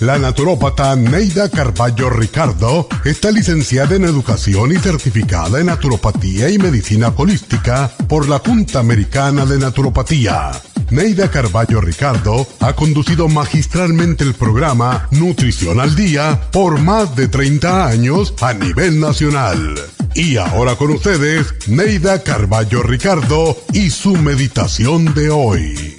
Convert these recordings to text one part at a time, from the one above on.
La naturópata Neida Carballo Ricardo está licenciada en Educación y certificada en Naturopatía y Medicina Holística por la Junta Americana de Naturopatía. Neida Carballo Ricardo ha conducido magistralmente el programa Nutrición al Día por más de 30 años a nivel nacional. Y ahora con ustedes, Neida Carballo Ricardo y su meditación de hoy.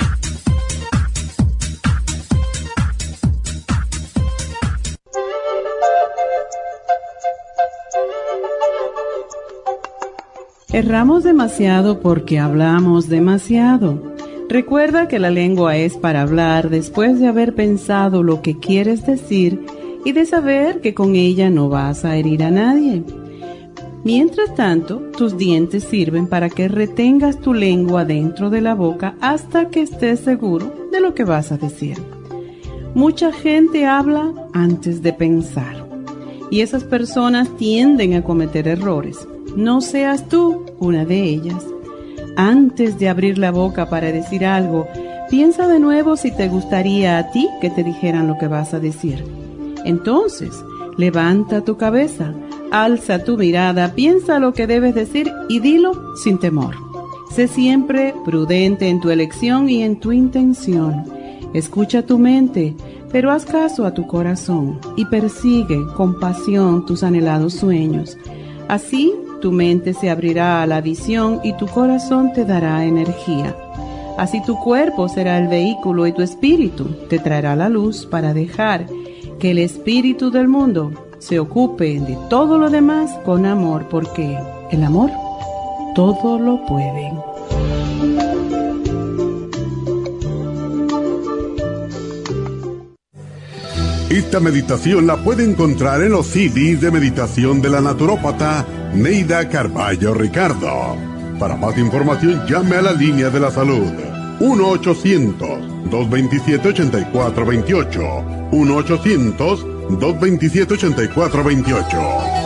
Erramos demasiado porque hablamos demasiado. Recuerda que la lengua es para hablar después de haber pensado lo que quieres decir y de saber que con ella no vas a herir a nadie. Mientras tanto, tus dientes sirven para que retengas tu lengua dentro de la boca hasta que estés seguro de lo que vas a decir. Mucha gente habla antes de pensar y esas personas tienden a cometer errores. No seas tú una de ellas. Antes de abrir la boca para decir algo, piensa de nuevo si te gustaría a ti que te dijeran lo que vas a decir. Entonces, levanta tu cabeza, alza tu mirada, piensa lo que debes decir y dilo sin temor. Sé siempre prudente en tu elección y en tu intención. Escucha tu mente, pero haz caso a tu corazón y persigue con pasión tus anhelados sueños. Así, tu mente se abrirá a la visión y tu corazón te dará energía. Así tu cuerpo será el vehículo y tu espíritu te traerá la luz para dejar que el espíritu del mundo se ocupe de todo lo demás con amor, porque el amor todo lo puede. Esta meditación la puede encontrar en los CDs de meditación de la naturópata Neida Carballo Ricardo. Para más información, llame a la línea de la salud 1-800-227-8428. 1-800-227-8428.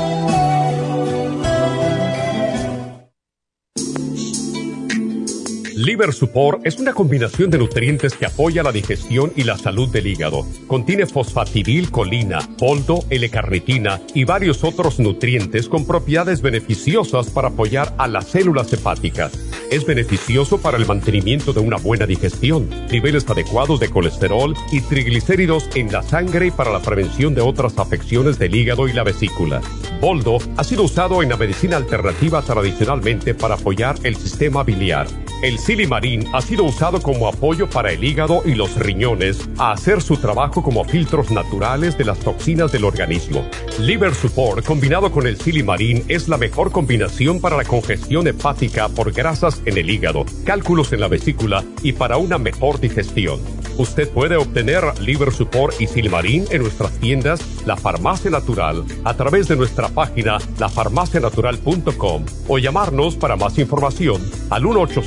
Liver Support es una combinación de nutrientes que apoya la digestión y la salud del hígado. Contiene fosfatidilcolina, boldo, L-carnitina y varios otros nutrientes con propiedades beneficiosas para apoyar a las células hepáticas. Es beneficioso para el mantenimiento de una buena digestión, niveles adecuados de colesterol y triglicéridos en la sangre y para la prevención de otras afecciones del hígado y la vesícula. Boldo ha sido usado en la medicina alternativa tradicionalmente para apoyar el sistema biliar. El silimarín ha sido usado como apoyo para el hígado y los riñones a hacer su trabajo como filtros naturales de las toxinas del organismo. Liver Support combinado con el silimarín es la mejor combinación para la congestión hepática por grasas en el hígado, cálculos en la vesícula y para una mejor digestión. Usted puede obtener Liver Support y silimarín en nuestras tiendas La Farmacia Natural a través de nuestra página lafarmacianatural.com o llamarnos para más información al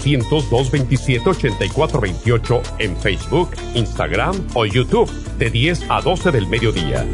1-800-227-8428 en Facebook, Instagram o YouTube de 10 a 12 del mediodía.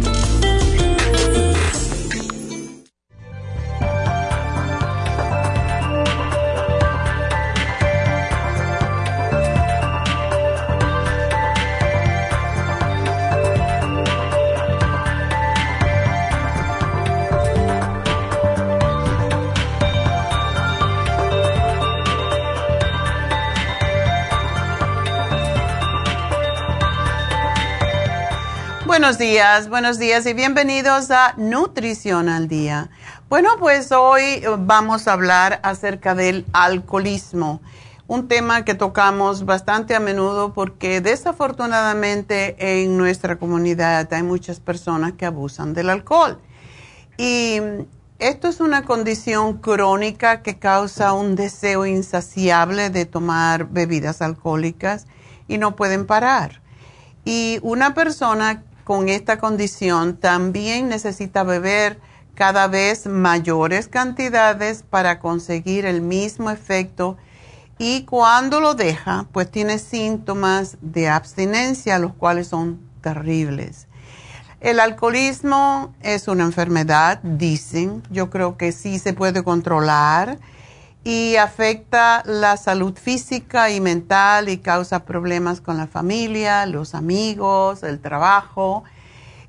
Buenos días y bienvenidos a Nutrición al Día. Bueno, pues hoy vamos a hablar acerca del alcoholismo, un tema que tocamos bastante a menudo porque desafortunadamente en nuestra comunidad hay muchas personas que abusan del alcohol. Y esto es una condición crónica que causa un deseo insaciable de tomar bebidas alcohólicas y no pueden parar. Y una persona con esta condición también necesita beber cada vez mayores cantidades para conseguir el mismo efecto y cuando lo deja, pues tiene síntomas de abstinencia, los cuales son terribles. El alcoholismo es una enfermedad, dicen. Yo creo que sí se puede controlar y afecta la salud física y mental y causa problemas con la familia, los amigos, el trabajo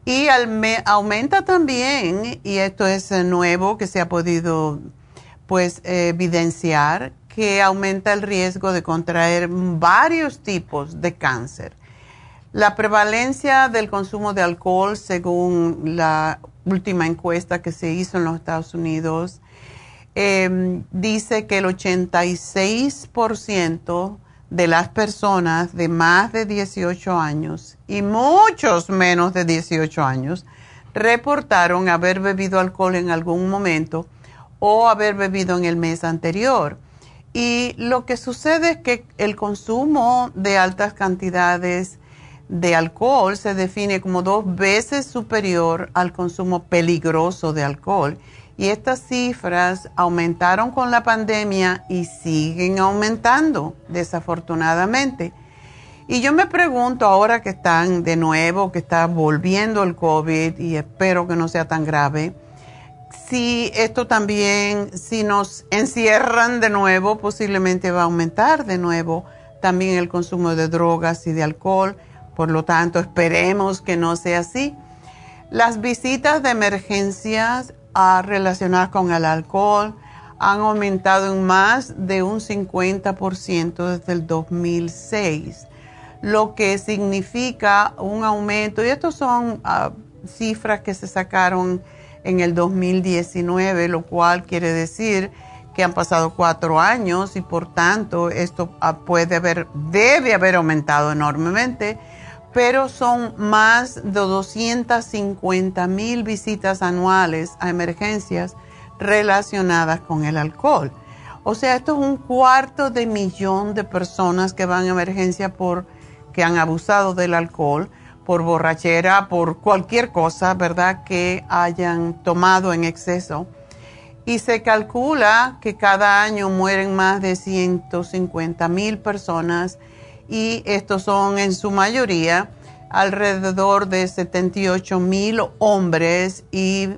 Y aumenta también, y esto es nuevo que se ha podido pues evidenciar, que aumenta el riesgo de contraer varios tipos de cáncer. La prevalencia del consumo de alcohol, según la última encuesta que se hizo en los Estados Unidos, dice que el 86% de las personas de más de 18 años y muchos menos de 18 años reportaron haber bebido alcohol en algún momento o haber bebido en el mes anterior. Y lo que sucede es que el consumo de altas cantidades de alcohol se define como 2 veces superior al consumo peligroso de alcohol. Y estas cifras aumentaron con la pandemia y siguen aumentando, desafortunadamente. Y yo me pregunto ahora que están de nuevo, que está volviendo el COVID, y espero que no sea tan grave, si esto también, si nos encierran de nuevo, posiblemente va a aumentar de nuevo también el consumo de drogas y de alcohol. Por lo tanto, esperemos que no sea así. Las visitas de emergencias relacionadas con el alcohol han aumentado en más de un 50% desde el 2006, lo que significa un aumento, y estos son cifras que se sacaron en el 2019, lo cual quiere decir que han pasado 4 años y por tanto esto debe haber aumentado enormemente, pero son más de 250,000 visitas anuales a emergencias relacionadas con el alcohol. O sea, esto es 250,000 de personas que van a emergencia que han abusado del alcohol, por borrachera, por cualquier cosa, ¿verdad?, que hayan tomado en exceso. Y se calcula que cada año mueren más de 150,000 personas, y estos son en su mayoría alrededor de 78,000 hombres y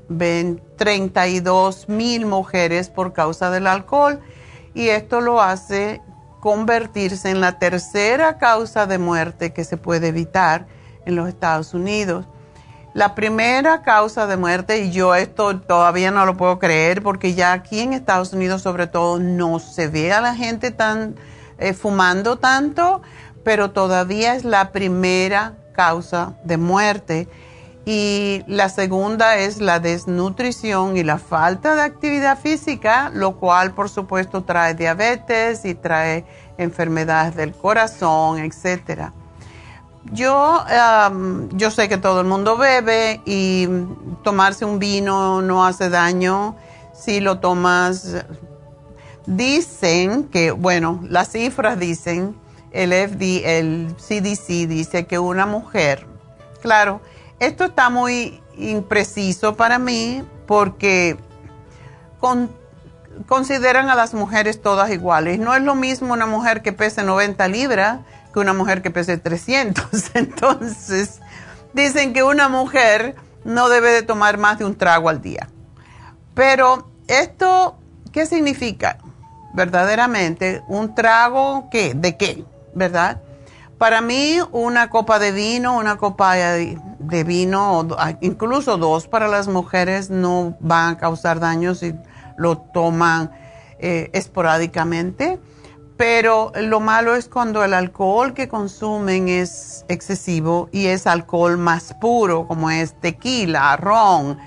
32,000 mujeres por causa del alcohol, y esto lo hace convertirse en la tercera causa de muerte que se puede evitar en los Estados Unidos. La primera causa de muerte, y yo esto todavía no lo puedo creer porque ya aquí en Estados Unidos sobre todo no se ve a la gente fumando tanto, pero todavía es la primera causa de muerte. Y la segunda es la desnutrición y la falta de actividad física, lo cual por supuesto trae diabetes y trae enfermedades del corazón, etcétera. Yo sé que todo el mundo bebe y tomarse un vino no hace daño si lo tomas. Dicen que, bueno, las cifras dicen, el CDC dice que una mujer, claro, esto está muy impreciso para mí porque consideran a las mujeres todas iguales. No es lo mismo una mujer que pese 90 libras que una mujer que pese 300. Entonces, dicen que una mujer no debe de tomar más de un trago al día. Pero esto, ¿qué significa? Verdaderamente, ¿un trago qué? ¿De qué? ¿Verdad? Para mí, una copa de vino, una copa de vino, o incluso 2 para las mujeres no van a causar daño si lo toman esporádicamente. Pero lo malo es cuando el alcohol que consumen es excesivo y es alcohol más puro, como es tequila, ron,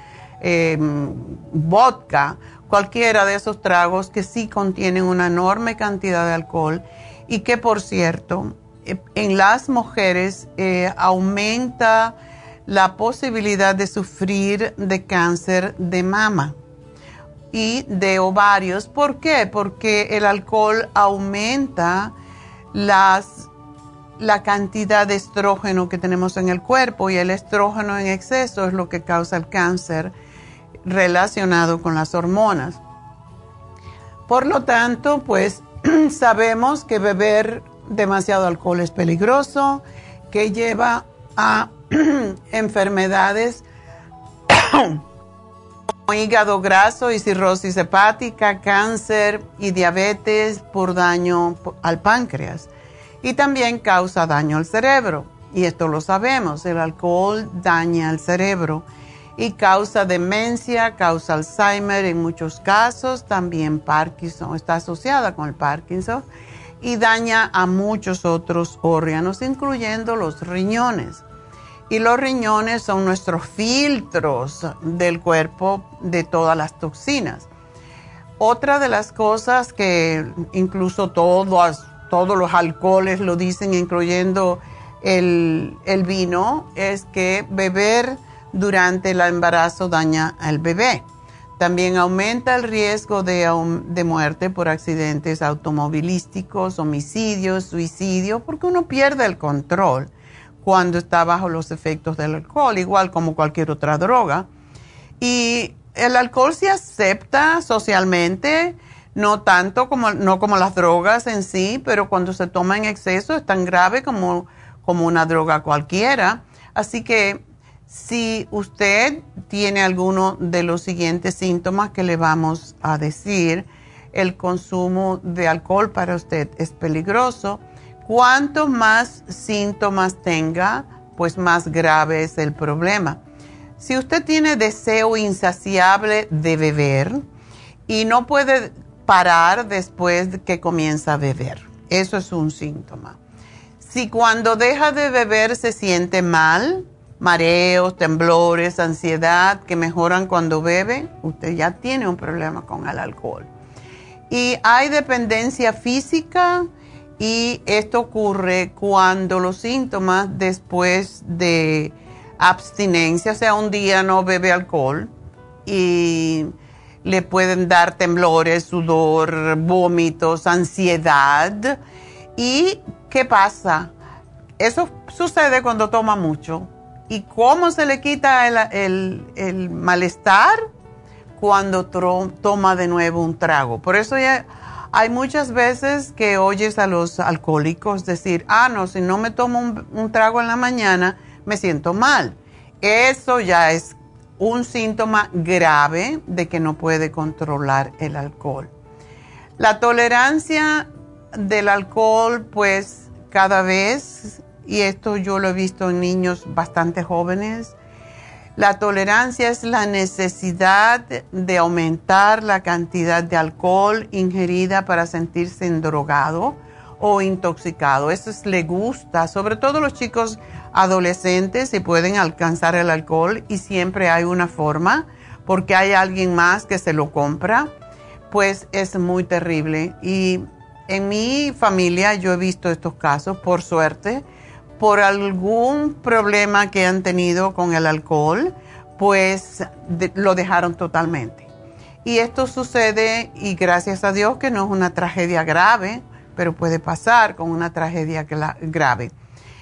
vodka, cualquiera de esos tragos que sí contienen una enorme cantidad de alcohol y que, por cierto, en las mujeres aumenta la posibilidad de sufrir de cáncer de mama y de ovarios. ¿Por qué? Porque el alcohol aumenta la cantidad de estrógeno que tenemos en el cuerpo, y el estrógeno en exceso es lo que causa el cáncer relacionado con las hormonas. Por lo tanto, pues sabemos que beber demasiado alcohol es peligroso, que lleva a enfermedades como hígado graso y cirrosis hepática, cáncer y diabetes por daño al páncreas. Y también causa daño al cerebro. y esto lo sabemos, el alcohol daña el cerebro y causa demencia, causa Alzheimer en muchos casos, también Parkinson, está asociada con el Parkinson y daña a muchos otros órganos, incluyendo los riñones. Y los riñones son nuestros filtros del cuerpo de todas las toxinas. Otra de las cosas que incluso todos los alcoholes lo dicen, incluyendo el vino, es que beber durante el embarazo daña al bebé. También aumenta el riesgo de muerte por accidentes automovilísticos, homicidios, suicidio, porque uno pierde el control cuando está bajo los efectos del alcohol, igual como cualquier otra droga. Y el alcohol se acepta socialmente, no como las drogas en sí, pero cuando se toma en exceso es tan grave como una droga cualquiera. Así que si usted tiene alguno de los siguientes síntomas que le vamos a decir, el consumo de alcohol para usted es peligroso. Cuanto más síntomas tenga, pues más grave es el problema. Si usted tiene deseo insaciable de beber y no puede parar después de que comienza a beber, eso es un síntoma. Si cuando deja de beber se siente mal, mareos, temblores, ansiedad que mejoran cuando bebe, usted ya tiene un problema con el alcohol. Y hay dependencia física y esto ocurre cuando los síntomas después de abstinencia, o sea, un día no bebe alcohol y le pueden dar temblores, sudor, vómitos, ansiedad. ¿Y qué pasa? Eso sucede cuando toma mucho. ¿Y cómo se le quita el malestar? Cuando toma de nuevo un trago. Por eso ya hay muchas veces que oyes a los alcohólicos decir, no, si no me tomo un trago en la mañana, me siento mal. Eso ya es un síntoma grave de que no puede controlar el alcohol. La tolerancia del alcohol, pues cada vez, y esto yo lo he visto en niños bastante jóvenes, la tolerancia es la necesidad de aumentar la cantidad de alcohol ingerida para sentirse endrogado o intoxicado. Eso le gusta, sobre todo los chicos adolescentes, si pueden alcanzar el alcohol y siempre hay una forma, porque hay alguien más que se lo compra, pues es muy terrible. Y en mi familia yo he visto estos casos, por suerte, por algún problema que han tenido con el alcohol, pues lo dejaron totalmente. Y esto sucede, y gracias a Dios que no es una tragedia grave, pero puede pasar con una tragedia grave.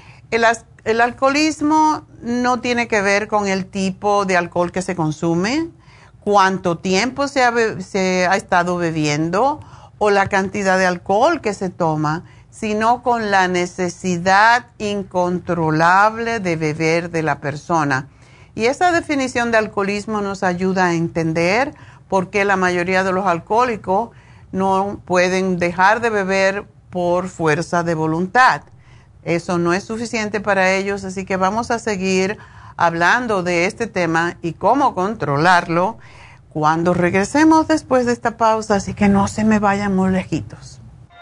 El alcoholismo no tiene que ver con el tipo de alcohol que se consume, cuánto tiempo se ha estado bebiendo o la cantidad de alcohol que se toma, sino con la necesidad incontrolable de beber de la persona. Y esa definición de alcoholismo nos ayuda a entender por qué la mayoría de los alcohólicos no pueden dejar de beber por fuerza de voluntad. Eso no es suficiente para ellos, así que vamos a seguir hablando de este tema y cómo controlarlo cuando regresemos después de esta pausa, así que no se me vayan muy lejitos.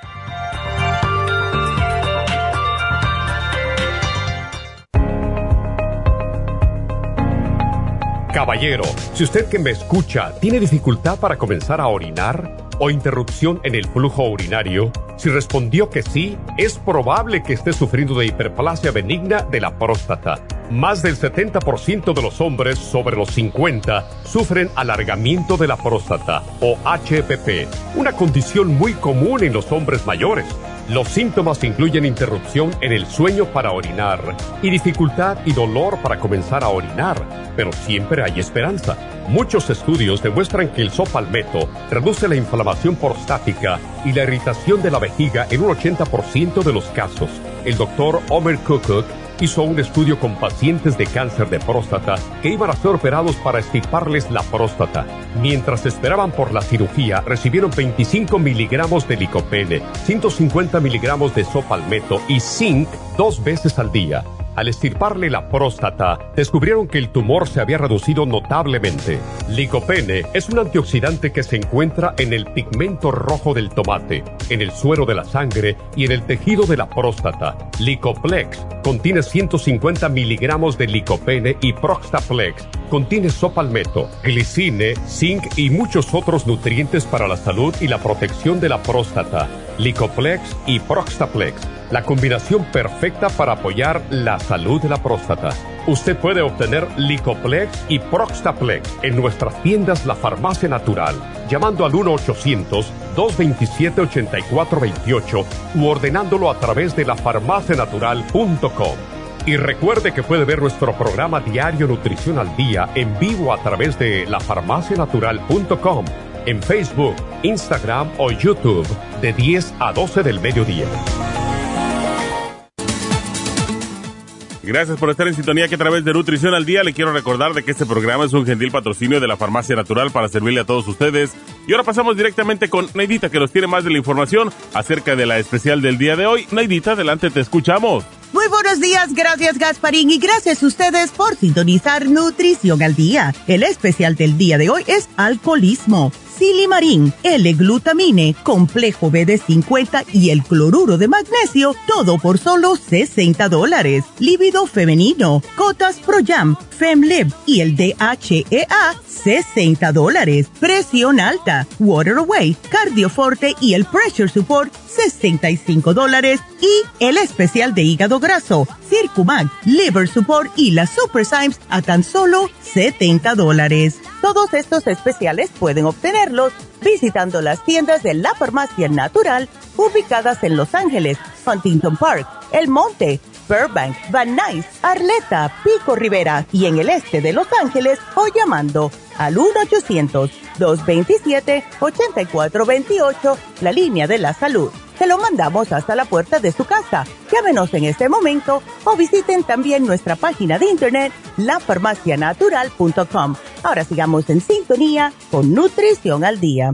Caballero, si usted que me escucha tiene dificultad para comenzar a orinar o interrupción en el flujo urinario, si respondió que sí, es probable que esté sufriendo de hiperplasia benigna de la próstata. Más del 70% de los hombres sobre los 50 sufren alargamiento de la próstata o HPP, una condición muy común en los hombres mayores. Los síntomas incluyen interrupción en el sueño para orinar y dificultad y dolor para comenzar a orinar, pero siempre hay esperanza. Muchos estudios demuestran que el sopalmeto reduce la inflamación prostática y la irritación de la vejiga en un 80% de los casos. El doctor Omer Kukuk hizo un estudio con pacientes de cáncer de próstata que iban a ser operados para extirparles la próstata. Mientras esperaban por la cirugía, recibieron 25 miligramos de licopene, 150 miligramos de sopalmeto y zinc 2 veces al día. Al extirparle la próstata, descubrieron que el tumor se había reducido notablemente. Licopene es un antioxidante que se encuentra en el pigmento rojo del tomate, en el suero de la sangre y en el tejido de la próstata. Licoplex contiene 150 miligramos de licopene y Proxtaplex contiene sopalmeto, glicine, zinc y muchos otros nutrientes para la salud y la protección de la próstata. Licoplex y Proxtaplex, la combinación perfecta para apoyar la salud de la próstata. Usted puede obtener Licoplex y Proxtaplex en nuestras tiendas La Farmacia Natural, llamando al 1-800-227-8428 u ordenándolo a través de lafarmacianatural.com. Y recuerde que puede ver nuestro programa diario Nutrición al Día en vivo a través de lafarmacianatural.com, en Facebook, Instagram o YouTube, de 10 a 12 del mediodía. Gracias por estar en sintonía, que a través de Nutrición al Día le quiero recordar de que este programa es un gentil patrocinio de la Farmacia Natural para servirle a todos ustedes. Y ahora pasamos directamente con Neidita, que nos tiene más de la información acerca de la especial del día de hoy. Neidita, adelante, te escuchamos. Muy buenos días, gracias Gasparín y gracias a ustedes por sintonizar Nutrición al Día. El especial del día de hoy es alcoholismo. Silimarín, L-glutamine, complejo B de 50 y el cloruro de magnesio, todo por solo $60. Líbido femenino, Cotas Pro Jam, Femlib y el DHEA, $60. Presión alta, Water Away, Cardioforte y el Pressure Support, $65. Y el especial de hígado graso, Circumax, Liver Support y la Super Symes a tan solo $70. Todos estos especiales pueden obtenerlos visitando las tiendas de la Farmacia Natural ubicadas en Los Ángeles, Huntington Park, El Monte, Burbank, Van Nuys, Arleta, Pico Rivera y en el este de Los Ángeles o llamando al 1-800-227-8428, la línea de la salud. Se lo mandamos hasta la puerta de su casa. Llámenos en este momento o visiten también nuestra página de internet, lafarmacianatural.com. Ahora sigamos en sintonía con Nutrición al Día.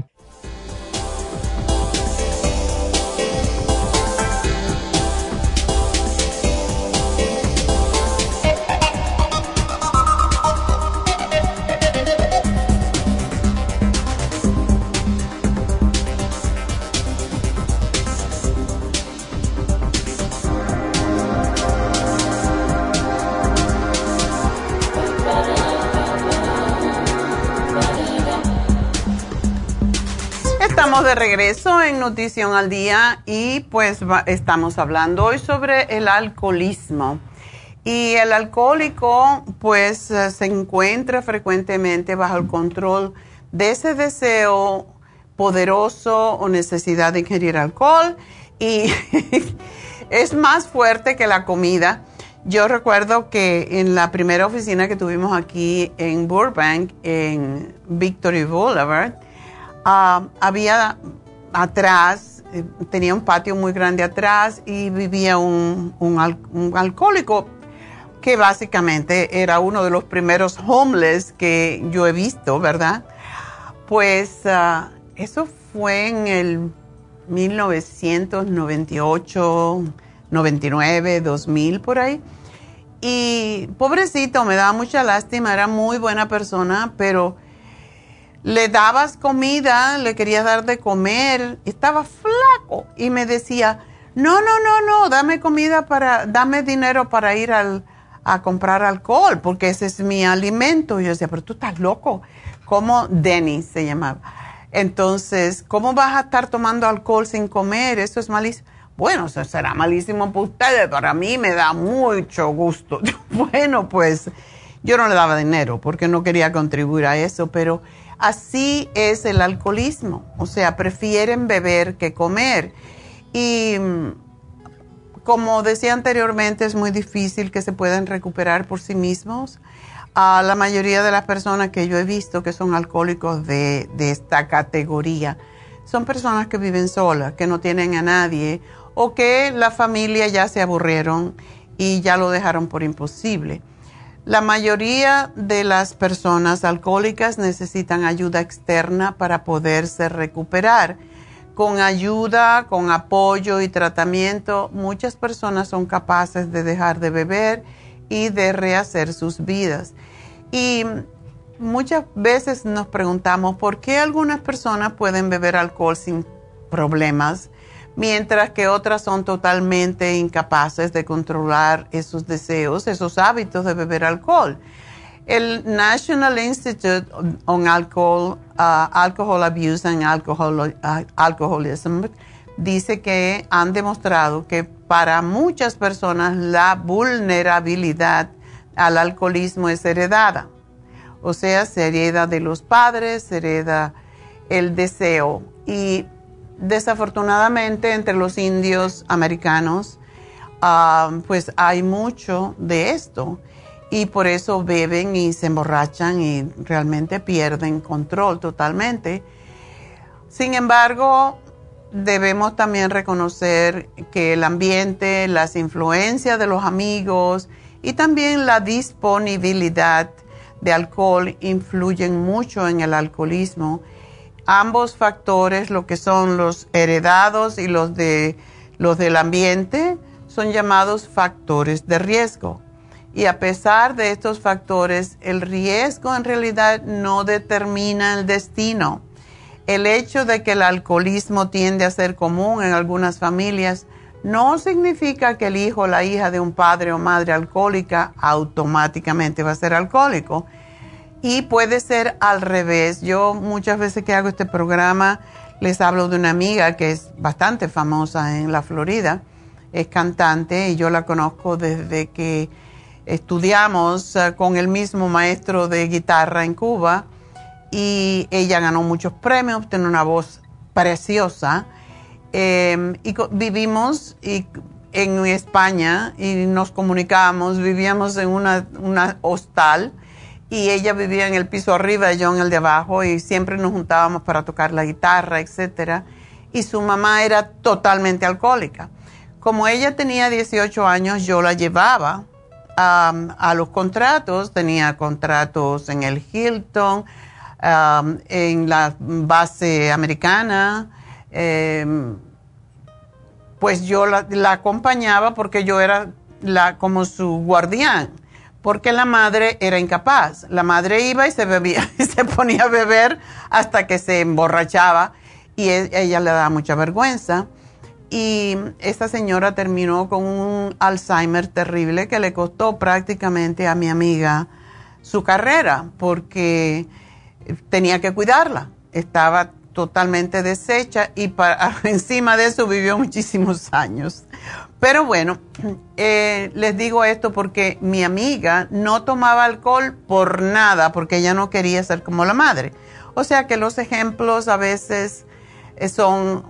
Estamos de regreso en Nutrición al Día y pues estamos hablando hoy sobre el alcoholismo. Y el alcohólico pues se encuentra frecuentemente bajo el control de ese deseo poderoso o necesidad de ingerir alcohol y es más fuerte que la comida. Yo recuerdo que en la primera oficina que tuvimos aquí en Burbank, en Victory Boulevard, había atrás, tenía un patio muy grande atrás y vivía un alcohólico que básicamente era uno de los primeros homeless que yo he visto, ¿verdad? Pues eso fue en el 1998, 99, 2000, por ahí. Y pobrecito, me daba mucha lástima, era muy buena persona, pero le dabas comida, le querías dar de comer, estaba flaco y me decía, no, dame dinero para ir a comprar alcohol, porque ese es mi alimento. Y yo decía, pero tú estás loco. ¿Cómo? Dennis se llamaba. Entonces, ¿cómo vas a estar tomando alcohol sin comer? Eso es malísimo. Bueno, eso será malísimo para ustedes, para mí me da mucho gusto. Bueno, pues yo no le daba dinero porque no quería contribuir a eso, pero así es el alcoholismo, o sea, prefieren beber que comer. Y como decía anteriormente, es muy difícil que se puedan recuperar por sí mismos. La mayoría de las personas que yo he visto que son alcohólicos de esta categoría son personas que viven solas, que no tienen a nadie o que la familia ya se aburrieron y ya lo dejaron por imposible. La mayoría de las personas alcohólicas necesitan ayuda externa para poderse recuperar. con ayuda, con apoyo y tratamiento, muchas personas son capaces de dejar de beber y de rehacer sus vidas. Y muchas veces nos preguntamos por qué algunas personas pueden beber alcohol sin problemas, mientras que otras son totalmente incapaces de controlar esos deseos, esos hábitos de beber alcohol. El National Institute on Alcohol Abuse and Alcoholism dice que han demostrado que para muchas personas la vulnerabilidad al alcoholismo es heredada. O sea, se hereda de los padres, se hereda el deseo. Y desafortunadamente entre los indios americanos, pues hay mucho de esto. Y por eso beben y se emborrachan y realmente pierden control totalmente. Sin embargo, debemos también reconocer que el ambiente, las influencias de los amigos y también la disponibilidad de alcohol influyen mucho en el alcoholismo. Ambos factores, lo que son los heredados y los del ambiente, son llamados factores de riesgo. Y a pesar de estos factores, el riesgo en realidad no determina el destino. El hecho de que el alcoholismo tiende a ser común en algunas familias no significa que el hijo o la hija de un padre o madre alcohólica automáticamente va a ser alcohólico. Y puede ser al revés. Yo muchas veces que hago este programa les hablo de una amiga que es bastante famosa en la Florida. Es cantante y yo la conozco desde que estudiamos con el mismo maestro de guitarra en Cuba y ella ganó muchos premios, tiene una voz preciosa y vivimos en España y nos comunicábamos, vivíamos en una hostal y ella vivía en el piso arriba y yo en el de abajo y siempre nos juntábamos para tocar la guitarra, etcétera, y su mamá era totalmente alcohólica. Como ella tenía 18 años, yo la llevaba a los contratos, tenía contratos en el Hilton, en la base americana, pues yo la acompañaba porque yo era como su guardián, porque la madre era incapaz. La madre iba y se bebía, y se ponía a beber hasta que se emborrachaba y ella le daba mucha vergüenza. Y esta señora terminó con un Alzheimer terrible que le costó prácticamente a mi amiga su carrera porque tenía que cuidarla. Estaba totalmente deshecha y encima de eso vivió muchísimos años. Pero bueno, les digo esto porque mi amiga no tomaba alcohol por nada porque ella no quería ser como la madre. O sea que los ejemplos a veces son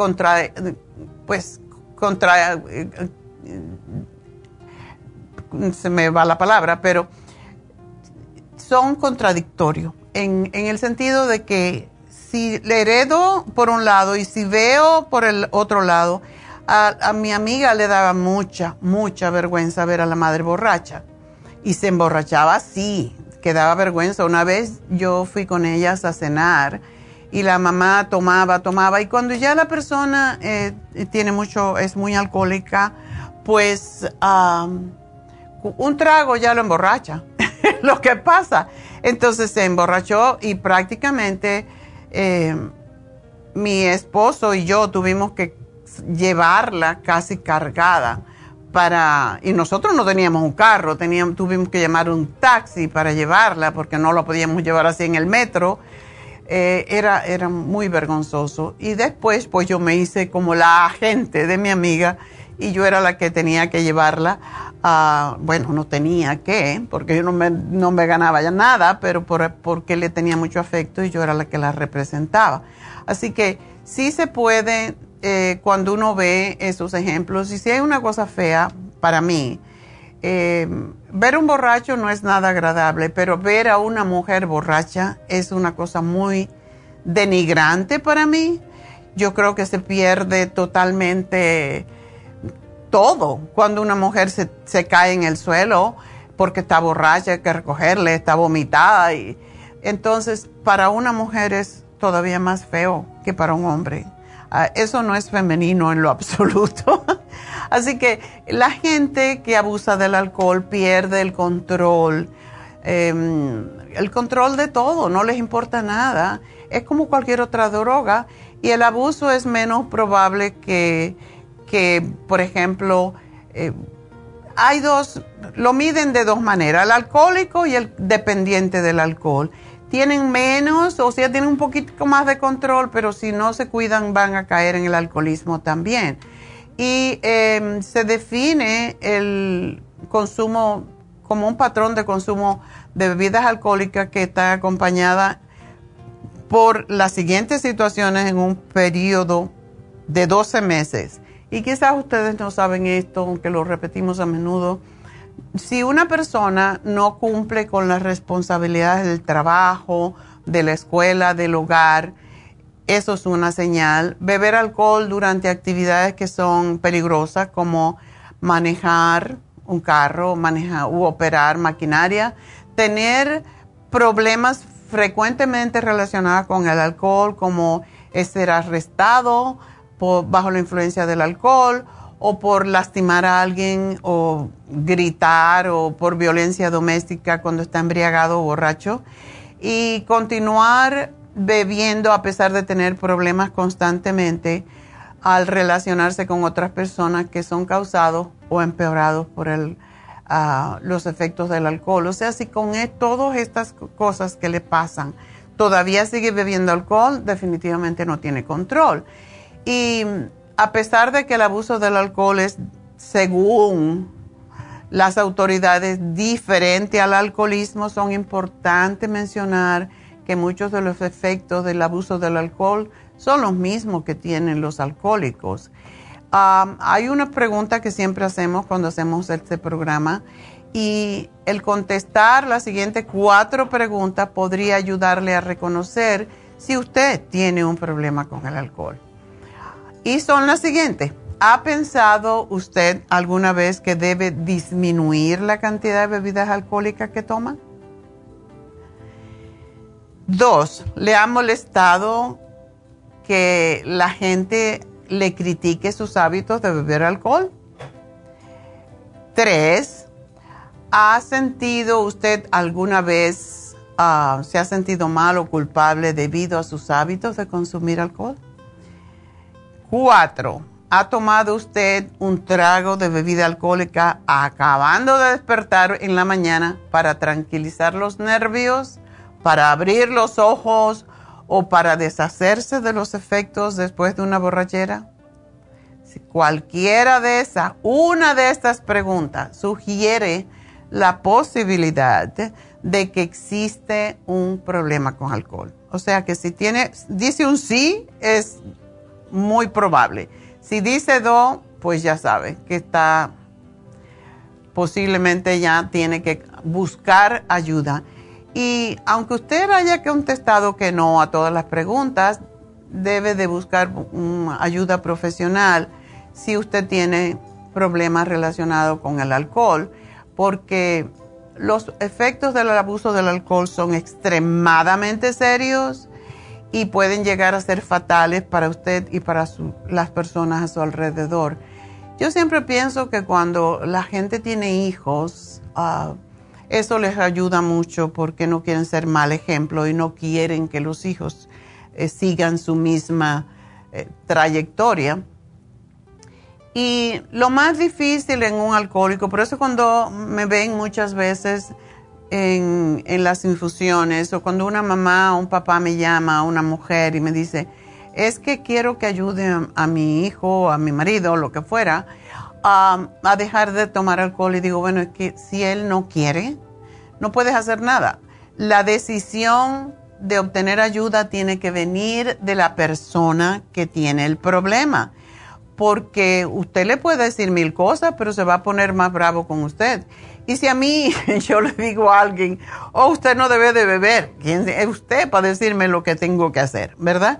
se me va la palabra, pero son contradictorios en el sentido de que si le heredo por un lado y si veo por el otro lado, a mi amiga le daba mucha vergüenza ver a la madre borracha y se emborrachaba así, que daba vergüenza. Una vez yo fui con ellas a cenar y la mamá tomaba y cuando ya la persona es muy alcohólica, pues un trago ya lo emborracha, lo que pasa. Entonces se emborrachó y prácticamente mi esposo y yo tuvimos que llevarla casi cargada y nosotros no teníamos un carro, tuvimos que llamar un taxi para llevarla porque no lo podíamos llevar así en el metro. Era muy vergonzoso. Y después, pues yo me hice como la agente de mi amiga y yo era la que tenía que llevarla. Bueno, no tenía que, porque yo no me ganaba ya nada, pero porque le tenía mucho afecto y yo era la que la representaba. Así que sí se puede, cuando uno ve esos ejemplos, y si hay una cosa fea para mí, ver un borracho no es nada agradable, pero ver a una mujer borracha es una cosa muy denigrante para mí. Yo creo que se pierde totalmente todo cuando una mujer se cae en el suelo porque está borracha, hay que recogerle, está vomitada. Entonces, para una mujer es todavía más feo que para un hombre. Eso no es femenino en lo absoluto. Así que la gente que abusa del alcohol pierde el control de todo, no les importa nada. Es como cualquier otra droga y el abuso es menos probable que por ejemplo, lo miden de dos maneras, el alcohólico y el dependiente del alcohol. Tienen menos, o sea, tienen un poquito más de control, pero si no se cuidan van a caer en el alcoholismo también. Y se define el consumo como un patrón de consumo de bebidas alcohólicas que está acompañada por las siguientes situaciones en un periodo de 12 meses. Y quizás ustedes no saben esto, aunque lo repetimos a menudo. Si una persona no cumple con las responsabilidades del trabajo, de la escuela, del hogar, eso es una señal. Beber alcohol durante actividades que son peligrosas, como manejar un carro, u operar maquinaria, tener problemas frecuentemente relacionados con el alcohol, como ser arrestado bajo la influencia del alcohol, o por lastimar a alguien, o gritar, o por violencia doméstica cuando está embriagado o borracho, y continuar bebiendo a pesar de tener problemas constantemente al relacionarse con otras personas que son causados o empeorados por los efectos del alcohol. O sea, si con todas estas cosas que le pasan todavía sigue bebiendo alcohol, definitivamente no tiene control. Y a pesar de que el abuso del alcohol es, según las autoridades, diferente al alcoholismo, son importantes mencionar que muchos de los efectos del abuso del alcohol son los mismos que tienen los alcohólicos. Hay una pregunta que siempre hacemos cuando hacemos este programa, y el contestar las siguientes 4 preguntas podría ayudarle a reconocer si usted tiene un problema con el alcohol. Y son las siguientes. ¿Ha pensado usted alguna vez que debe disminuir la cantidad de bebidas alcohólicas que toma? 2, ¿le ha molestado que la gente le critique sus hábitos de beber alcohol? 3, ¿ha sentido usted alguna vez, se ha sentido mal o culpable debido a sus hábitos de consumir alcohol? 4, ¿ha tomado usted un trago de bebida alcohólica acabando de despertar en la mañana para tranquilizar los nervios, para abrir los ojos o para deshacerse de los efectos después de una borrachera? Si cualquiera de esas, una de estas preguntas sugiere la posibilidad de que existe un problema con alcohol. O sea que si dice un sí, es muy probable. Si dice 2, pues ya sabe que posiblemente ya tiene que buscar ayuda. Y aunque usted haya contestado que no a todas las preguntas, debe de buscar ayuda profesional si usted tiene problemas relacionados con el alcohol, porque los efectos del abuso del alcohol son extremadamente serios y pueden llegar a ser fatales para usted y para las personas a su alrededor. Yo siempre pienso que cuando la gente tiene hijos, eso les ayuda mucho porque no quieren ser mal ejemplo y no quieren que los hijos sigan su misma trayectoria. Y lo más difícil en un alcohólico, por eso cuando me ven muchas veces en las infusiones, o cuando una mamá o un papá me llama, a una mujer, y me dice, es que quiero que ayude a mi hijo, a mi marido, lo que fuera, a dejar de tomar alcohol. Y digo, bueno, es que si él no quiere, no puedes hacer nada. La decisión de obtener ayuda tiene que venir de la persona que tiene el problema, porque usted le puede decir 1000 cosas, pero se va a poner más bravo con usted. Y si a mí yo le digo a alguien, usted no debe de beber, ¿quién es usted para decirme lo que tengo que hacer, verdad?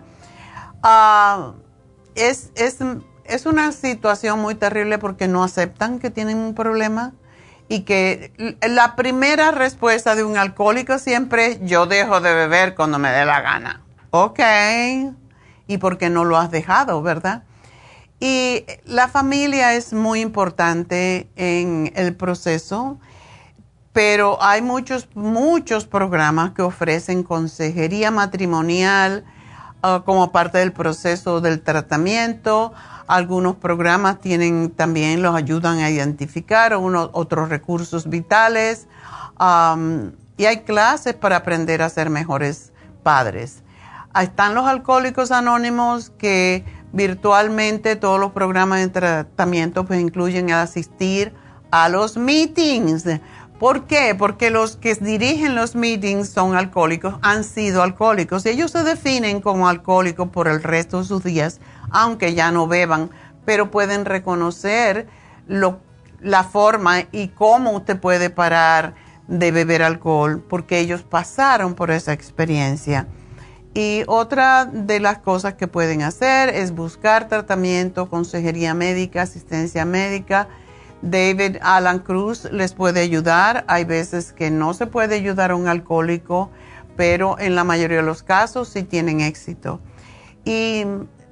Es una situación muy terrible porque no aceptan que tienen un problema, y que la primera respuesta de un alcohólico siempre es, yo dejo de beber cuando me dé la gana. Ok. y por qué no lo has dejado, ¿verdad? Y la familia es muy importante en el proceso, pero hay muchos programas que ofrecen consejería matrimonial como parte del proceso del tratamiento. Algunos programas también los ayudan a identificar otros recursos vitales. Y hay clases para aprender a ser mejores padres. Están los Alcohólicos Anónimos, que virtualmente todos los programas de tratamiento pues incluyen asistir a los meetings. ¿Por qué? Porque los que dirigen los meetings son alcohólicos, han sido alcohólicos. Ellos se definen como alcohólicos por el resto de sus días, aunque ya no beban, pero pueden reconocer la forma y cómo usted puede parar de beber alcohol, porque ellos pasaron por esa experiencia. Y otra de las cosas que pueden hacer es buscar tratamiento, consejería médica, asistencia médica. David Alan Cruz les puede ayudar. Hay veces que no se puede ayudar a un alcohólico, pero en la mayoría de los casos sí tienen éxito. Y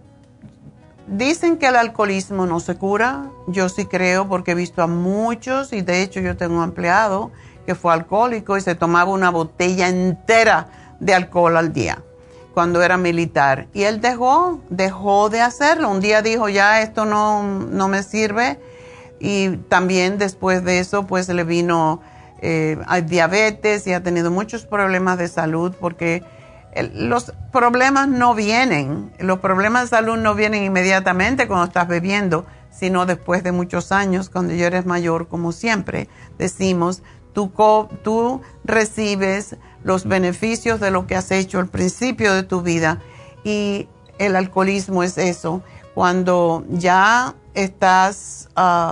dicen que el alcoholismo no se cura. Yo sí creo, porque he visto a muchos, y de hecho yo tengo un empleado que fue alcohólico y se tomaba una botella entera de alcohol al día cuando era militar. Y él dejó de hacerlo. Un día dijo, ya esto no me sirve. Y también después de eso, pues le vino diabetes y ha tenido muchos problemas de salud, porque los problemas no vienen. Los problemas de salud no vienen inmediatamente cuando estás bebiendo, sino después de muchos años, cuando ya eres mayor, como siempre decimos. Tú recibes los beneficios de lo que has hecho al principio de tu vida, y el alcoholismo es eso. Cuando ya estás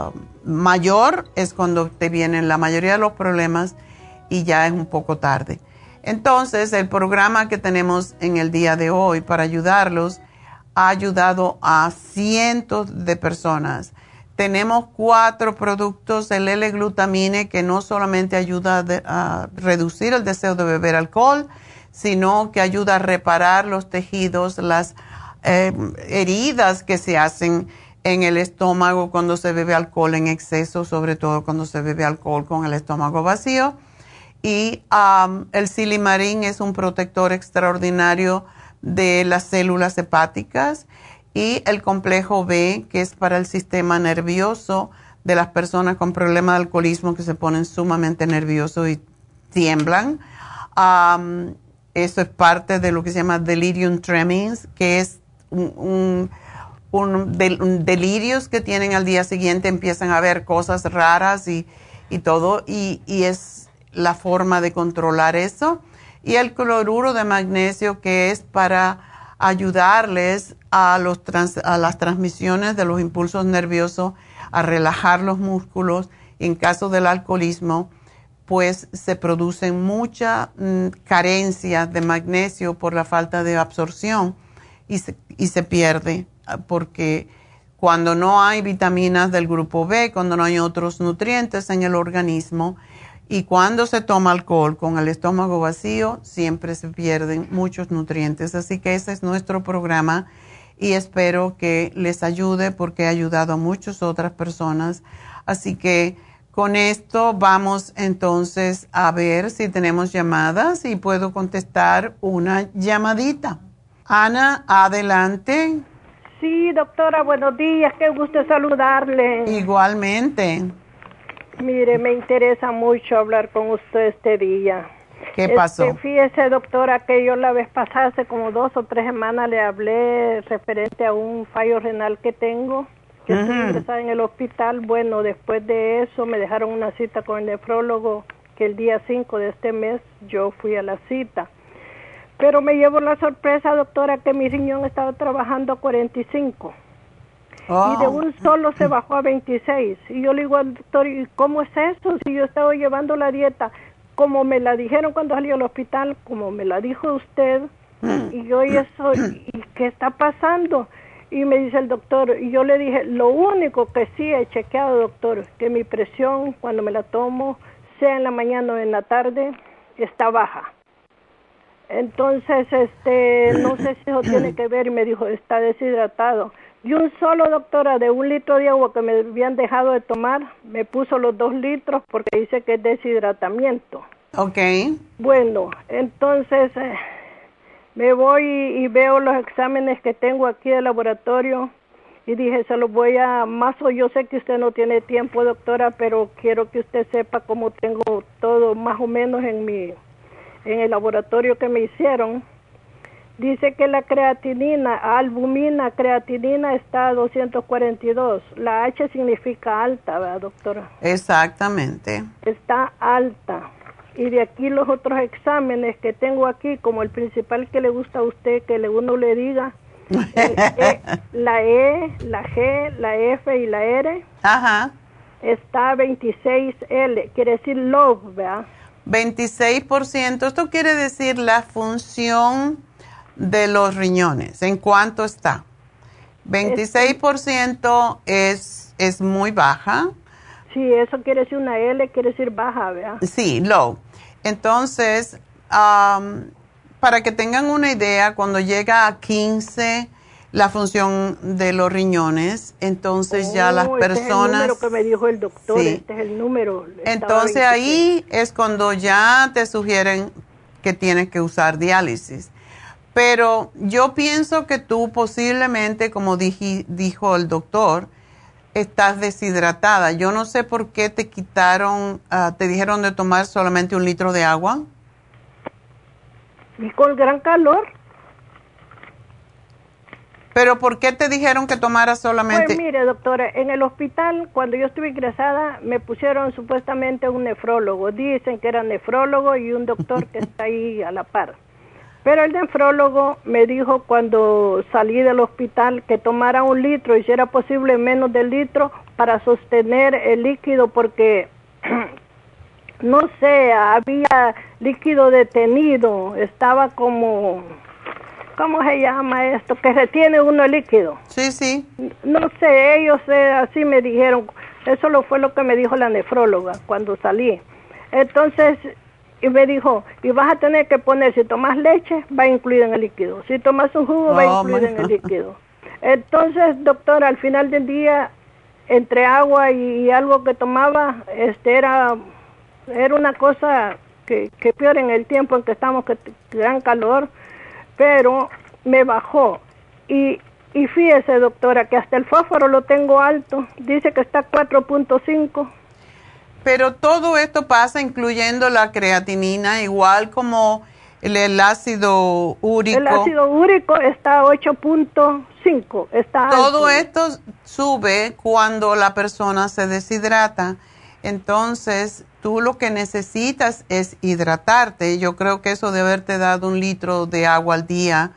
mayor es cuando te vienen la mayoría de los problemas y ya es un poco tarde. Entonces, el programa que tenemos en el día de hoy para ayudarlos ha ayudado a cientos de personas. Tenemos 4 productos, el L-glutamine, que no solamente ayuda a reducir el deseo de beber alcohol, sino que ayuda a reparar los tejidos, las heridas que se hacen en el estómago cuando se bebe alcohol en exceso, sobre todo cuando se bebe alcohol con el estómago vacío. Y el Silimarín es un protector extraordinario de las células hepáticas. Y el complejo B, que es para el sistema nervioso de las personas con problemas de alcoholismo, que se ponen sumamente nerviosos y tiemblan. Eso es parte de lo que se llama delirium tremens, que es delirios que tienen al día siguiente, empiezan a ver cosas raras y todo, y es la forma de controlar eso. Y el cloruro de magnesio, que es para ayudarles a las transmisiones de los impulsos nerviosos, a relajar los músculos. En caso del alcoholismo, pues se producen mucha carencia de magnesio por la falta de absorción y se pierde, porque cuando no hay vitaminas del grupo B, cuando no hay otros nutrientes en el organismo, y cuando se toma alcohol con el estómago vacío, siempre se pierden muchos nutrientes. Así que ese es nuestro programa y espero que les ayude, porque ha ayudado a muchas otras personas. Así que con esto vamos entonces a ver si tenemos llamadas y puedo contestar una llamadita. Ana, adelante. Sí, doctora, buenos días, qué gusto saludarle. Igualmente. Mire, me interesa mucho hablar con usted este día. ¿Qué pasó? Fíjese, doctora, que yo la vez pasada, hace como 2 o 3 semanas, le hablé referente a un fallo renal que tengo, que estoy ingresada en el hospital. Bueno, después de eso me dejaron una cita con el nefrólogo, que el día 5 de este mes yo fui a la cita. Pero me llevo la sorpresa, doctora, que mi riñón estaba trabajando a 45. Y de un solo se bajó a 26. Y yo le digo al doctor, ¿y cómo es eso? Si yo estaba llevando la dieta, como me la dijeron cuando salí al hospital, como me la dijo usted, y yo, ¿y eso? ¿Y qué está pasando? Y me dice el doctor, y yo le dije, lo único que sí he chequeado, doctor, que mi presión, cuando me la tomo, sea en la mañana o en la tarde, está baja. Entonces, no sé si eso tiene que ver, y me dijo, está deshidratado. Y un solo, doctora, de 1 litro de agua que me habían dejado de tomar, me puso los 2 litros porque dice que es deshidratamiento. Ok. Bueno, entonces me voy y veo los exámenes que tengo aquí del laboratorio y dije, se los voy a, yo sé que usted no tiene tiempo, doctora, pero quiero que usted sepa cómo tengo todo más o menos en el laboratorio que me hicieron. Dice que la creatinina, albumina, creatinina está a 242. La H significa alta, ¿verdad, doctora? Exactamente. Está alta. Y de aquí los otros exámenes que tengo aquí, como el principal que le gusta a usted, que uno le diga, la E, la G, la F y la R. Ajá. Está 26L, quiere decir low, ¿verdad? 26%, esto quiere decir la función de los riñones. ¿En cuánto está? 26% es muy baja. Sí, eso quiere decir una L, quiere decir baja, ¿verdad? Sí, low. Entonces, para que tengan una idea, cuando llega a 15 la función de los riñones, entonces ya las personas... Este es el número que me dijo el doctor, sí. Este es el número. Entonces ahí es cuando ya te sugieren que tienes que usar diálisis. Pero yo pienso que tú posiblemente, como dijo el doctor, estás deshidratada. Yo no sé por qué te quitaron, te dijeron de tomar solamente 1 litro de agua. Y con gran calor. ¿Pero por qué te dijeron que tomaras solamente? Pues mire, doctora, en el hospital, cuando yo estuve ingresada, me pusieron supuestamente un nefrólogo. Dicen que era nefrólogo y un doctor que está ahí a la par. Pero el nefrólogo me dijo cuando salí del hospital que tomara 1 litro y si era posible menos del litro para sostener el líquido porque, no sé, había líquido detenido, estaba como, ¿cómo se llama esto? Que retiene uno el líquido. Sí, sí. No sé, ellos así me dijeron, eso fue lo que me dijo la nefróloga cuando salí. Entonces... Y me dijo, y vas a tener que poner, si tomas leche, va incluido en el líquido. Si tomas un jugo, va incluido en el líquido. Entonces, doctora, al final del día, entre agua y algo que tomaba, era una cosa que peor en el tiempo en que estamos, que gran calor, pero me bajó. Y fíjese, doctora, que hasta el fósforo lo tengo alto, dice que está 4.5. Pero todo esto pasa incluyendo la creatinina, igual como el ácido úrico. El ácido úrico está a 8.5, está todo alto. esto sube cuando la persona se deshidrata. Entonces, tú lo que necesitas es hidratarte. Yo creo que eso de haberte dado 1 litro de agua al día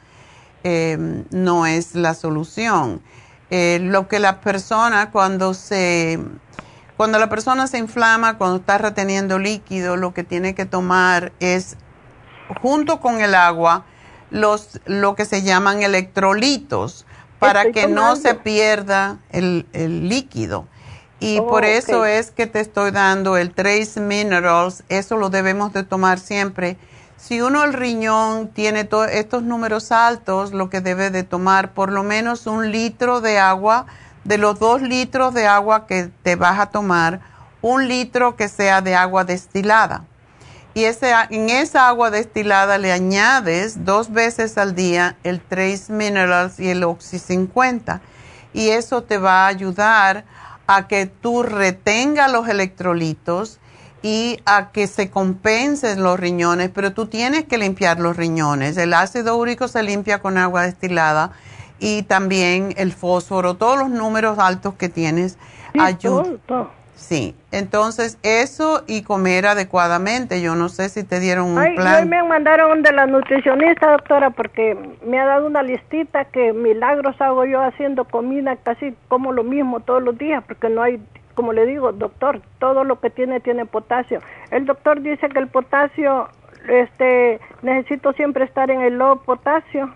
no es la solución. Lo que la persona cuando la persona se inflama, cuando está reteniendo líquido, lo que tiene que tomar es, junto con el agua, lo que se llaman electrolitos, para que no se pierda el líquido. Y por eso es que te estoy dando el Trace Minerals, eso lo debemos de tomar siempre. Si uno el riñón tiene todos estos números altos, lo que debe de tomar por lo menos 1 litro de agua. De los 2 litros de agua que te vas a tomar, 1 litro que sea de agua destilada. Y en esa agua destilada le añades 2 veces al día el Trace Minerals y el Oxy 50. Y eso te va a ayudar a que tú retengas los electrolitos y a que se compensen los riñones. Pero tú tienes que limpiar los riñones. El ácido úrico se limpia con agua destilada. Y también el fósforo, todos los números altos que tienes ayudan. Sí, entonces eso y comer adecuadamente. Yo no sé si te dieron un plan. Hoy me mandaron de la nutricionista, doctora, porque me ha dado una listita que milagros hago yo haciendo comida, casi como lo mismo todos los días, porque no hay, como le digo, doctor, todo lo que tiene potasio. El doctor dice que el potasio, necesito siempre estar en el low potasio.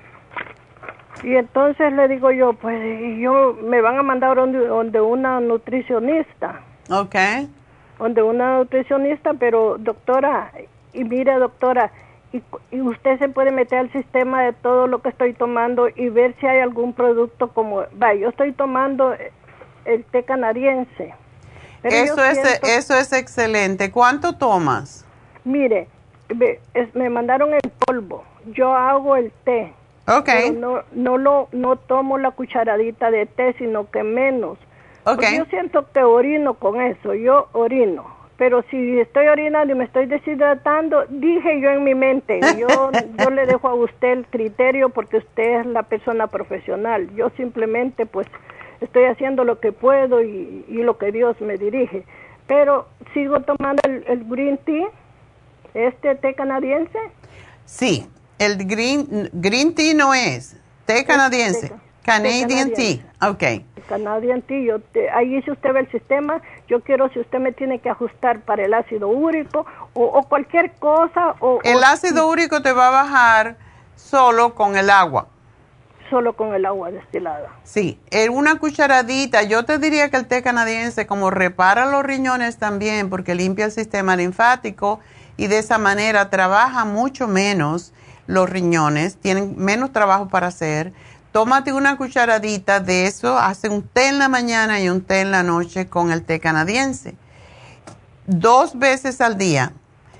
Y entonces le digo yo, pues me van a mandar donde una nutricionista. Okay. Donde una nutricionista, pero doctora, y mire doctora, y usted se puede meter al sistema de todo lo que estoy tomando y ver si hay algún producto como, yo estoy tomando el té canadiense. Eso es excelente. ¿Cuánto tomas? Mire, me mandaron el polvo. Yo hago el té. Okay. No tomo la cucharadita de té, sino que menos. Okay. Yo siento que orino con eso. Yo orino. Pero si estoy orinando y me estoy deshidratando, dije yo en mi mente, yo le dejo a usted el criterio porque usted es la persona profesional. Yo simplemente pues estoy haciendo lo que puedo y lo que Dios me dirige. Pero sigo tomando el green tea, té canadiense. Sí, el green tea no es, té canadiense. Canadian tea, ok. Canadian tea, ahí si usted ve el sistema, yo quiero si usted me tiene que ajustar para el ácido úrico o cualquier cosa. El ácido úrico te va a bajar solo con el agua. Solo con el agua destilada. Sí, en una cucharadita, yo te diría que el té canadiense como repara los riñones también porque limpia el sistema linfático y de esa manera trabaja mucho menos los riñones, tienen menos trabajo para hacer. Tómate una cucharadita de eso, hace un té en la mañana y un té en la noche con el té canadiense. 2 veces al día.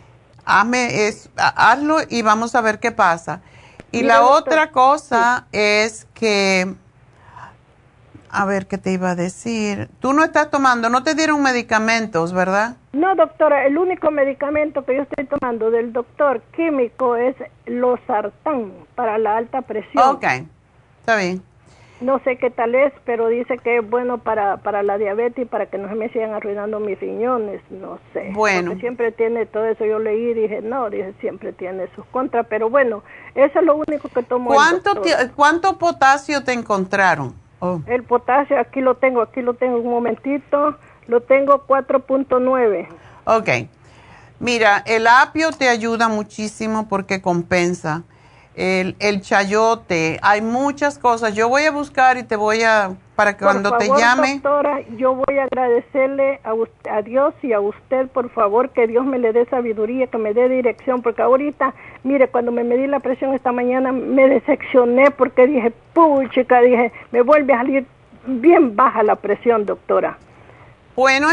Hazlo y vamos a ver qué pasa. Y la otra cosa es que, a ver qué te iba a decir. Tú no estás tomando, no te dieron medicamentos, ¿verdad? No, doctora, el único medicamento que yo estoy tomando del doctor químico es losartán para la alta presión. Ok. Está bien. No sé qué tal es, pero dice que es bueno para la diabetes y para que no se me sigan arruinando mis riñones, no sé. Bueno. Porque siempre tiene todo eso, yo leí y dije, siempre tiene sus contras, pero bueno, eso es lo único que tomo. ¿Cuánto potasio te encontraron? Oh. El potasio, aquí lo tengo un momentito, lo tengo 4.9. Ok. Mira, el apio te ayuda muchísimo porque compensa. El chayote, hay muchas cosas. Yo voy a buscar y te voy a, para que cuando te llame. Doctora, yo voy a agradecerle a Dios y a usted, por favor, que Dios me le dé sabiduría, que me dé dirección, porque ahorita, mire, cuando me medí la presión esta mañana, me decepcioné porque dije, puchica, me vuelve a salir bien baja la presión, doctora. Bueno,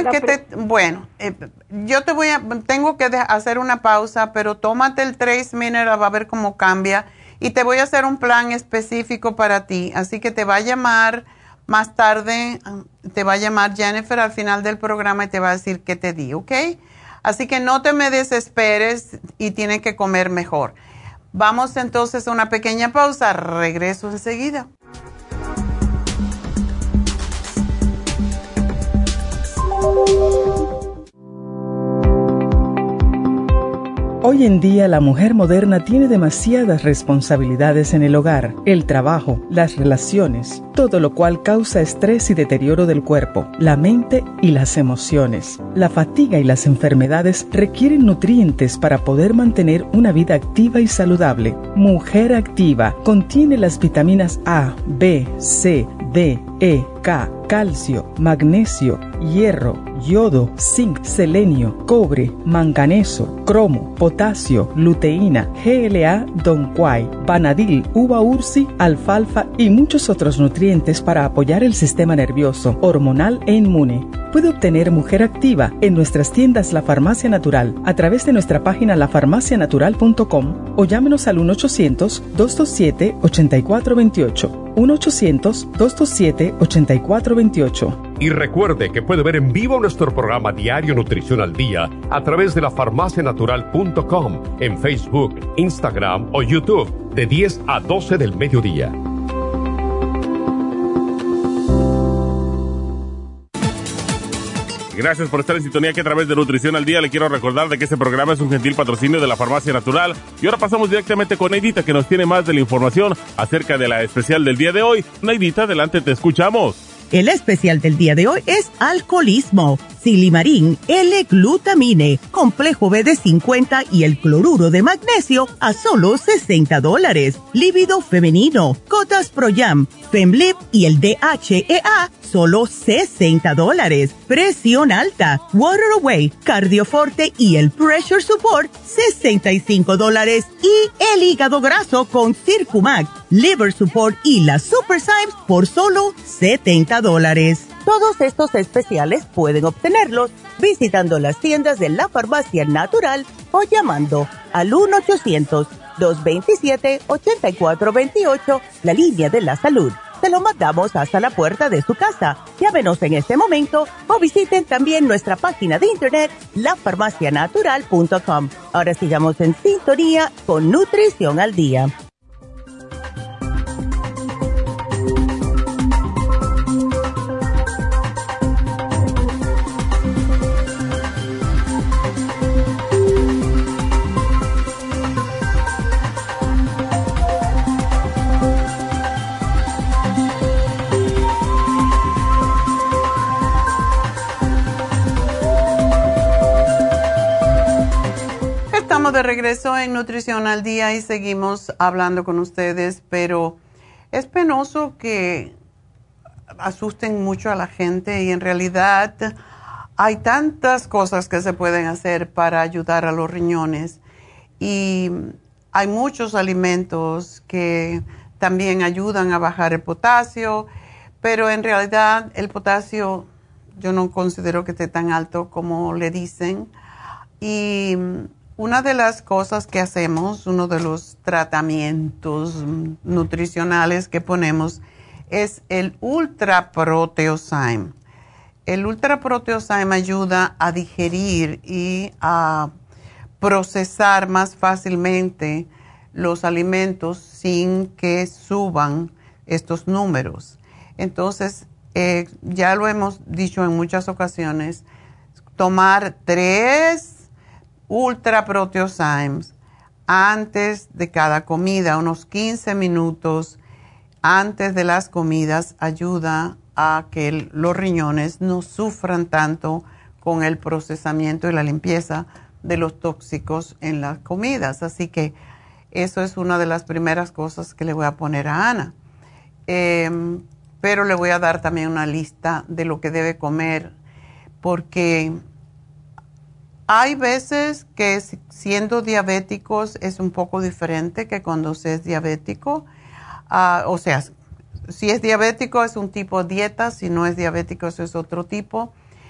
yo tengo que hacer una pausa, pero tómate el Trace Mineral, va a ver cómo cambia y te voy a hacer un plan específico para ti. Así que te va a llamar más tarde, te va a llamar Jennifer al final del programa y te va a decir qué te di, ¿ok? Así que no te me desesperes y tienes que comer mejor. Vamos entonces a una pequeña pausa, regreso enseguida. Hoy en día la mujer moderna tiene demasiadas responsabilidades en el hogar, el trabajo, las relaciones, todo lo cual causa estrés y deterioro del cuerpo, la mente y las emociones. La fatiga y las enfermedades requieren nutrientes para poder mantener una vida activa y saludable. Mujer Activa contiene las vitaminas A, B, C, D, E, K, calcio, magnesio, hierro, yodo, zinc, selenio, cobre, manganeso, cromo, potasio, luteína, GLA, Donquai, Vanadil, uva ursi, alfalfa y muchos otros nutrientes para apoyar el sistema nervioso, hormonal e inmune. Puede obtener Mujer Activa en nuestras tiendas La Farmacia Natural a través de nuestra página lafarmacianatural.com o llámenos al 1-800-227-8428. 1-800-227-8428. Y recuerde que puede ver en vivo nuestro programa Diario Nutrición al Día a través de lafarmacianatural.com en Facebook, Instagram o YouTube de 10 a 12 del mediodía. Gracias por estar en sintonía que a través de Nutrición al Día le quiero recordar de que este programa es un gentil patrocinio de la Farmacia Natural. Y ahora pasamos directamente con Neidita, que nos tiene más de la información acerca de la especial del día de hoy. Neidita, adelante, te escuchamos. El especial del día de hoy es alcoholismo, Silimarín, L-glutamine, complejo B de 50 y el cloruro de magnesio a solo $60. Líbido femenino, Gotas Pro Jam, Femlip y el DHEA, solo $60. Presión alta, Water Away, Cardioforte y el Pressure Support, $65. Y el hígado graso con Circumax, Liver Support y la Super Symes por solo $70. Todos estos especiales pueden obtenerlos visitando las tiendas de la Farmacia Natural o llamando al 1-800-227-8428, la línea de la salud. Se lo mandamos hasta la puerta de su casa. Llámenos en este momento o visiten también nuestra página de internet, lafarmacianatural.com. Ahora sigamos en sintonía con Nutrición al Día. De regreso en Nutrición al Día y seguimos hablando con ustedes, pero es penoso que asusten mucho a la gente y en realidad hay tantas cosas que se pueden hacer para ayudar a los riñones y hay muchos alimentos que también ayudan a bajar el potasio, pero en realidad el potasio yo no considero que esté tan alto como le dicen. Y una de las cosas que hacemos, uno de los tratamientos nutricionales que ponemos es el Ultra Proteosyme. El Ultra Proteosyme ayuda a digerir y a procesar más fácilmente los alimentos sin que suban estos números. Entonces, ya lo hemos dicho en muchas ocasiones, tomar 3 Ultra Proteosymes antes de cada comida, unos 15 minutos antes de las comidas, ayuda a que los riñones no sufran tanto con el procesamiento y la limpieza de los tóxicos en las comidas. Así que eso es una de las primeras cosas que le voy a poner a Ana. Pero le voy a dar también una lista de lo que debe comer, porque hay veces que siendo diabéticos es un poco diferente que cuando se es diabético. O sea, si es diabético es un tipo de dieta, si no es diabético eso es otro tipo.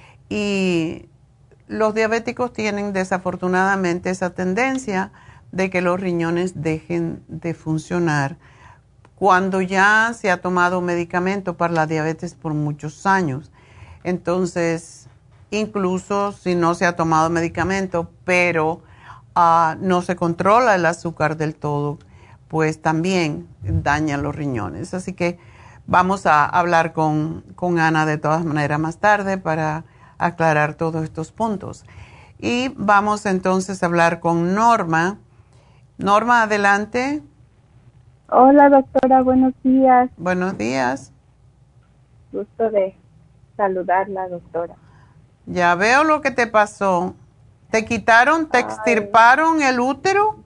Y los diabéticos tienen desafortunadamente esa tendencia de que los riñones dejen de funcionar cuando ya se ha tomado medicamento para la diabetes por muchos años. Entonces, incluso si no se ha tomado medicamento, pero no se controla el azúcar del todo, pues también daña los riñones. Así que vamos a hablar con Ana de todas maneras más tarde para aclarar todos estos puntos. Y vamos entonces a hablar con Norma. Norma, adelante. Hola, doctora, buenos días. Buenos días. Gusto de saludarla, doctora. Ya veo lo que te pasó. ¿Te quitaron, te extirparon el útero?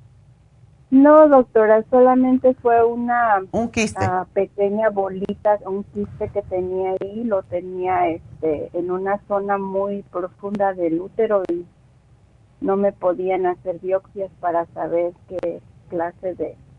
No, doctora, solamente fue un quiste. Pequeña bolita, un quiste que tenía ahí, lo tenía en una zona muy profunda del útero y no me podían hacer biopsias para saber qué clase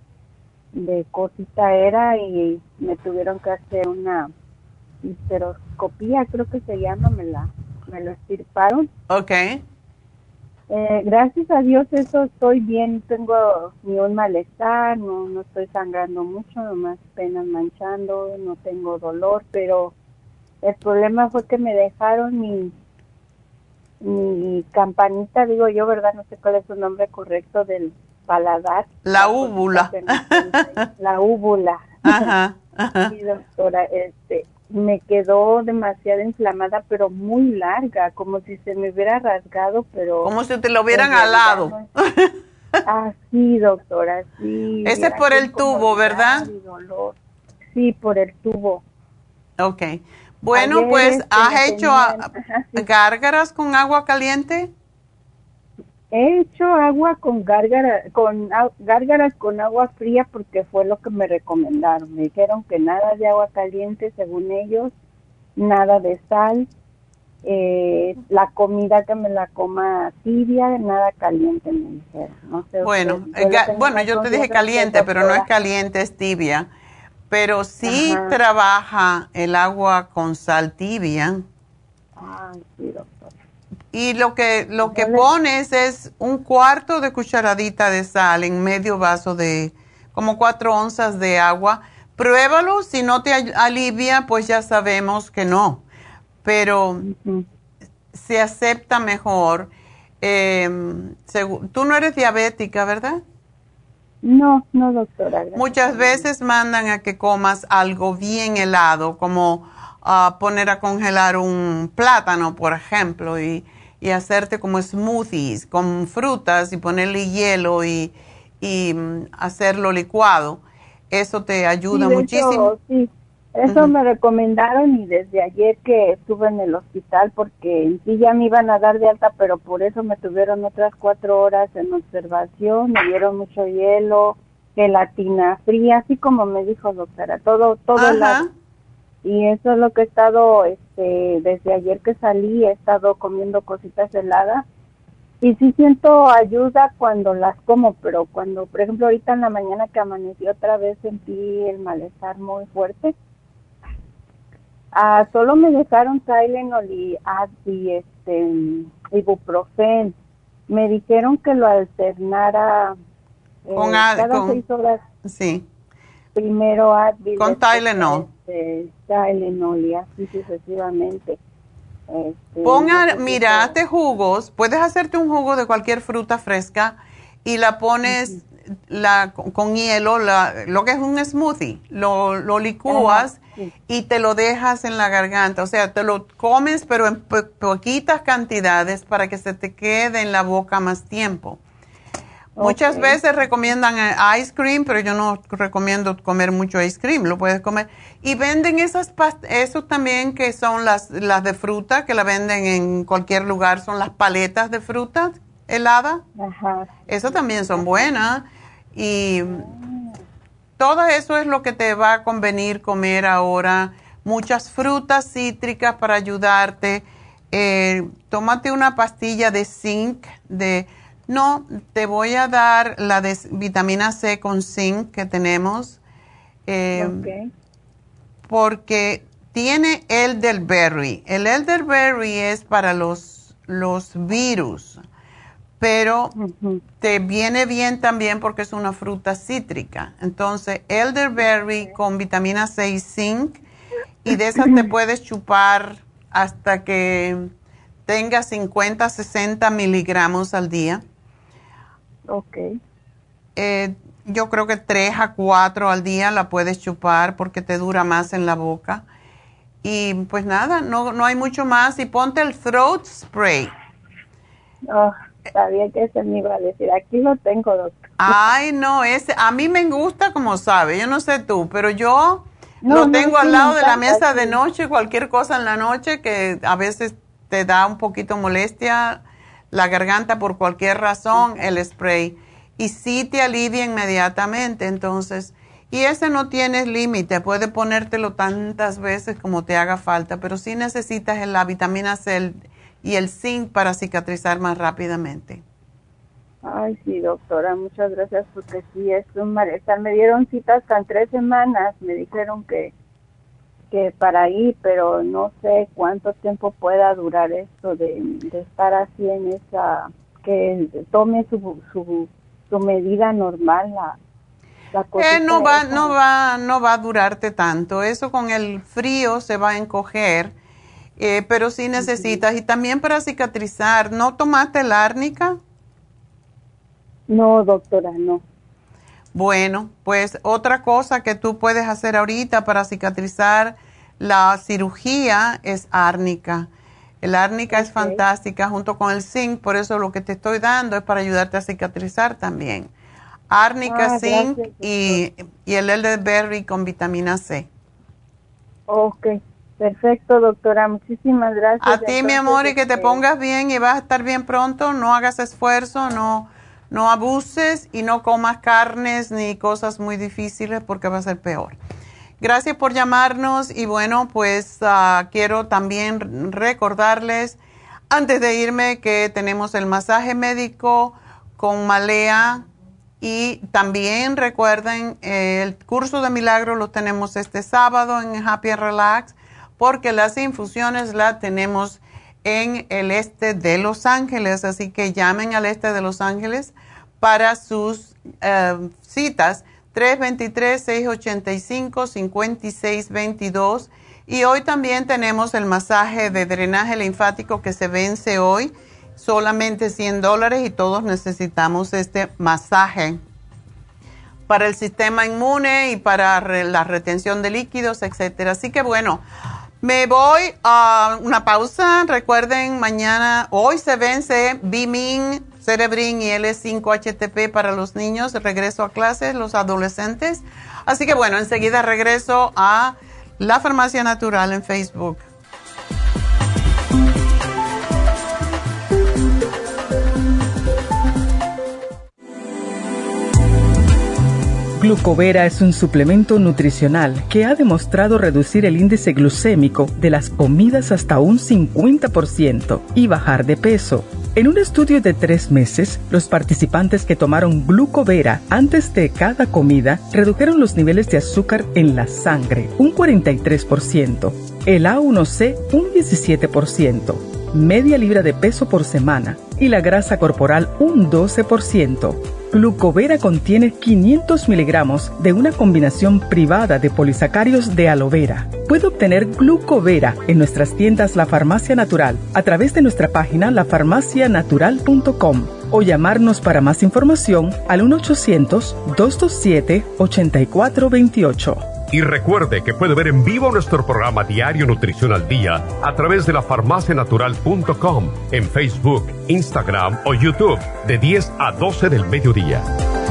de cosita era y me tuvieron que hacer una histeroscopía, creo que se llama, me lo extirparon. Okay. Gracias a Dios eso estoy bien, tengo ni un malestar, no estoy sangrando mucho, nomás penas manchando, no tengo dolor, pero el problema fue que me dejaron mi campanita, digo yo, ¿verdad? No sé cuál es su nombre correcto del paladar. La úvula. La úvula. Ajá. Sí, doctora, me quedó demasiado inflamada, pero muy larga, como si se me hubiera rasgado, pero... Como si te lo hubieran alado. Sí, doctora, sí. Ese es por el tubo, ¿verdad? Sí, por el tubo. Ok. Bueno, Ayer, pues, ¿has hecho sí. gárgaras con agua caliente? He hecho agua con gárgaras con agua fría porque fue lo que me recomendaron. Me dijeron que nada de agua caliente, según ellos, nada de sal. La comida que me la coma tibia, nada caliente, me dijeron. No sé Bueno, usted, yo te dije caliente, pero no es caliente, es tibia. Pero sí trabaja el agua con sal tibia. Ay, sí, doctor. Y lo que pones es un cuarto de cucharadita de sal en medio vaso de como 4 onzas de agua. Pruébalo, si no te alivia, pues ya sabemos que no. Pero se acepta mejor. Tú no eres diabética, ¿verdad? No, doctora. Muchas veces mandan a que comas algo bien helado, como poner a congelar un plátano, por ejemplo, y hacerte como smoothies con frutas y ponerle hielo y hacerlo licuado. Eso te ayuda muchísimo. Eso me recomendaron y desde ayer que estuve en el hospital porque en sí ya me iban a dar de alta, pero por eso me tuvieron otras 4 horas en observación, me dieron mucho hielo, gelatina fría, así como me dijo doctora, todo helado. Y eso es lo que he estado, desde ayer que salí, he estado comiendo cositas heladas. Y sí siento ayuda cuando las como, pero cuando, por ejemplo, ahorita en la mañana que amanecí otra vez sentí el malestar muy fuerte. Solo me dejaron Tylenol y ibuprofen. Me dijeron que lo alternara cada 6 horas. Sí. Primero Advil. Con Tylenol. Tylenol y así sucesivamente. Mira, hazte jugos. Puedes hacerte un jugo de cualquier fruta fresca y la pones con hielo, lo que es un smoothie. Lo licúas y te lo dejas en la garganta. O sea, te lo comes, pero en poquitas cantidades para que se te quede en la boca más tiempo. Muchas veces recomiendan ice cream, pero yo no recomiendo comer mucho ice cream, lo puedes comer. Y venden esos también que son las de fruta, que la venden en cualquier lugar, son las paletas de fruta helada. Esas también son buenas. Y todo eso es lo que te va a convenir comer ahora. Muchas frutas cítricas para ayudarte. Tómate una pastilla de zinc, No, te voy a dar la de vitamina C con zinc que tenemos, porque tiene elderberry. El elderberry es para los virus, pero te viene bien también porque es una fruta cítrica. Entonces, elderberry con vitamina C y zinc, y de esas te puedes chupar hasta que tengas 50, 60 miligramos al día. Yo creo que 3 a 4 al día la puedes chupar porque te dura más en la boca. Y pues nada, no hay mucho más. Y ponte el throat spray. Sabía que ese me iba a decir. Aquí lo tengo, doctor. Ay, no, a mí me gusta, como sabe. Yo no sé tú, pero yo lo tengo al lado de la mesa de noche, cualquier cosa en la noche que a veces te da un poquito molestia la garganta por cualquier razón, el spray. Y sí te alivia inmediatamente, entonces. Y ese no tienes límite, puedes ponértelo tantas veces como te haga falta, pero sí necesitas la vitamina C y el zinc para cicatrizar más rápidamente. Ay, sí, doctora, muchas gracias, porque sí es un malestar. Me dieron citas hasta en 3 semanas, me dijeron que para ir, pero no sé cuánto tiempo pueda durar esto de estar así en esa, que tome su medida normal, la cosita no va a durarte tanto. Eso con el frío se va a encoger, pero sí necesitas. Y también para cicatrizar, ¿no tomaste la árnica? No, doctora, no. Bueno, pues otra cosa que tú puedes hacer ahorita para cicatrizar la cirugía es árnica. El árnica es fantástica junto con el zinc, por eso lo que te estoy dando es para ayudarte a cicatrizar también. Árnica, zinc y el elderberry con vitamina C. Ok, Perfecto, doctora. Muchísimas gracias. A ti, mi amor, y que te pongas bien y vas a estar bien pronto. No hagas esfuerzo, no abuses y no comas carnes ni cosas muy difíciles porque va a ser peor. Gracias por llamarnos y bueno, pues quiero también recordarles antes de irme que tenemos el masaje médico con Malea y también recuerden el curso de milagro lo tenemos este sábado en Happy and Relax porque las infusiones las tenemos en el este de Los Ángeles, así que llamen al este de Los Ángeles para sus citas 323-685-5622 y hoy también tenemos el masaje de drenaje linfático que se vence hoy, solamente $100 y todos necesitamos este masaje para el sistema inmune y para la retención de líquidos, etcétera. Así que bueno, me voy a una pausa. Recuerden, hoy se vence Bimin, Cerebrin y L5-HTP para los niños. Regreso a clases, los adolescentes. Así que bueno, enseguida regreso a La Farmacia Natural en Facebook. Glucovera es un suplemento nutricional que ha demostrado reducir el índice glucémico de las comidas hasta un 50% y bajar de peso. En un estudio de 3 meses, los participantes que tomaron Glucovera antes de cada comida redujeron los niveles de azúcar en la sangre un 43%, el A1C un 17%, media libra de peso por semana y la grasa corporal un 12%. Glucovera contiene 500 miligramos de una combinación privada de polisacáridos de aloe vera. Puede obtener Glucovera en nuestras tiendas La Farmacia Natural a través de nuestra página lafarmacianatural.com o llamarnos para más información al 1-800-227-8428. Y recuerde que puede ver en vivo nuestro programa Diario Nutrición al Día a través de lafarmacianatural.com, en Facebook, Instagram o YouTube, de 10 a 12 del mediodía.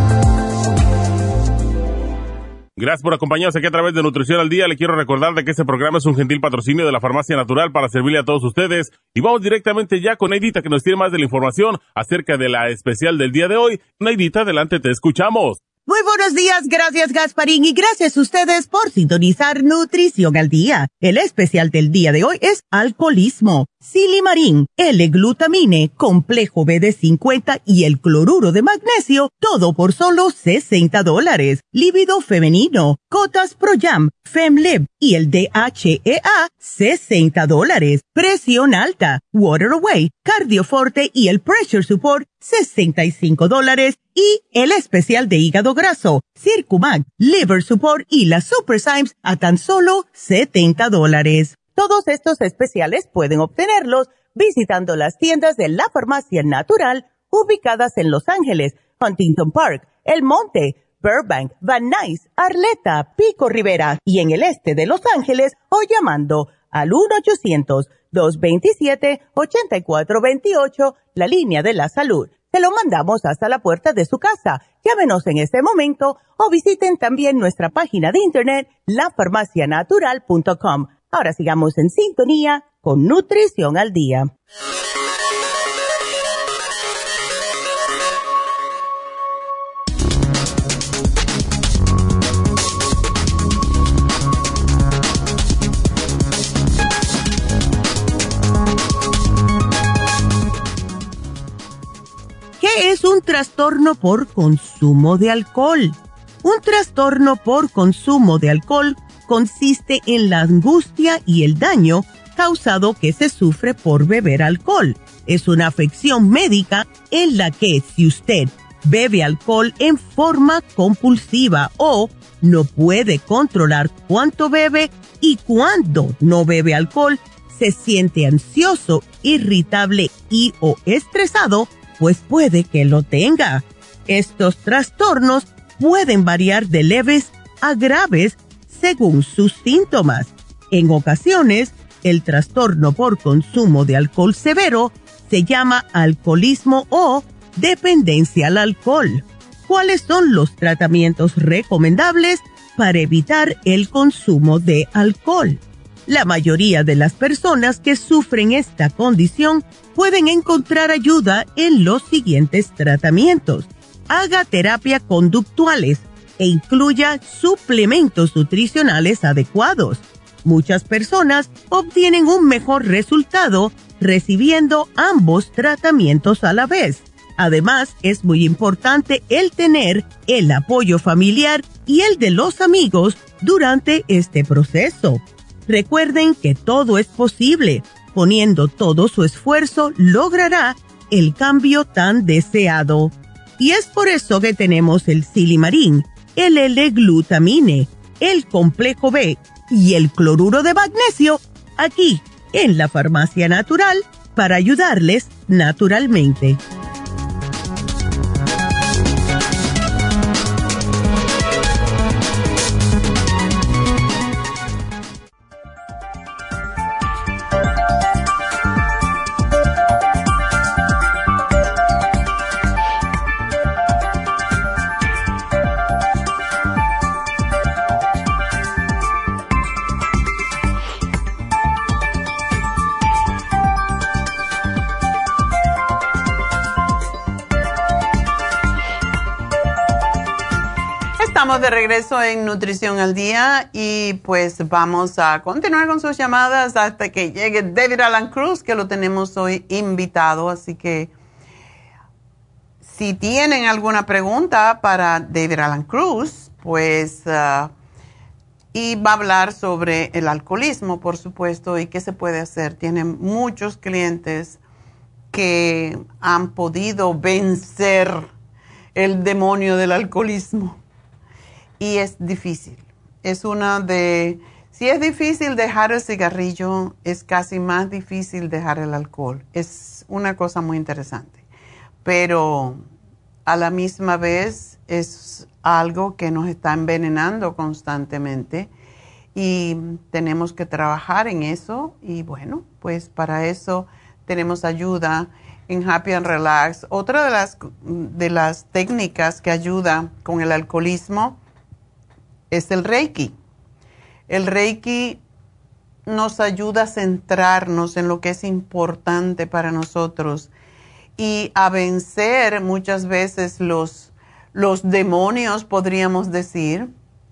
Gracias por acompañarnos aquí a través de Nutrición al Día. Le quiero recordar de que este programa es un gentil patrocinio de la Farmacia Natural para servirle a todos ustedes. Y vamos directamente ya con Neidita, que nos tiene más de la información acerca de la especial del día de hoy. Neidita, adelante, te escuchamos. Muy buenos días, gracias Gasparín y gracias a ustedes por sintonizar Nutrición al Día. El especial del día de hoy es alcoholismo, Silimarín, L-glutamine, complejo BD50 y el cloruro de magnesio, todo por solo $60. Líbido femenino, Cotas Pro Jam, Femlib y el DHEA, $60. Presión alta, Water Away, Cardioforte y el Pressure Support, $65. Y el especial de hígado graso, Circumax, Liver Support y la Super Symes a tan solo $70. Todos estos especiales pueden obtenerlos visitando las tiendas de La Farmacia Natural ubicadas en Los Ángeles, Huntington Park, El Monte, Burbank, Van Nuys, Arleta, Pico Rivera y en el este de Los Ángeles o llamando al 1-800-227-8428, la línea de la salud. Se lo mandamos hasta la puerta de su casa. Llámenos en este momento o visiten también nuestra página de internet, lafarmacianatural.com. Ahora sigamos en sintonía con Nutrición al Día. ¿Qué es un trastorno por consumo de alcohol? Un trastorno por consumo de alcohol consiste en la angustia y el daño causado que se sufre por beber alcohol. Es una afección médica en la que si usted bebe alcohol en forma compulsiva o no puede controlar cuánto bebe y cuándo no bebe alcohol, se siente ansioso, irritable y o estresado, pues puede que lo tenga. Estos trastornos pueden variar de leves a graves según sus síntomas. En ocasiones, el trastorno por consumo de alcohol severo se llama alcoholismo o dependencia al alcohol. ¿Cuáles son los tratamientos recomendables para evitar el consumo de alcohol? La mayoría de las personas que sufren esta condición pueden encontrar ayuda en los siguientes tratamientos. Haga terapia conductuales e incluya suplementos nutricionales adecuados. Muchas personas obtienen un mejor resultado recibiendo ambos tratamientos a la vez. Además, es muy importante el tener el apoyo familiar y el de los amigos durante este proceso. Recuerden que todo es posible. Poniendo todo su esfuerzo, logrará el cambio tan deseado. Y es por eso que tenemos el Silimarín, el L-glutamine, el complejo B y el cloruro de magnesio aquí en la Farmacia Natural para ayudarles naturalmente. Estamos de regreso en Nutrición al Día y pues vamos a continuar con sus llamadas hasta que llegue David Alan Cruz, que lo tenemos hoy invitado. Así que si tienen alguna pregunta para David Alan Cruz, pues y va a hablar sobre el alcoholismo, por supuesto, y qué se puede hacer. Tiene muchos clientes que han podido vencer el demonio del alcoholismo. Y es difícil. Si es difícil dejar el cigarrillo, es casi más difícil dejar el alcohol. Es una cosa muy interesante. Pero a la misma vez es algo que nos está envenenando constantemente y tenemos que trabajar en eso. Y bueno, pues para eso tenemos ayuda en Happy and Relax. Otra de las técnicas que ayuda con el alcoholismo es el Reiki. El Reiki nos ayuda a centrarnos en lo que es importante para nosotros y a vencer muchas veces los demonios, podríamos decir,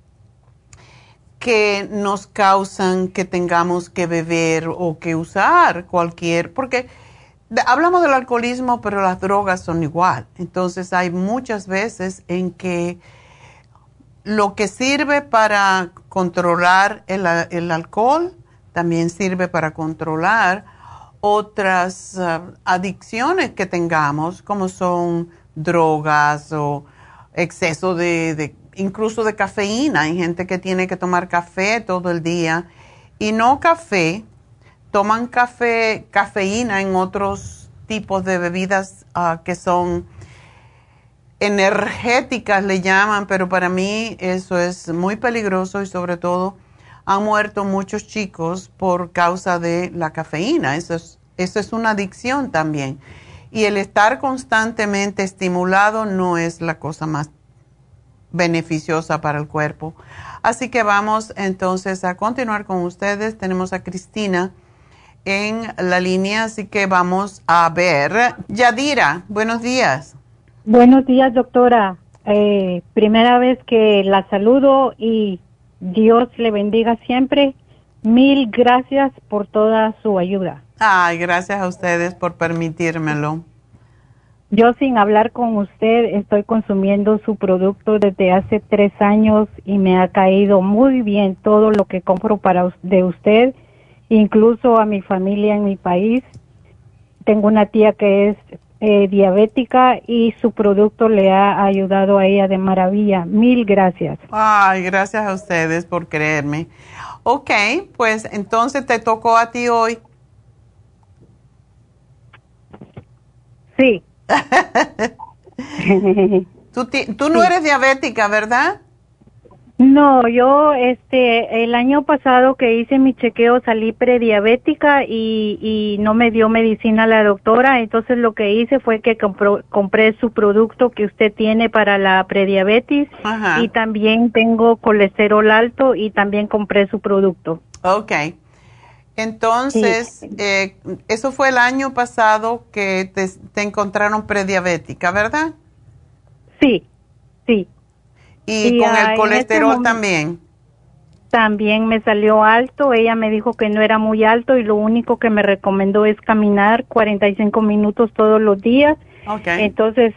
que nos causan que tengamos que beber o que usar porque hablamos del alcoholismo, pero las drogas son igual. Entonces hay muchas veces en que lo que sirve para controlar el alcohol también sirve para controlar otras adicciones que tengamos, como son drogas o exceso incluso de cafeína. Hay gente que tiene que tomar café todo el día y no café, toman cafeína en otros tipos de bebidas que son energéticas, le llaman, pero para mí eso es muy peligroso y sobre todo han muerto muchos chicos por causa de la cafeína. Eso es una adicción también. Y el estar constantemente estimulado no es la cosa más beneficiosa para el cuerpo. Así que vamos entonces a continuar con ustedes. Tenemos a Cristina en la línea, así que vamos a ver. Yadira, buenos días. Buenos días, doctora. Primera vez que la saludo y Dios le bendiga siempre. Mil gracias por toda su ayuda. Ay, gracias a ustedes por permitírmelo. Yo, sin hablar con usted, estoy consumiendo su producto desde hace 3 años y me ha caído muy bien todo lo que compro de usted, incluso a mi familia en mi país. Tengo una tía que es diabética y su producto le ha ayudado a ella de maravilla. Mil gracias. Ay, gracias a ustedes por creerme. Ok, pues entonces te tocó a ti hoy. Sí. Tú no eres diabética, ¿verdad? No, yo el año pasado que hice mi chequeo salí prediabética y no me dio medicina la doctora, entonces lo que hice fue que compré su producto que usted tiene para la prediabetes. Ajá. Y también tengo colesterol alto y también compré su producto. Ok, Entonces, eso fue el año pasado que te encontraron prediabética, ¿verdad? Sí, sí. Y con el colesterol también. También me salió alto. Ella me dijo que no era muy alto y lo único que me recomendó es caminar 45 minutos todos los días. Okay. Entonces,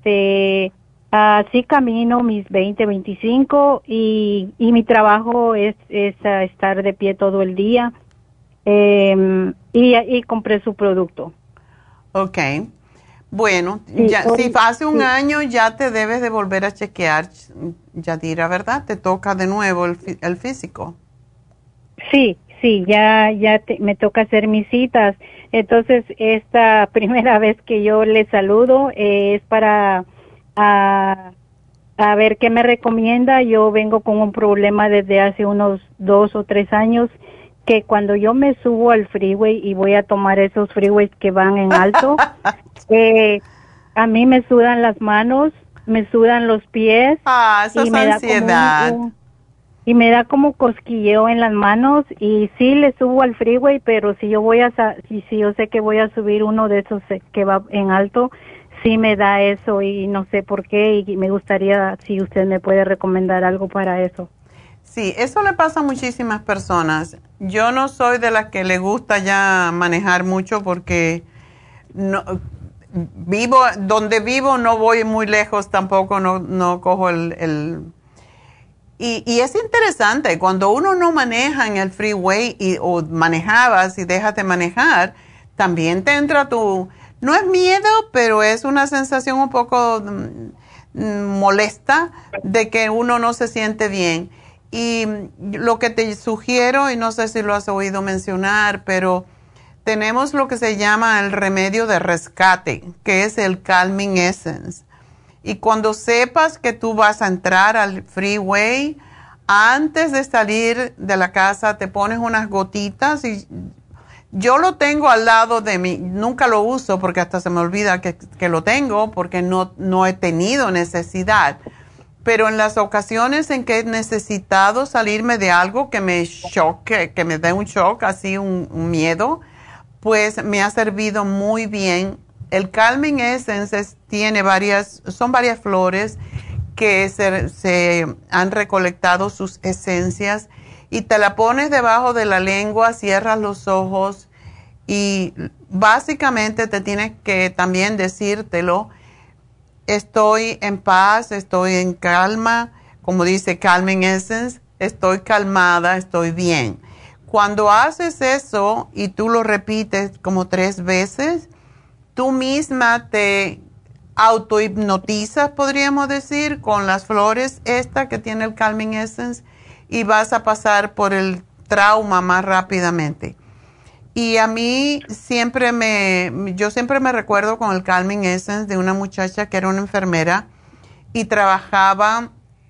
así camino mis 20, 25 y mi trabajo es estar de pie todo el día. Y compré su producto. Okay. Bueno, Sí, si hace un año ya te debes de volver a chequear, Yadira, ¿verdad? Te toca de nuevo el físico. Sí, ya me toca hacer mis citas. Entonces, esta primera vez que yo le saludo es para a ver qué me recomienda. Yo vengo con un problema desde hace unos 2 o 3 años, que cuando yo me subo al freeway y voy a tomar esos freeways que van en alto, a mí me sudan las manos, me sudan los pies. Eso es ansiedad. Y me da como cosquilleo en las manos, y sí le subo al freeway, pero si yo si yo sé que voy a subir uno de esos que va en alto, sí me da eso y no sé por qué, y me gustaría si usted me puede recomendar algo para eso. Sí, eso le pasa a muchísimas personas. Yo no soy de las que le gusta ya manejar mucho porque donde vivo no voy muy lejos tampoco, no cojo y es interesante, cuando uno no maneja en el freeway o manejabas y dejas de manejar, también te entra no es miedo, pero es una sensación un poco molesta de que uno no se siente bien. Y lo que te sugiero, y no sé si lo has oído mencionar, pero tenemos lo que se llama el remedio de rescate, que es el Calming Essence. Y cuando sepas que tú vas a entrar al freeway, antes de salir de la casa te pones unas gotitas, y yo lo tengo al lado de mí. Nunca lo uso porque hasta se me olvida que lo tengo, porque no he tenido necesidad. Pero en las ocasiones en que he necesitado salirme de algo que me choque, que me dé un shock, así un miedo, pues me ha servido muy bien. El Calming Essence son varias flores que se han recolectado sus esencias, y te la pones debajo de la lengua, cierras los ojos y básicamente te tienes que también decírtelo: estoy en paz, estoy en calma, como dice Calming Essence, estoy calmada, estoy bien. Cuando haces eso y tú lo repites como 3 veces, tú misma te autohipnotizas, podríamos decir, con las flores que tiene el Calming Essence, y vas a pasar por el trauma más rápidamente. Y a mí yo siempre me recuerdo con el Calming Essence de una muchacha que era una enfermera y trabajaba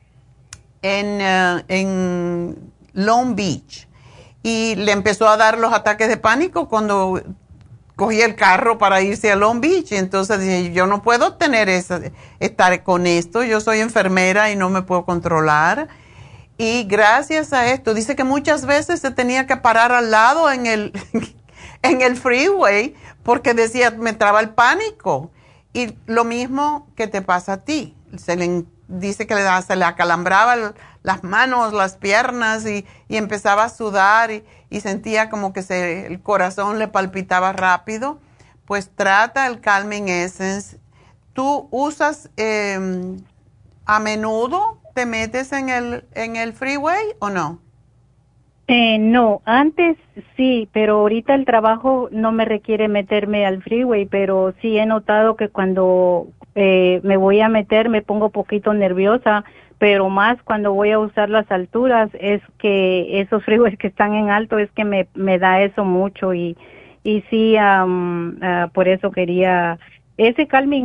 en Long Beach, y le empezó a dar los ataques de pánico cuando cogía el carro para irse a Long Beach. Y entonces dije, yo no puedo estar con esto, yo soy enfermera y no me puedo controlar. Y gracias a esto, dice que muchas veces se tenía que parar al lado en el freeway porque decía, me entraba el pánico. Y lo mismo que te pasa a ti. Dice que se le acalambraba las manos, las piernas, y empezaba a sudar y sentía como que el corazón le palpitaba rápido. Pues trata el Calming Essence. ¿Tú usas a menudo? ¿Te metes en el freeway o no? No, antes sí, pero ahorita el trabajo no me requiere meterme al freeway, pero sí he notado que cuando me voy a meter me pongo poquito nerviosa, pero más cuando voy a usar las alturas, es que esos freeways que están en alto es que me da eso mucho, y sí, por eso quería... Ese Calming,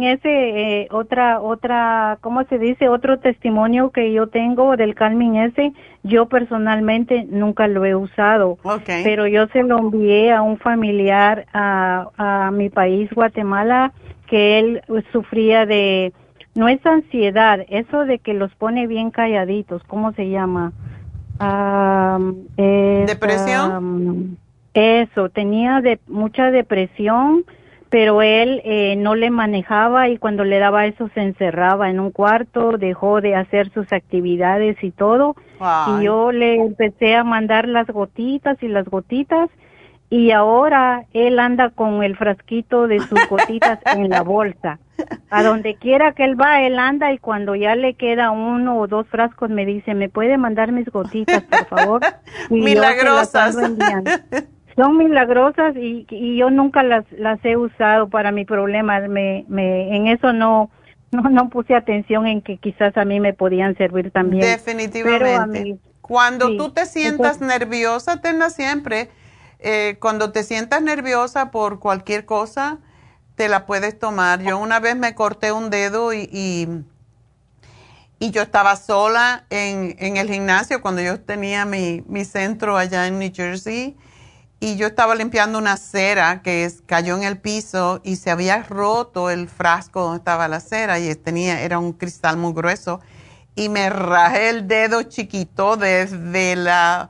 ¿cómo se dice? Otro testimonio que yo tengo del Calming yo personalmente nunca lo he usado. Okay. Pero yo se lo envié a un familiar a mi país, Guatemala, que él sufría no es ansiedad, eso de que los pone bien calladitos, ¿cómo se llama? ¿Depresión? Eso, tenía mucha depresión, pero él no le manejaba y cuando le daba eso se encerraba en un cuarto, dejó de hacer sus actividades y todo. Ay. Y yo le empecé a mandar las gotitas y ahora él anda con el frasquito de sus gotitas en la bolsa. A donde quiera que él va, él anda y cuando ya le queda 1 o 2 frascos me dice, ¿me puede mandar mis gotitas, por favor? Y milagrosas. yo se las ando enviando. Son milagrosas y yo nunca las he usado para mi problema. En eso no puse atención en que quizás a mí me podían servir también. Definitivamente. Pero a mí, cuando sí. tú te sientas nerviosa, tenla siempre. Cuando te sientas nerviosa por cualquier cosa, te la puedes tomar. Yo una vez me corté un dedo y yo estaba sola en el gimnasio cuando yo tenía mi centro allá en New Jersey. Y yo estaba limpiando una cera que cayó en el piso y se había roto el frasco donde estaba la cera y era un cristal muy grueso. Y me rajé el dedo chiquito desde la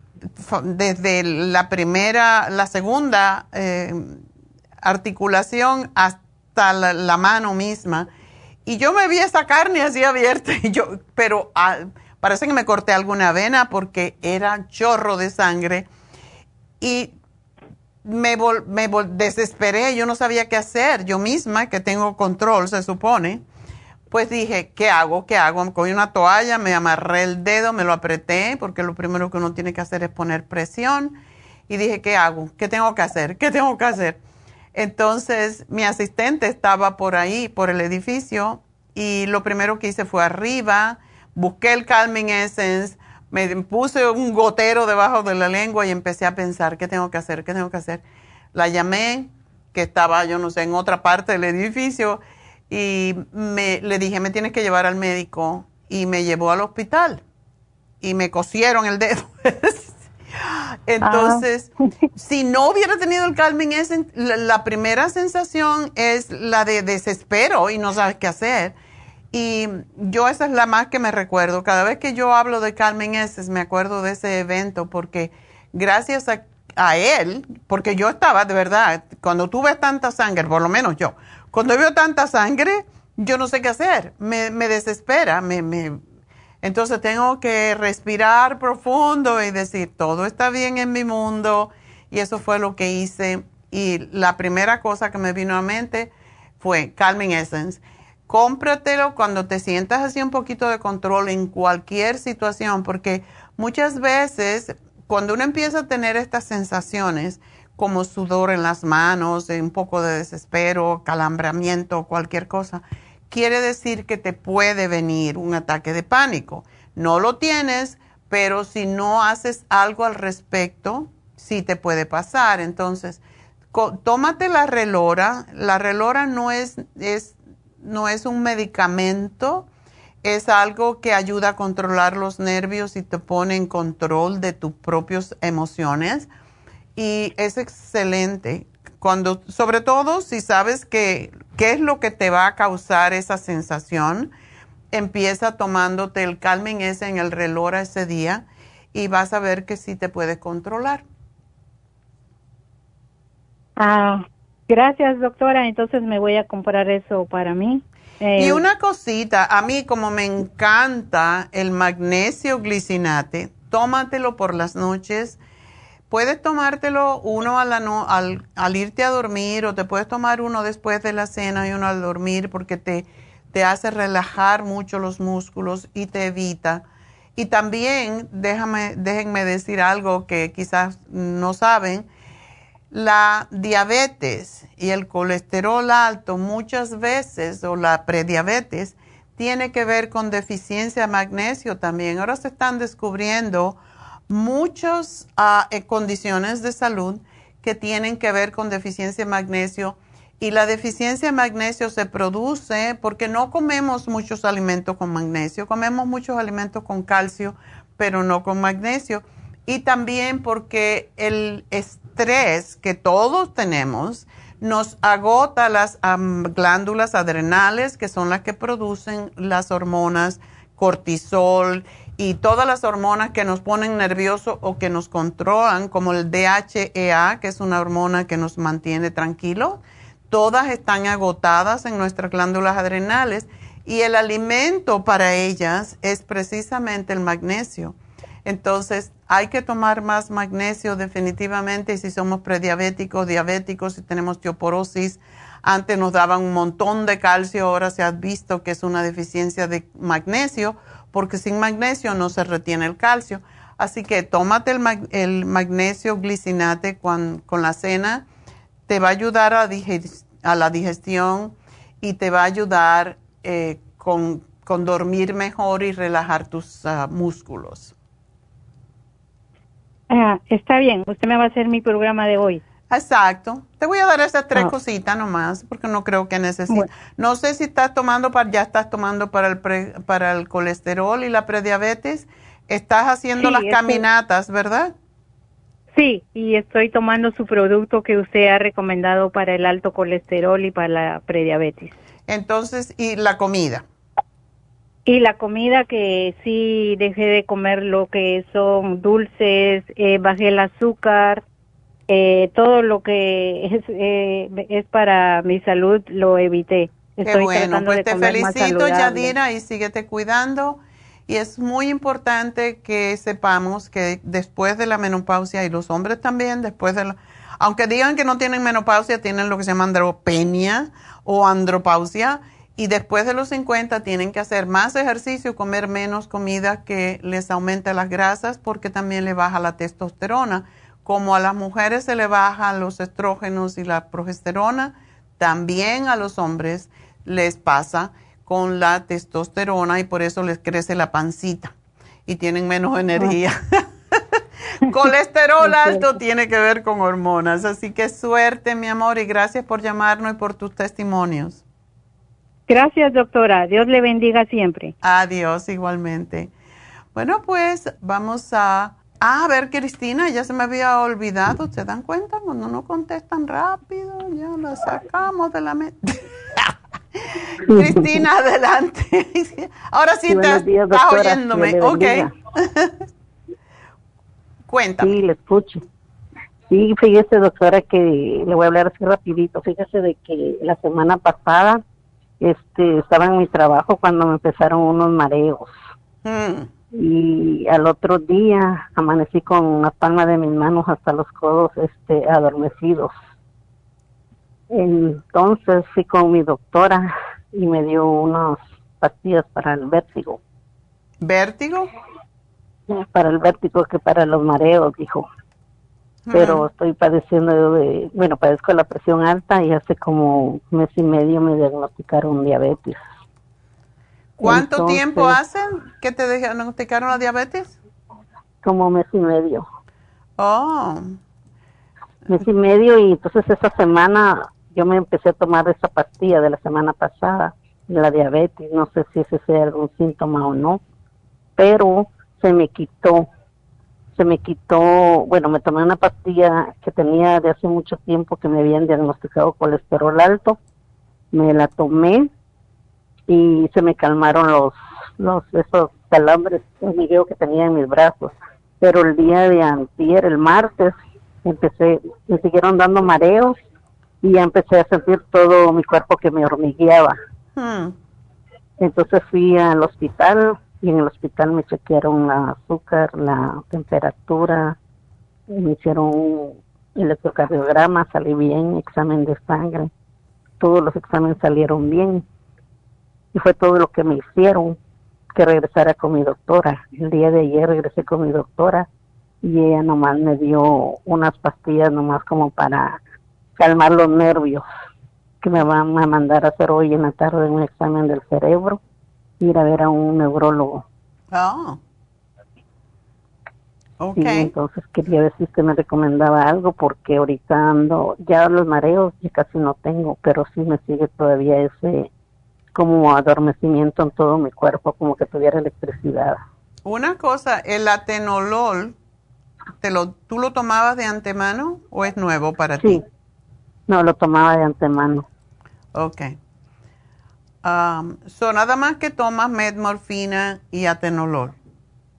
segunda articulación hasta la mano misma. Y yo me vi esa carne así abierta. Pero parece que me corté alguna vena porque era chorro de sangre. Y me desesperé, yo no sabía qué hacer. Yo misma, que tengo control, se supone, pues dije, ¿qué hago? Me cogí una toalla, me amarré el dedo, me lo apreté, porque lo primero que uno tiene que hacer es poner presión. Y dije, ¿qué hago? ¿Qué tengo que hacer? Entonces, mi asistente estaba por ahí, por el edificio, y lo primero que hice fue arriba, busqué el Calming Essence, me puse un gotero debajo de la lengua y empecé a pensar, ¿qué tengo que hacer? La llamé, que estaba, yo no sé, en otra parte del edificio, y le dije, me tienes que llevar al médico, y me llevó al hospital, y me cosieron el dedo. Entonces, si no hubiera tenido el Calming Essence, la primera sensación es la de desespero y no sabes qué hacer. Y yo esa es la más que me recuerdo. Cada vez que yo hablo de Calming Essence me acuerdo de ese evento porque gracias a él, porque yo estaba de verdad, cuando tú ves tanta sangre, por lo menos yo, cuando veo tanta sangre, yo no sé qué hacer, me desespera, entonces tengo que respirar profundo y decir, todo está bien en mi mundo, y eso fue lo que hice. Y la primera cosa que me vino a mente fue Calming Essence. Cómpratelo cuando te sientas así un poquito de control en cualquier situación, porque muchas veces cuando uno empieza a tener estas sensaciones como sudor en las manos, un poco de desespero, calambramiento, cualquier cosa, quiere decir que te puede venir un ataque de pánico. No lo tienes, pero si no haces algo al respecto, sí te puede pasar. Entonces, tómate la Relora. La Relora no es un medicamento, es algo que ayuda a controlar los nervios y te pone en control de tus propias emociones. Y es excelente. Sobre todo si sabes qué es lo que te va a causar esa sensación, empieza tomándote el Calming ese en el Relora ese día y vas a ver que sí te puedes controlar. Gracias, doctora. Entonces me voy a comprar eso para mí. Y una cosita, a mí como me encanta el magnesio glicinate, tómatelo por las noches. Puedes tomártelo uno al irte a dormir o te puedes tomar uno después de la cena y uno al dormir porque te hace relajar mucho los músculos y te evita. Y también, déjenme decir algo que quizás no saben, la diabetes y el colesterol alto muchas veces, o la prediabetes, tiene que ver con deficiencia de magnesio también. Ahora se están descubriendo muchas condiciones de salud que tienen que ver con deficiencia de magnesio, y la deficiencia de magnesio se produce porque no comemos muchos alimentos con magnesio, comemos muchos alimentos con calcio, pero no con magnesio, y también porque el estrés que todos tenemos nos agota las glándulas adrenales, que son las que producen las hormonas cortisol Y todas las hormonas que nos ponen nerviosos o que nos controlan, como el DHEA, que es una hormona que nos mantiene tranquilos, todas están agotadas en nuestras glándulas adrenales y el alimento para ellas es precisamente el magnesio. Entonces, hay que tomar más magnesio definitivamente. Y si somos prediabéticos, diabéticos, si tenemos osteoporosis, antes nos daban un montón de calcio, ahora se ha visto que es una deficiencia de magnesio, porque sin magnesio no se retiene el calcio. Así que tómate el magnesio glicinate con la cena, te va a ayudar a la digestión y te va a ayudar con dormir mejor y relajar tus músculos. Está bien, usted me va a hacer mi programa de hoy. Exacto. Te voy a dar esas 3 cositas nomás, porque no creo que necesites. Bueno. No sé si estás tomando ya estás tomando para el colesterol y la prediabetes. Estás haciendo las caminatas, ¿verdad? Sí, y estoy tomando su producto que usted ha recomendado para el alto colesterol y para la prediabetes. Entonces, ¿y la comida? Y la comida, que sí dejé de comer lo que son dulces, bajé el azúcar. Todo lo que es para mi salud lo evité. Qué bueno, pues te felicito, Yadira, y síguete cuidando. Y es muy importante que sepamos que después de la menopausia, y los hombres también, aunque digan que no tienen menopausia, tienen lo que se llama andropenia o andropausia, y después de los 50 tienen que hacer más ejercicio, comer menos comida que les aumenta las grasas, porque también le baja la testosterona. Como a las mujeres se le bajan los estrógenos y la progesterona, también a los hombres les pasa con la testosterona y por eso les crece la pancita y tienen menos energía. Colesterol alto tiene que ver con hormonas, así que suerte, mi amor, y gracias por llamarnos y por tus testimonios. Gracias, doctora. Dios le bendiga siempre. Adiós, igualmente. Bueno, pues vamos a ver, Cristina, ya se me había olvidado. ¿Se dan cuenta? Cuando no contestan rápido, ya la sacamos de la mente. Cristina, adelante. Ahora sí, estás oyéndome. Ok. Cuéntame. Sí, le escucho. Sí, fíjese, doctora, que le voy a hablar así rapidito. Fíjese de que la semana pasada estaba en mi trabajo cuando me empezaron unos mareos. Y al otro día amanecí con las palmas de mis manos hasta los codos adormecidos. Entonces fui con mi doctora y me dio unas pastillas para el vértigo. ¿Vértigo? Para el vértigo, que para los mareos, dijo. Pero estoy padeciendo padezco la presión alta y hace como un mes y medio me diagnosticaron diabetes. ¿Cuánto tiempo hace que te diagnosticaron la diabetes? Como mes y medio. Oh. Mes y medio, y entonces esa semana yo me empecé a tomar esa pastilla de la semana pasada, de la diabetes. No sé si ese sea algún síntoma o no, pero se me quitó, bueno, me tomé una pastilla que tenía de hace mucho tiempo que me habían diagnosticado colesterol alto, me la tomé y se me calmaron esos calambres, hormigueo que tenía en mis brazos. Pero el día de antier, el martes, me siguieron dando mareos y ya empecé a sentir todo mi cuerpo que me hormigueaba. Entonces fui al hospital y en el hospital me chequearon la azúcar, la temperatura, me hicieron un electrocardiograma, salí bien, examen de sangre, todos los exámenes salieron bien. Y fue todo lo que me hicieron, que regresara con mi doctora. El día de ayer regresé con mi doctora y ella nomás me dio unas pastillas nomás como para calmar los nervios, que me van a mandar a hacer hoy en la tarde un examen del cerebro, ir a ver a un neurólogo. Oh. Ok. Y entonces quería ver si usted me recomendaba algo, porque ahorita ando, ya los mareos ya casi no tengo, pero sí me sigue todavía ese como adormecimiento en todo mi cuerpo, como que tuviera electricidad. Una cosa, el atenolol, ¿tú lo tomabas de antemano o es nuevo para ti? Sí, no, lo tomaba de antemano. Ok. Nada más que tomas metmorfina y atenolol.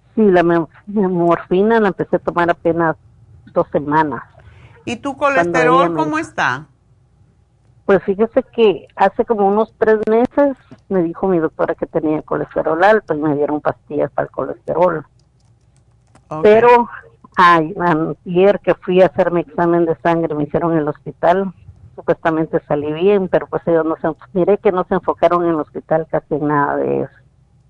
Sí, la morfina la empecé a tomar apenas 2 semanas. ¿Y tu colesterol cómo está? Pues fíjese que hace como unos 3 meses me dijo mi doctora que tenía colesterol alto y me dieron pastillas para el colesterol. Okay. Pero ayer que fui a hacerme examen de sangre, me hicieron en el hospital, supuestamente salí bien, pero pues ellos miré que no se enfocaron en el hospital casi en nada de eso.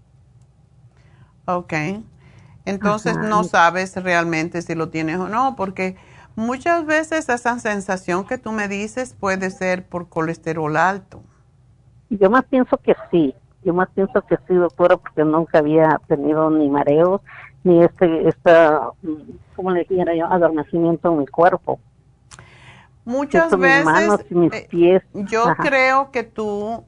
Ok, entonces no sabes realmente si lo tienes o no, porque muchas veces esa sensación que tú me dices puede ser por colesterol alto. Yo más pienso que sí, doctora, porque nunca había tenido ni mareos, ni ¿cómo le dijera yo? Adormecimiento en mi cuerpo. Muchas veces, mis manos y mis pies. Yo creo que tú,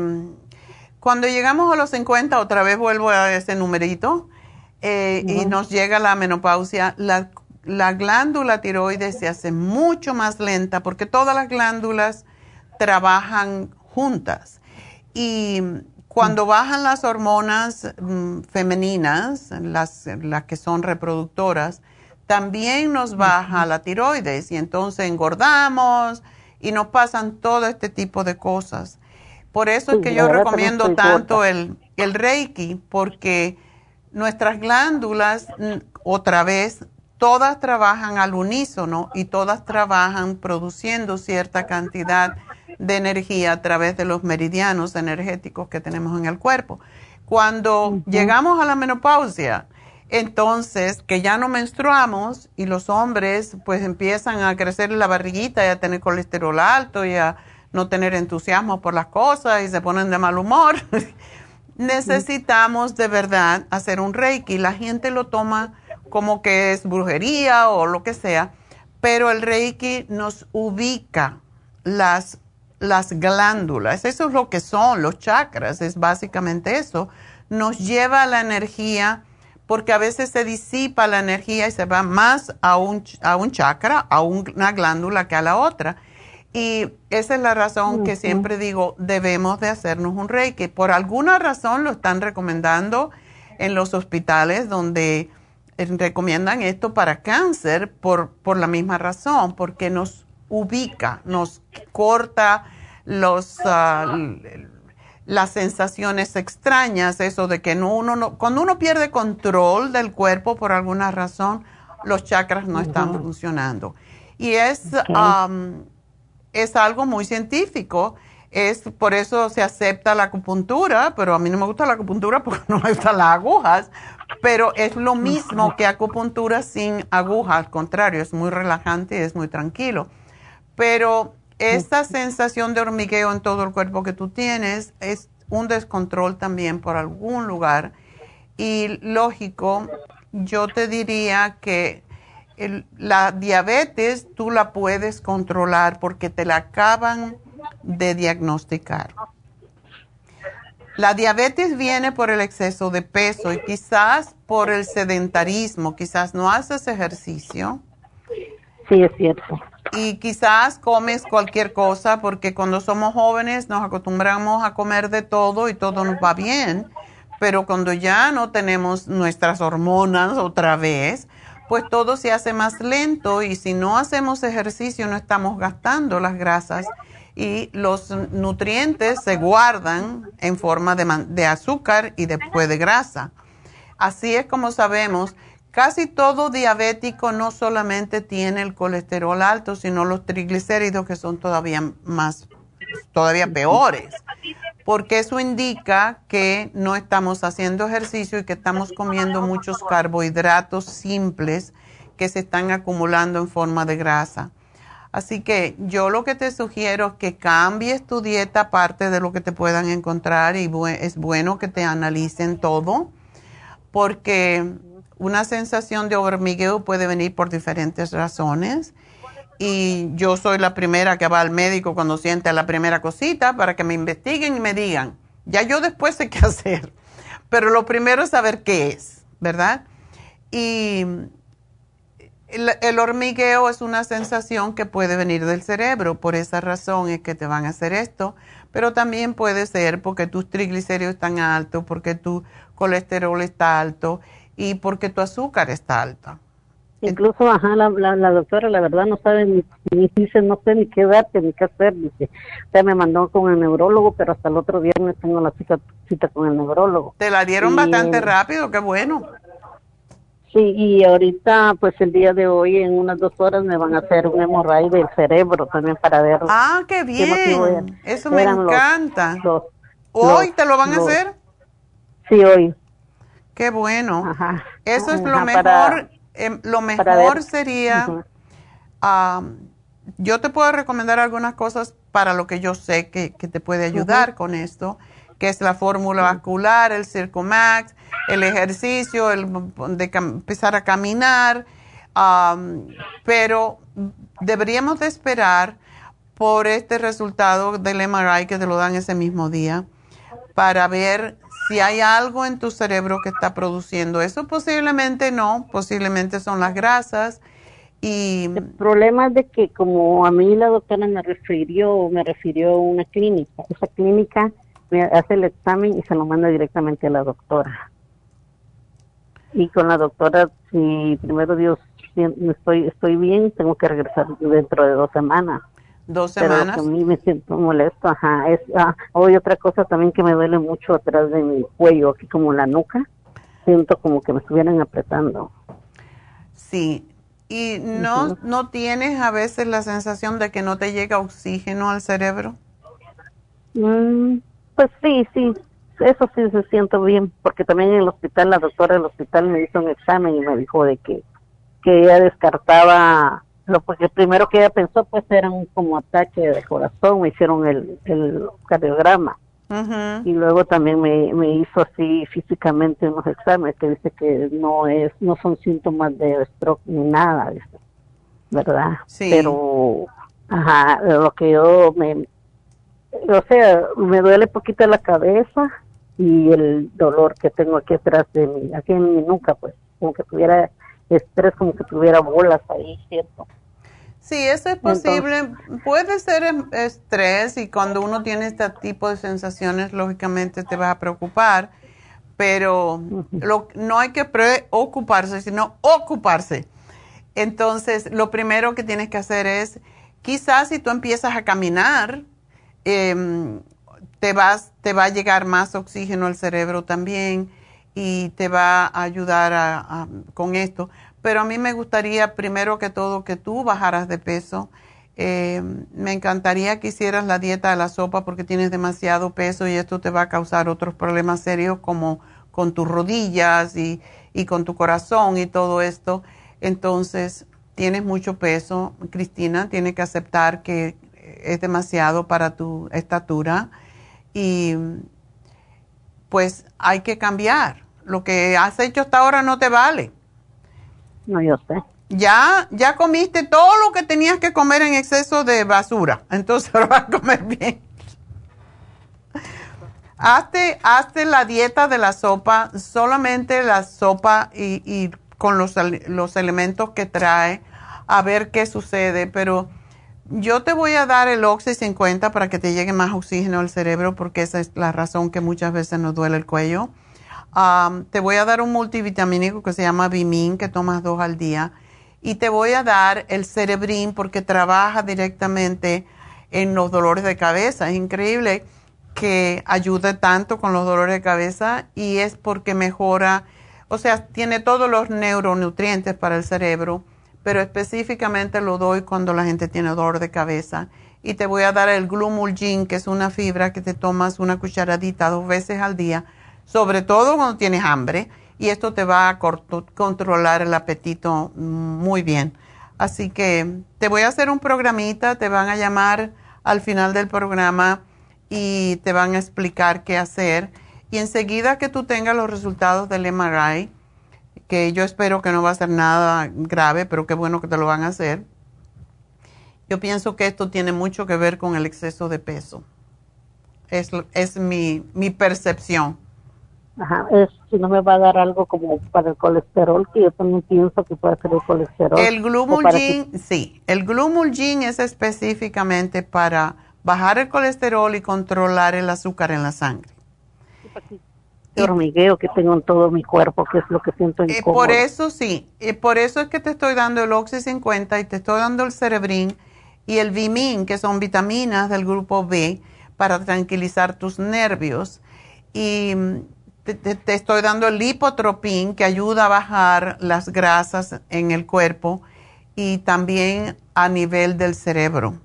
cuando llegamos a los 50, otra vez vuelvo a ese numerito, y nos llega la menopausia, la glándula tiroides se hace mucho más lenta porque todas las glándulas trabajan juntas. Y cuando bajan las hormonas femeninas, las que son reproductoras, también nos baja la tiroides y entonces engordamos y nos pasan todo este tipo de cosas. Por eso es que yo recomiendo tanto el Reiki, porque nuestras glándulas, otra vez, todas trabajan al unísono y todas trabajan produciendo cierta cantidad de energía a través de los meridianos energéticos que tenemos en el cuerpo. Cuando llegamos a la menopausia, entonces que ya no menstruamos y los hombres pues empiezan a crecer la barriguita y a tener colesterol alto y a no tener entusiasmo por las cosas y se ponen de mal humor, necesitamos de verdad hacer un Reiki. La gente lo toma como que es brujería o lo que sea, pero el Reiki nos ubica las glándulas. Eso es lo que son los chakras, es básicamente eso. Nos lleva la energía, porque a veces se disipa la energía y se va más a un chakra, a una glándula que a la otra. Y esa es la razón que siempre digo, debemos de hacernos un Reiki. Por alguna razón lo están recomendando en los hospitales donde recomiendan esto para cáncer por la misma razón, porque nos ubica, nos corta las sensaciones extrañas, eso de que cuando uno pierde control del cuerpo por alguna razón, los chakras no están funcionando. Y es algo muy científico, por eso se acepta la acupuntura, pero a mí no me gusta la acupuntura porque no me gustan las agujas, pero es lo mismo que acupuntura sin agujas, al contrario, es muy relajante y es muy tranquilo. Pero esta sensación de hormigueo en todo el cuerpo que tú tienes es un descontrol también por algún lugar. Y lógico, yo te diría que la diabetes tú la puedes controlar porque te la acaban de diagnosticar. La diabetes viene por el exceso de peso y quizás por el sedentarismo, quizás no haces ejercicio. Sí, es cierto. Y quizás comes cualquier cosa porque cuando somos jóvenes nos acostumbramos a comer de todo y todo nos va bien, pero cuando ya no tenemos nuestras hormonas otra vez, pues todo se hace más lento y si no hacemos ejercicio no estamos gastando las grasas y los nutrientes se guardan en forma de azúcar y después de grasa. Así es como sabemos. Casi todo diabético no solamente tiene el colesterol alto, sino los triglicéridos que son todavía peores, porque eso indica que no estamos haciendo ejercicio y que estamos comiendo muchos carbohidratos simples que se están acumulando en forma de grasa. Así que yo lo que te sugiero es que cambies tu dieta aparte de lo que te puedan encontrar y es bueno que te analicen todo, porque una sensación de hormigueo puede venir por diferentes razones y yo soy la primera que va al médico cuando siente la primera cosita para que me investiguen y me digan. Ya yo después sé qué hacer, pero lo primero es saber qué es, ¿verdad? Y el hormigueo es una sensación que puede venir del cerebro, por esa razón es que te van a hacer esto, pero también puede ser porque tus triglicéridos están altos, porque tu colesterol está alto. y porque tu azúcar está alta. Incluso, la doctora, la verdad, no sabe ni dice, no sé ni qué darte, ni qué hacer, dice. O sea, me mandó con el neurólogo, pero hasta el otro viernes tengo la cita con el neurólogo. Te la dieron bastante rápido, qué bueno. Sí, y ahorita, pues el día de hoy, en unas 2 horas, me van a hacer un hemorragia del cerebro también para ver. Ah, qué bien, eso me encanta. ¿Hoy te lo van a hacer? Sí, hoy. Qué bueno. Ajá. Eso es lo mejor. Lo mejor sería, yo te puedo recomendar algunas cosas para lo que yo sé que te puede ayudar con esto, que es la fórmula vascular, el Circumax, el ejercicio, de empezar a caminar, pero deberíamos de esperar por este resultado del MRI que te lo dan ese mismo día para ver si hay algo en tu cerebro que está produciendo eso. Posiblemente no, posiblemente son las grasas. Y el problema es de que como a mí la doctora me refirió a una clínica. Esa clínica me hace el examen y se lo manda directamente a la doctora. Y con la doctora, si primero Dios estoy bien, tengo que regresar dentro de 2 semanas. 2 semanas. Pero a mí me siento molesto, hoy otra cosa también que me duele mucho atrás de mi cuello, aquí como la nuca, siento como que me estuvieran apretando. Sí, y no tienes a veces la sensación de que no te llega oxígeno al cerebro. Pues sí, eso sí se siento bien, porque también en el hospital, la doctora del hospital me hizo un examen y me dijo de que ella descartaba. Porque primero que ella pensó pues era un como ataque de corazón, me hicieron el cardiograma. Y luego también me hizo así físicamente unos exámenes que dice que no son síntomas de stroke ni nada, ¿verdad? Sí. Pero lo que me duele poquito la cabeza y el dolor que tengo aquí atrás aquí en mi nuca, pues como que tuviera estrés, como que tuviera bolas ahí, ¿cierto? Sí, eso es posible. Entonces, puede ser estrés y cuando uno tiene este tipo de sensaciones, lógicamente te vas a preocupar, pero no hay que preocuparse, sino ocuparse. Entonces, lo primero que tienes que hacer es, quizás si tú empiezas a caminar, te va a llegar más oxígeno al cerebro también y te va a ayudar con esto. Pero a mí me gustaría, primero que todo, que tú bajaras de peso. Me encantaría que hicieras la dieta de la sopa porque tienes demasiado peso y esto te va a causar otros problemas serios como con tus rodillas y con tu corazón y todo esto. Entonces, tienes mucho peso, Cristina, tienes que aceptar que es demasiado para tu estatura y pues hay que cambiar. Lo que has hecho hasta ahora no te vale. No, yo sé. Ya comiste todo lo que tenías que comer en exceso de basura, entonces lo vas a comer bien. Hazte la dieta de la sopa, solamente la sopa y con los elementos que trae, a ver qué sucede, pero yo te voy a dar el Oxy 50 para que te llegue más oxígeno al cerebro, porque esa es la razón que muchas veces nos duele el cuello. Te voy a dar un multivitamínico que se llama Bimin, que tomas 2 al día. Y te voy a dar el Cerebrin porque trabaja directamente en los dolores de cabeza. Es increíble que ayude tanto con los dolores de cabeza y es porque mejora, o sea, tiene todos los neuronutrientes para el cerebro, pero específicamente lo doy cuando la gente tiene dolor de cabeza. Y te voy a dar el Glumulgin, que es una fibra que te tomas una cucharadita 2 veces al día, sobre todo cuando tienes hambre, y esto te va a controlar el apetito muy bien. Así que te voy a hacer un programita, te van a llamar al final del programa y te van a explicar qué hacer. Y enseguida que tú tengas los resultados del MRI, que yo espero que no va a ser nada grave, pero qué bueno que te lo van a hacer. Yo pienso que esto tiene mucho que ver con el exceso de peso. Es mi percepción. Si no me va a dar algo como para el colesterol, que yo también pienso que puede ser el colesterol. El Glumulgin, sí. El Glumulgin es específicamente para bajar el colesterol y controlar el azúcar en la sangre. ese hormigueo que tengo en todo mi cuerpo, que es lo que siento incómodo. Por eso sí, por eso es que te estoy dando el Oxy 50 y te estoy dando el Cerebrin y el Vimin, que son vitaminas del grupo B para tranquilizar tus nervios. Y te estoy dando el Lipotropin, que ayuda a bajar las grasas en el cuerpo y también a nivel del cerebro.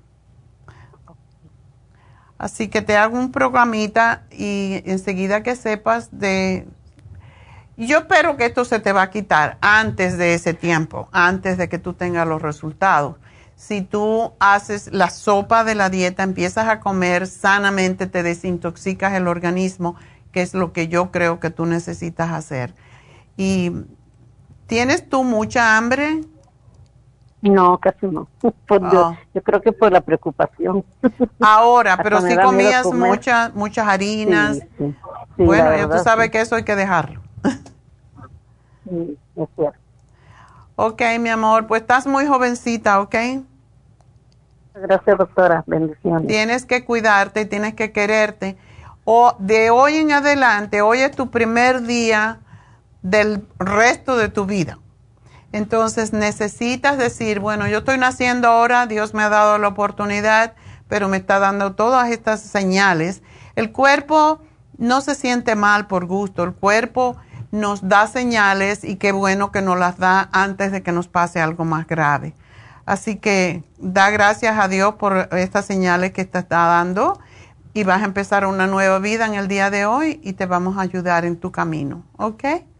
Así que te hago un programita y enseguida que sepas de... Yo espero que esto se te va a quitar antes de ese tiempo, antes de que tú tengas los resultados. Si tú haces la sopa de la dieta, empiezas a comer sanamente, te desintoxicas el organismo, que es lo que yo creo que tú necesitas hacer. ¿Y tienes tú mucha hambre? No, casi no. Yo creo que por la preocupación. Ahora, pero si comías muchas harinas. Sí, bueno, ya tú sabes que eso hay que dejarlo. Sí, es cierto. Ok, mi amor, pues estás muy jovencita, ¿ok? Gracias, doctora. Bendiciones. Tienes que cuidarte y tienes que quererte. O de hoy en adelante, hoy es tu primer día del resto de tu vida. Entonces necesitas decir, bueno, yo estoy naciendo ahora, Dios me ha dado la oportunidad, pero me está dando todas estas señales. El cuerpo no se siente mal por gusto, el cuerpo nos da señales y qué bueno que nos las da antes de que nos pase algo más grave. Así que da gracias a Dios por estas señales que te está dando y vas a empezar una nueva vida en el día de hoy y te vamos a ayudar en tu camino, ¿ok?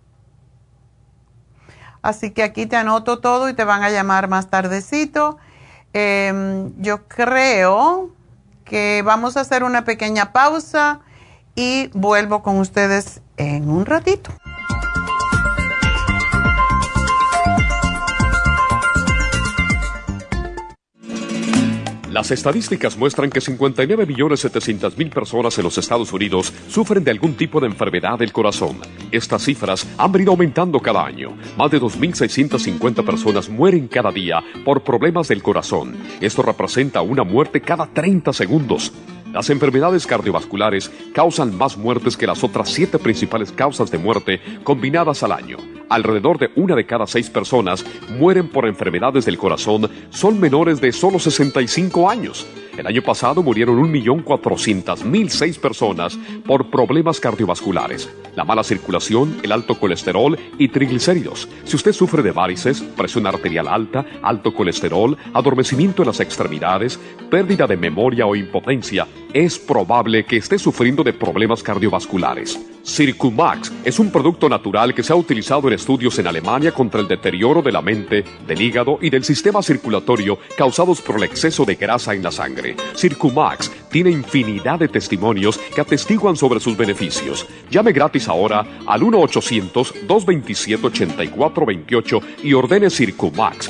Así que aquí te anoto todo y te van a llamar más tardecito. Yo creo que vamos a hacer una pequeña pausa y vuelvo con ustedes en un ratito. Las estadísticas muestran que 59.700.000 personas en los Estados Unidos sufren de algún tipo de enfermedad del corazón. Estas cifras han venido aumentando cada año. Más de 2.650 personas mueren cada día por problemas del corazón. Esto representa una muerte cada 30 segundos. Las enfermedades cardiovasculares causan más muertes que las otras 7 principales causas de muerte combinadas al año. Alrededor de 1 de cada 6 personas mueren por enfermedades del corazón son menores de solo 65 años. El año pasado murieron 1.400.006 personas por problemas cardiovasculares. La mala circulación, el alto colesterol y triglicéridos. Si usted sufre de varices, presión arterial alta, alto colesterol, adormecimiento en las extremidades, pérdida de memoria o impotencia, es probable que esté sufriendo de problemas cardiovasculares. Circumax es un producto natural que se ha utilizado en estudios en Alemania contra el deterioro de la mente, del hígado y del sistema circulatorio causados por el exceso de grasa en la sangre. Circumax tiene infinidad de testimonios que atestiguan sobre sus beneficios. Llame gratis ahora al 1-800-227-8428 y ordene Circumax.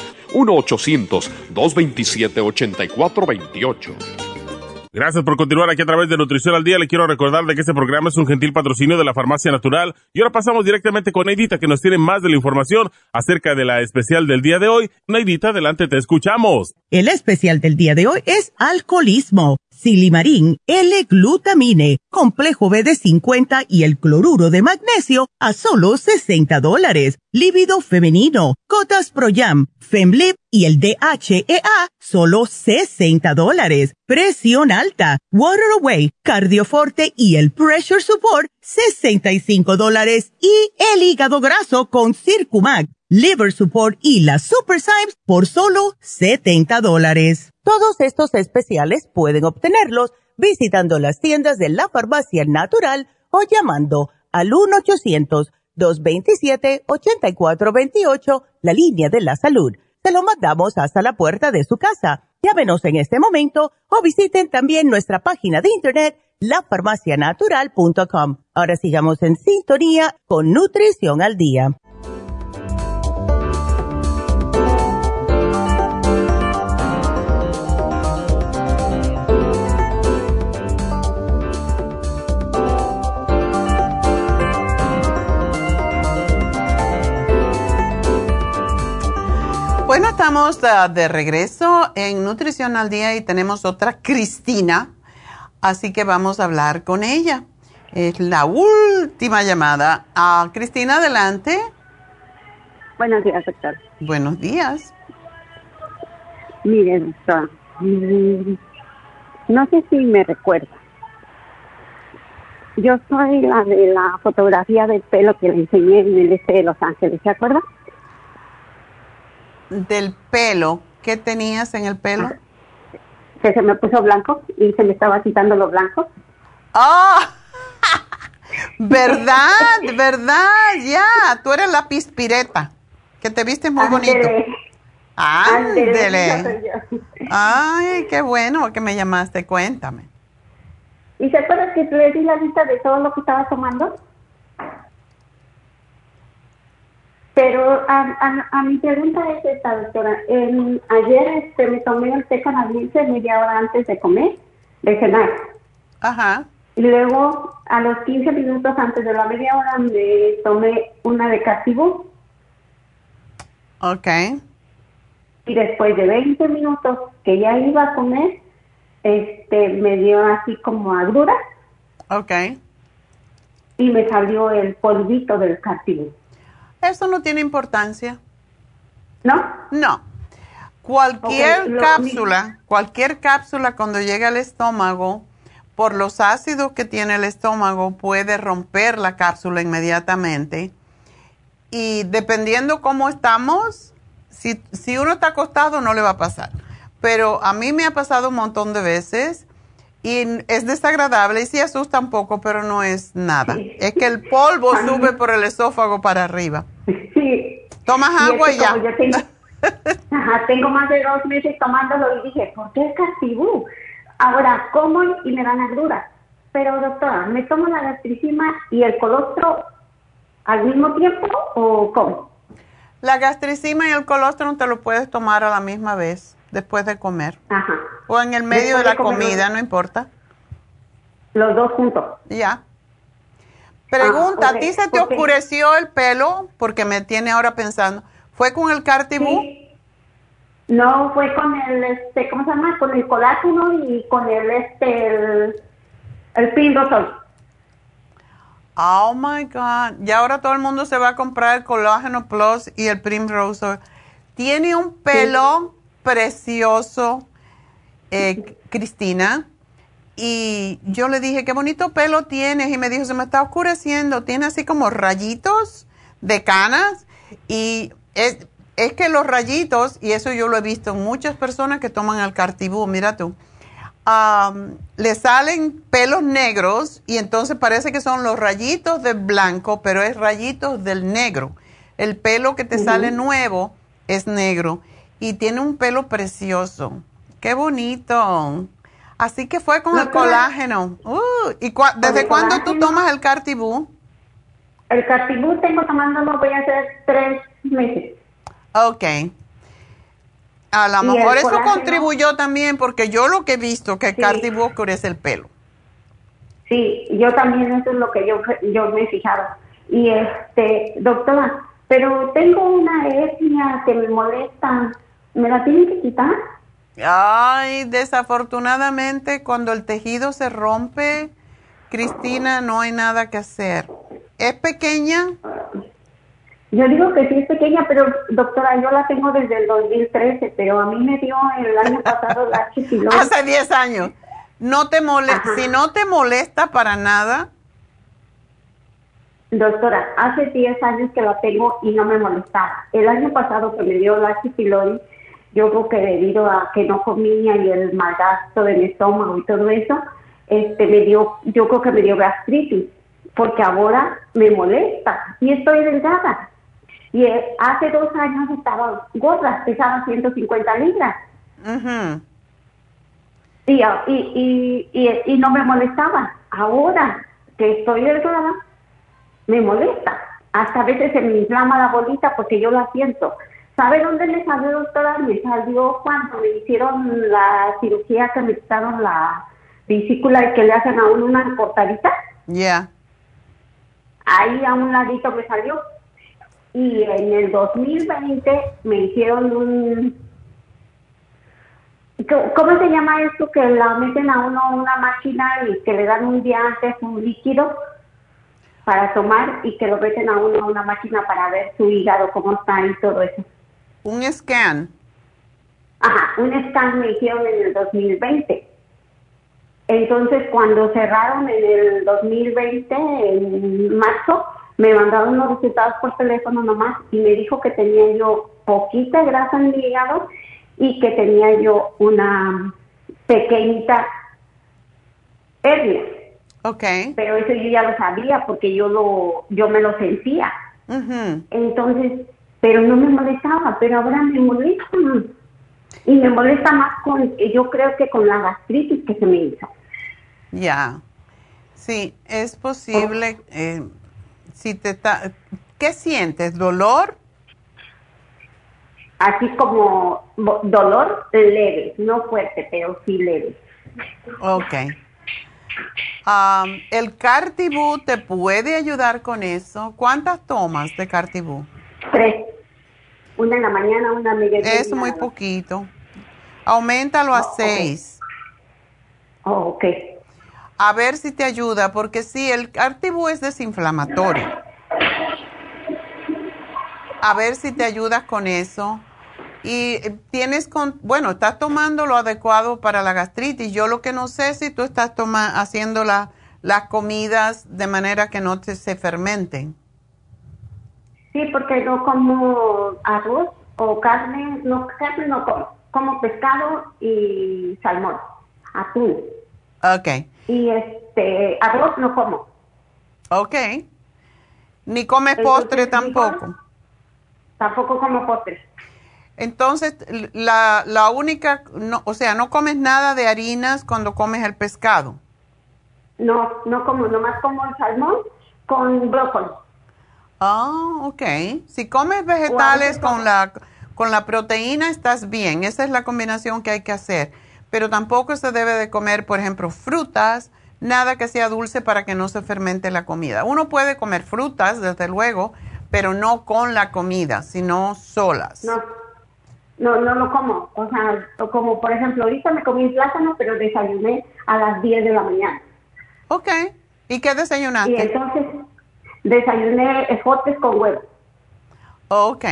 1-800-227-8428. Gracias por continuar aquí a través de Nutrición al Día. Le quiero recordar de que este programa es un gentil patrocinio de la Farmacia Natural. Y ahora pasamos directamente con Neidita, que nos tiene más de la información acerca de la especial del día de hoy. Neidita, adelante, te escuchamos. El especial del día de hoy es alcoholismo, Silimarín, L-glutamine, complejo B de 50 y el cloruro de magnesio a solo $60. Líbido femenino, Gotas Pro Jam, Femlip y el DHEA, solo $60. Presión alta, Water Away, Cardioforte y el Pressure Support, $65. Y el hígado graso con Circumax, Liver Support y la Super Symes por solo $70. Todos estos especiales pueden obtenerlos visitando las tiendas de la Farmacia Natural o llamando al 1-800-227-8428, la línea de la salud. Se lo mandamos hasta la puerta de su casa. Llámenos en este momento o visiten también nuestra página de internet, lafarmacianatural.com. Ahora sigamos en sintonía con Nutrición al Día. Bueno, estamos de regreso en Nutrición al Día y tenemos otra Cristina, así que vamos a hablar con ella. Es la última llamada. Cristina, adelante. Buenos días, doctor. Buenos días. Mire, doctor, no sé si me recuerda. Yo soy la de la fotografía del pelo que le enseñé en el este de Los Ángeles, ¿se acuerda? Del pelo. ¿Qué tenías en el pelo? Que se me puso blanco y se me estaba quitando lo blanco. ¡Ah! ¿Verdad? Ya. Tú eres la pispireta. Que te viste muy bonito. Ándele. Ay, qué bueno que me llamaste. Cuéntame. ¿Y se acuerdan que le di la lista de todo lo que estaba tomando? Pero a mi pregunta es esta, doctora. Ayer me tomé el té canadiense media hora antes de comer, de cenar. Ajá. Y luego, a los 15 minutos antes de la media hora, me tomé una de Cartibú. Ok. Y después de 20 minutos que ya iba a comer, me dio así como agruras. Ok. Y me salió el polvito del Cartibú. Eso no tiene importancia. ¿No? No. Cualquier cápsula cuando llega al estómago, por los ácidos que tiene el estómago, puede romper la cápsula inmediatamente. Y dependiendo cómo estamos, si uno está acostado no le va a pasar. Pero a mí me ha pasado un montón de veces y es desagradable y sí asusta un poco, pero no es nada. Sí. Es que el polvo sube por el esófago para arriba. Sí. Tomas agua y ya. Yo tengo más de 2 meses tomándolo y dije, ¿por qué el Cartibú? Ahora como y me dan agruras. Pero doctora, ¿me tomo la gastricima y el colostro al mismo tiempo o cómo? La gastricima y el colostrum te lo puedes tomar a la misma vez, después de comer. Ajá. O en el medio de la comida, no importa. Los dos juntos. Ya. Pregunta, okay. ¿a ti se te oscureció el pelo? Porque me tiene ahora pensando. ¿Fue con el Cartibú? Sí. No, fue con el, ¿cómo se llama? Con el colágeno y con el Primrose. Oh, my God. Y ahora todo el mundo se va a comprar el Colágeno Plus y el Primrose. Tiene un pelo precioso, Cristina. Y yo le dije, qué bonito pelo tienes. Y me dijo, se me está oscureciendo. Tiene así como rayitos de canas. Y es que los rayitos, y eso yo lo he visto en muchas personas que toman el Cartibú, mira tú, le salen pelos negros y entonces parece que son los rayitos del blanco, pero es rayitos del negro. El pelo que te sale nuevo es negro y tiene un pelo precioso. ¡Qué bonito! Así que fue con el colágeno. ¿Y desde cuándo tú tomas el Cartibú? El Cartibú tengo tomándolo, voy a hacer 3 meses. Ok. A lo mejor eso contribuyó también, porque yo lo que he visto que el Cartibú oscurece el pelo. Sí, yo también eso es lo que yo me he fijado. Y doctora, pero tengo una hernia que me molesta, ¿me la tienen que quitar? Ay, desafortunadamente cuando el tejido se rompe, Cristina, no hay nada que hacer. ¿Es pequeña? Yo digo que sí es pequeña, pero doctora, yo la tengo desde el 2013, pero a mí me dio el año pasado la H. pylori. Hace 10 años. No te si no te molesta para nada. Doctora, hace 10 años que la tengo y no me molestaba. El año pasado que me dio la H. pylori, yo creo que debido a que no comía y el mal gasto de mi estómago y todo eso, yo creo que me dio gastritis, porque ahora me molesta y estoy delgada. Y hace 2 años estaba gorda, pesaba 150 libras. Y no me molestaba. Ahora que estoy delgada, me molesta. Hasta a veces se me inflama la bolita porque yo la siento. ¿Sabe dónde me salió, doctora? Me salió cuando me hicieron la cirugía que me quitaron la vesícula y que le hacen a uno una cortadita. Ya. Ahí a un ladito me salió. Y en el 2020 me hicieron ¿Cómo se llama esto? Que la meten a uno a una máquina y que le dan un día antes un líquido para tomar y que lo meten a uno a una máquina para ver su hígado, cómo está y todo eso. Un scan. Ajá, un scan me hicieron en el 2020. Entonces, cuando cerraron en el 2020, en marzo, me mandaron los resultados por teléfono nomás y me dijo que tenía yo poquita grasa en mi hígado y que tenía yo una pequeñita hernia. Okay. Pero eso yo ya lo sabía porque yo me lo sentía. Entonces, pero no me molestaba, pero ahora me molesta. Y me molesta más yo creo que con la gastritis que se me hizo. Ya. Sí, es posible. ¿Qué sientes? ¿Dolor? Así como dolor leve, no fuerte, pero sí leve. Ok. ¿El Cartibú te puede ayudar con eso? ¿Cuántas tomas de Cartibú? 3. Una en la mañana, una a mediodía. Es muy poquito. Auméntalo a 6. Ok. A ver si te ayuda, porque sí, el Cartibú es desinflamatorio. A ver si te ayudas con eso. Y estás tomando lo adecuado para la gastritis. Yo lo que no sé si tú estás haciendo las comidas de manera que no se fermenten. Sí, porque no como arroz o carne no como pescado y salmón, atún. Ok. Y arroz no como. Ok. Ni comes postre tampoco. Tampoco como postre. Entonces, la única, no comes nada de harinas cuando comes el pescado. No como, nomás como el salmón con brócoli. Ok. Si comes vegetales con la proteína, estás bien. Esa es la combinación que hay que hacer. Pero tampoco se debe de comer, por ejemplo, frutas, nada que sea dulce para que no se fermente la comida. Uno puede comer frutas, desde luego, pero no con la comida, sino solas. No lo como. O sea, como por ejemplo, ahorita me comí plátano, pero desayuné a las 10 de la mañana. Ok. ¿Y qué desayunaste? Y entonces desayuné ejotes con huevo. Ok.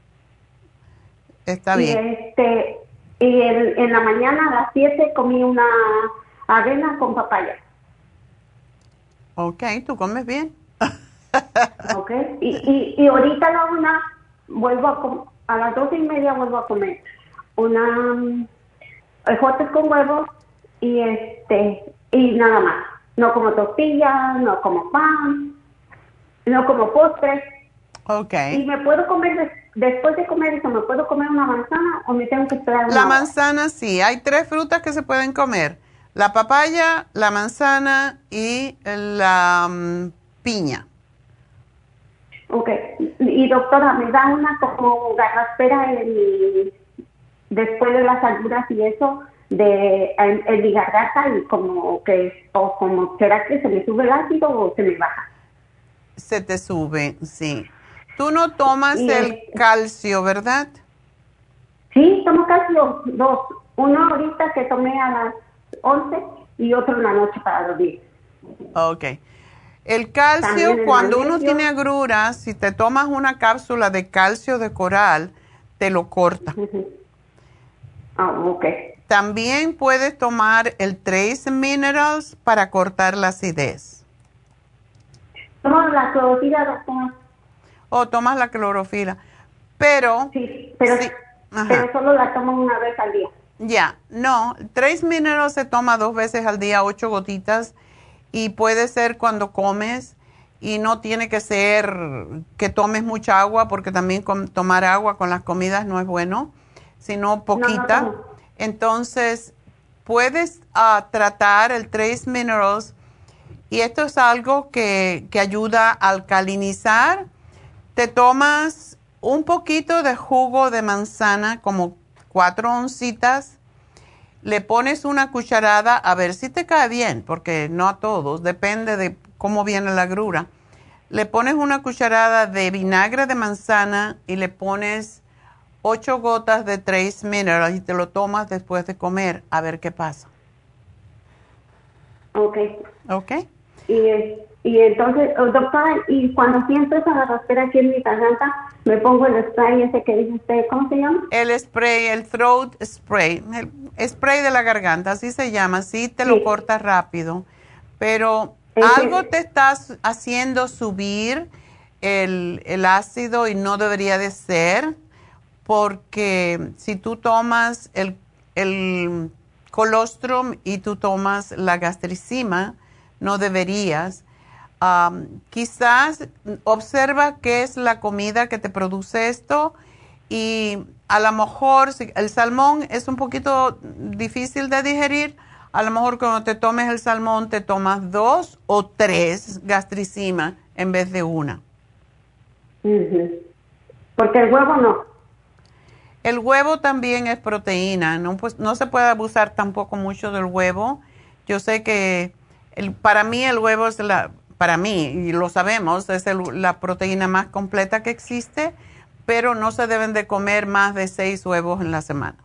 Está bien. Y en la mañana a las 7 comí una avena con papaya. Ok, tú comes bien. Ok. Y ahorita a la 1 vuelvo a las 12:30 vuelvo a comer una ejotes con huevo y nada más. No como tortilla, no como pan, no como postres. Ok. Y me puedo comer, después de comer eso, ¿me puedo comer una manzana o me tengo que esperar una La hora? manzana sí, hay 3 frutas que se pueden comer. La papaya, la manzana y la piña. Ok. Y doctora, me da una como garraspera después de las alturas y eso, en mi garganta y como ¿será que se me sube el ácido o se me baja? Se te sube, sí. Tú no tomas el calcio, ¿verdad? Sí, tomo calcio, 2. Uno ahorita que tomé a las 11 y otro en la noche para dormir. Ok. El calcio, cuando uno tiene agruras, si te tomas una cápsula de calcio de coral, te lo corta. Ok. También puedes tomar el Trace Minerals para cortar la acidez. Tomo la clorofila, doctora. Tomas la clorofila. Pero... Sí, pero solo la tomo una vez al día. Ya, no. Trace Minerals se toma 2 veces al día, 8 gotitas. Y puede ser cuando comes. Y no tiene que ser que tomes mucha agua, porque también tomar agua con las comidas no es bueno, sino poquita. No. Entonces, puedes tratar el Trace Minerals. Y esto es algo que ayuda a alcalinizar. Te tomas un poquito de jugo de manzana, como 4 oncitas. Le pones una cucharada, a ver si te cae bien, porque no a todos, depende de cómo viene la agrura. Le pones una cucharada de vinagre de manzana y le pones 8 gotas de Trace Minerals y te lo tomas después de comer, a ver qué pasa. Ok. Ok. Y entonces, doctora, y cuando siento esa raspera aquí en mi garganta, me pongo el spray ese que dice usted, ¿cómo se llama? El spray, el throat spray, el spray de la garganta, así se llama, sí te lo cortas rápido, pero algo te estás haciendo subir el ácido y no debería de ser, porque si tú tomas el colostrum y tú tomas la gastricima, no deberías. Quizás observa qué es la comida que te produce esto y a lo mejor si el salmón es un poquito difícil de digerir, a lo mejor cuando te tomes el salmón te tomas 2 o 3 gastricima en vez de 1. Porque el huevo no. El huevo también es proteína, ¿no? Pues no se puede abusar tampoco mucho del huevo. Yo sé que para mí el huevo es para mí, y lo sabemos, es la proteína más completa que existe, pero no se deben de comer más de 6 huevos en la semana.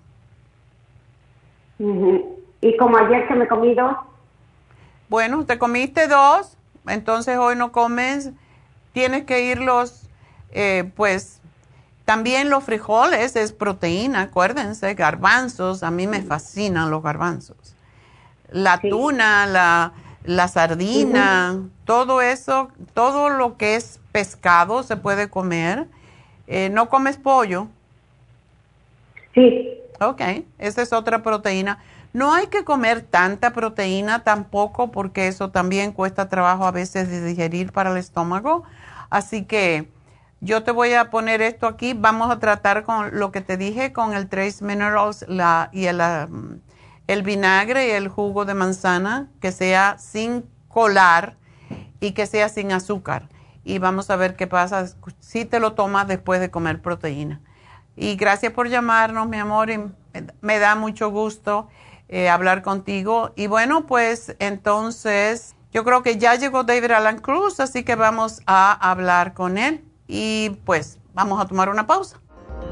Y como ayer que me comí 2. Bueno, te comiste 2, entonces hoy no comes, tienes que irlos, pues también los frijoles es proteína, acuérdense, garbanzos, a mí me fascinan los garbanzos. La tuna, la sardina, todo eso, todo lo que es pescado se puede comer. ¿No comes pollo? Sí. Ok, esa es otra proteína. No hay que comer tanta proteína tampoco porque eso también cuesta trabajo a veces de digerir para el estómago. Así que yo te voy a poner esto aquí. Vamos a tratar con lo que te dije, con el Trace Minerals y el vinagre y el jugo de manzana, que sea sin colar y que sea sin azúcar. Y vamos a ver qué pasa si te lo tomas después de comer proteína. Y gracias por llamarnos, mi amor. Y me da mucho gusto hablar contigo. Y bueno, pues entonces yo creo que ya llegó David Alan Cruz, así que vamos a hablar con él. Y pues vamos a tomar una pausa.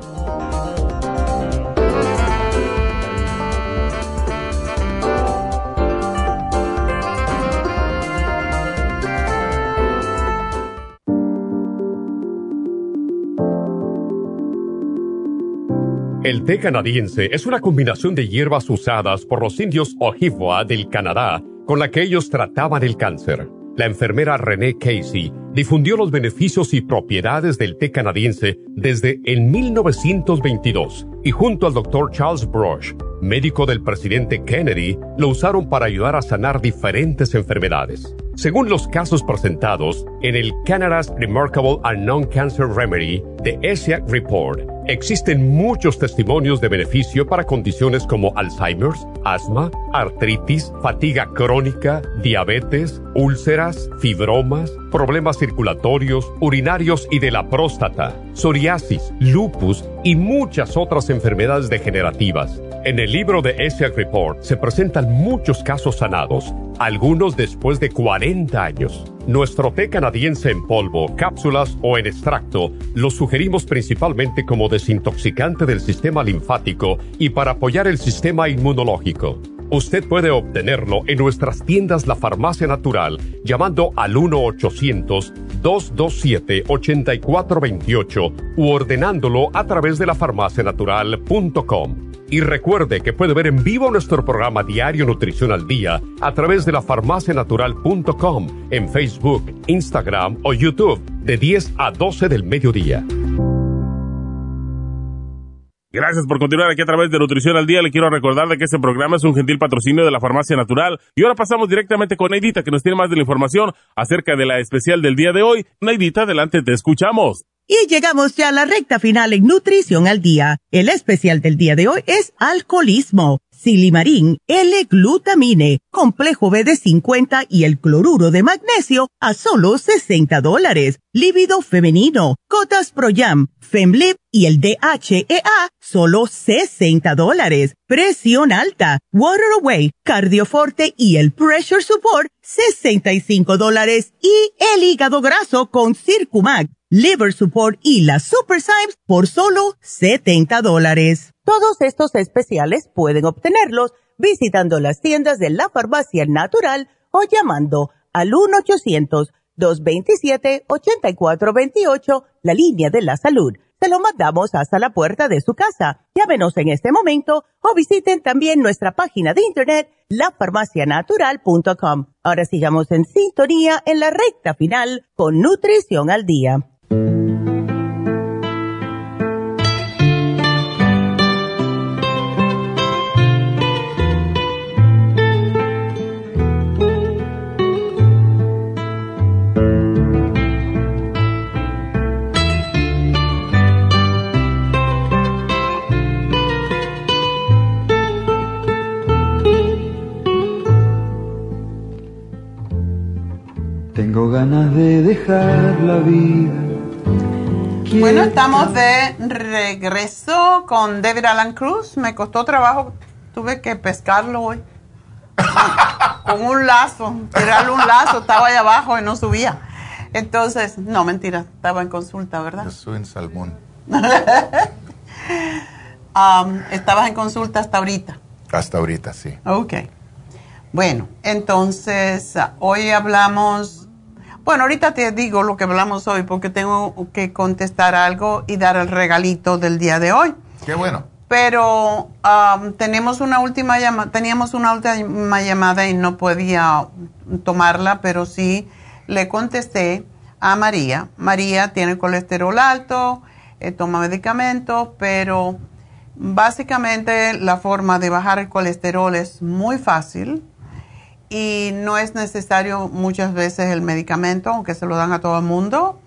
El té canadiense es una combinación de hierbas usadas por los indios Ojibwa del Canadá con la que ellos trataban el cáncer. La enfermera Renee Casey difundió los beneficios y propiedades del té canadiense desde el 1922 y junto al Dr. Charles Brush, médico del presidente Kennedy, lo usaron para ayudar a sanar diferentes enfermedades. Según los casos presentados en el Canada's Remarkable and Non-Cancer Remedy de ESIAC Report, existen muchos testimonios de beneficio para condiciones como Alzheimer's, asma, artritis, fatiga crónica, diabetes, úlceras, fibromas, problemas circulatorios, urinarios y de la próstata, psoriasis, lupus y muchas otras enfermedades degenerativas. En el libro de ESIAC Report se presentan muchos casos sanados, algunos después de 40 años. Nuestro té canadiense en polvo, cápsulas o en extracto lo sugerimos principalmente como desintoxicante del sistema linfático y para apoyar el sistema inmunológico. Usted puede obtenerlo en nuestras tiendas La Farmacia Natural llamando al 1-800-227-8428 u ordenándolo a través de lafarmacianatural.com. Y recuerde que puede ver en vivo nuestro programa Diario Nutrición al Día a través de lafarmacianatural.com en Facebook, Instagram o YouTube de 10 a 12 del mediodía. Gracias por continuar aquí a través de Nutrición al Día. Le quiero recordar de que este programa es un gentil patrocinio de la Farmacia Natural. Y ahora pasamos directamente con Neidita, que nos tiene más de la información acerca de la especial del día de hoy. Neidita, adelante, te escuchamos. Y llegamos ya a la recta final en Nutrición al Día. El especial del día de hoy es alcoholismo, Silimarín, L-glutamine, complejo B de 50 y el cloruro de magnesio a solo $60. Líbido femenino, Cotas Pro Jam, Femlib y el DHEA, solo $60. Presión alta, Water Away, Cardioforte y el Pressure Support, $65. Y el hígado graso con Circumax, Liver Support y la Super Symes por solo $70. Todos estos especiales pueden obtenerlos visitando las tiendas de la Farmacia Natural o llamando al 1-800-227-8428, la línea de la salud. Se lo mandamos hasta la puerta de su casa. Llámenos en este momento o visiten también nuestra página de internet, lafarmacianatural.com. Ahora sigamos en sintonía en la recta final con Nutrición al Día. Tengo ganas de dejar la vida. Bueno, estamos de regreso con David Alan Cruz. Me costó trabajo, tuve que pescarlo hoy. Con un lazo, tirarle un lazo, estaba ahí abajo y no subía. Entonces, no, mentira, estaba en consulta, ¿verdad? Yo soy en salmón. Estabas en consulta hasta ahorita. Hasta ahorita, sí. Ok. Bueno, entonces, hoy hablamos... Bueno, ahorita te digo lo que hablamos hoy porque tengo que contestar algo y dar el regalito del día de hoy. Qué bueno. Pero teníamos una última llamada y no podía tomarla, pero sí le contesté a María. María tiene colesterol alto, toma medicamentos, pero básicamente la forma de bajar el colesterol es muy fácil. Y no es necesario muchas veces el medicamento, aunque se lo dan a todo el mundo.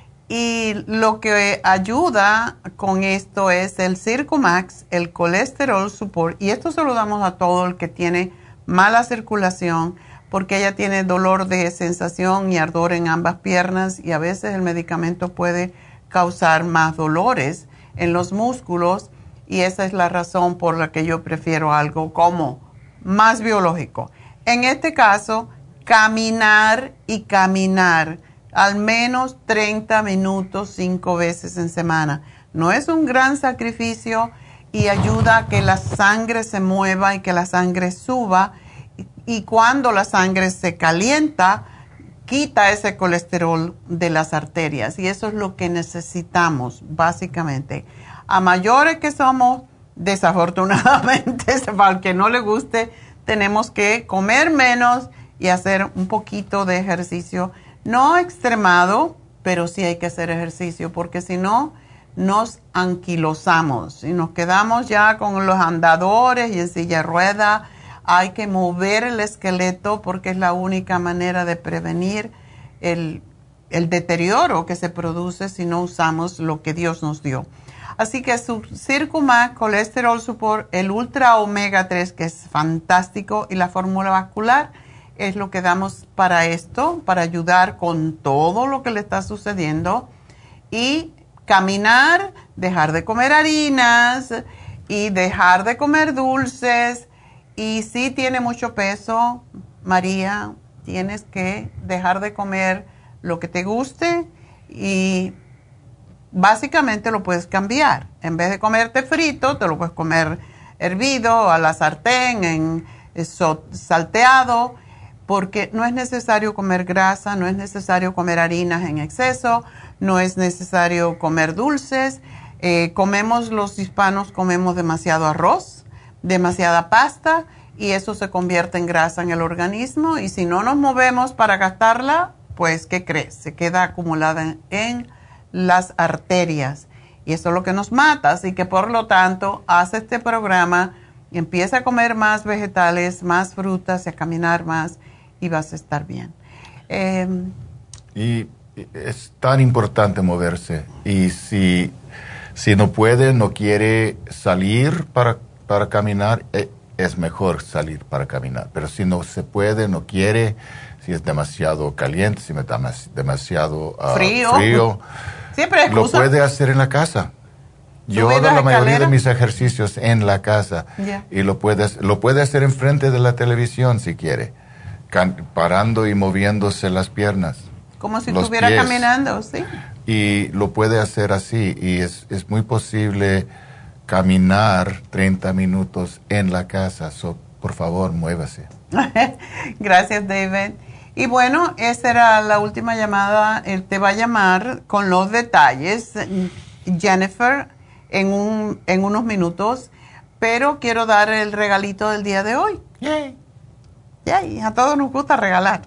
Y lo que ayuda con esto es el Circumax, el Colesterol Support. Y esto se lo damos a todo el que tiene mala circulación, porque ella tiene dolor de sensación y ardor en ambas piernas. Y a veces el medicamento puede causar más dolores en los músculos. Y esa es la razón por la que yo prefiero algo como más biológico. En este caso, caminar y caminar al menos 30 minutos 5 veces en semana. No es un gran sacrificio y ayuda a que la sangre se mueva y que la sangre suba. Y cuando la sangre se calienta, quita ese colesterol de las arterias. Y eso es lo que necesitamos, básicamente. A mayores que somos, desafortunadamente, al que no le guste, tenemos que comer menos y hacer un poquito de ejercicio. No extremado, pero sí hay que hacer ejercicio, porque si no, nos anquilosamos y nos quedamos ya con los andadores y en silla de ruedas. Hay que mover el esqueleto porque es la única manera de prevenir el deterioro que se produce si no usamos lo que Dios nos dio. Así que su Circumax, Colesterol Support, el Ultra Omega 3, que es fantástico, y la fórmula vascular es lo que damos para esto, para ayudar con todo lo que le está sucediendo. Y caminar, dejar de comer harinas y dejar de comer dulces. Y si tiene mucho peso, María, tienes que dejar de comer lo que te guste y... básicamente lo puedes cambiar. En vez de comerte frito, te lo puedes comer hervido, a la sartén, salteado, porque no es necesario comer grasa, no es necesario comer harinas en exceso, no es necesario comer dulces. Los hispanos comemos demasiado arroz, demasiada pasta, y eso se convierte en grasa en el organismo. Y si no nos movemos para gastarla, pues, ¿qué crees? Se queda acumulada en las arterias y eso es lo que nos mata. Así que por lo tanto, haz este programa, empieza a comer más vegetales, más frutas y a caminar más y vas a estar bien. Y es tan importante moverse, y si no puede, no quiere salir para caminar, es mejor salir para caminar. Pero si no se puede, no quiere, si es demasiado caliente, si es demasiado frío, siempre hay excusa. Lo puede hacer en la casa. Yo hago la mayoría de mis ejercicios en la casa. Y lo puede hacer enfrente de la televisión si quiere, parando y moviéndose las piernas. Como si estuviera caminando, sí. Y lo puede hacer así, y es muy posible caminar 30 minutos en la casa. Por favor, muévase. Gracias, David. Y bueno, esta era la última llamada. Él te va a llamar con los detalles, Jennifer, en unos minutos. Pero quiero dar el regalito del día de hoy. Yay. Yay. A todos nos gusta regalar.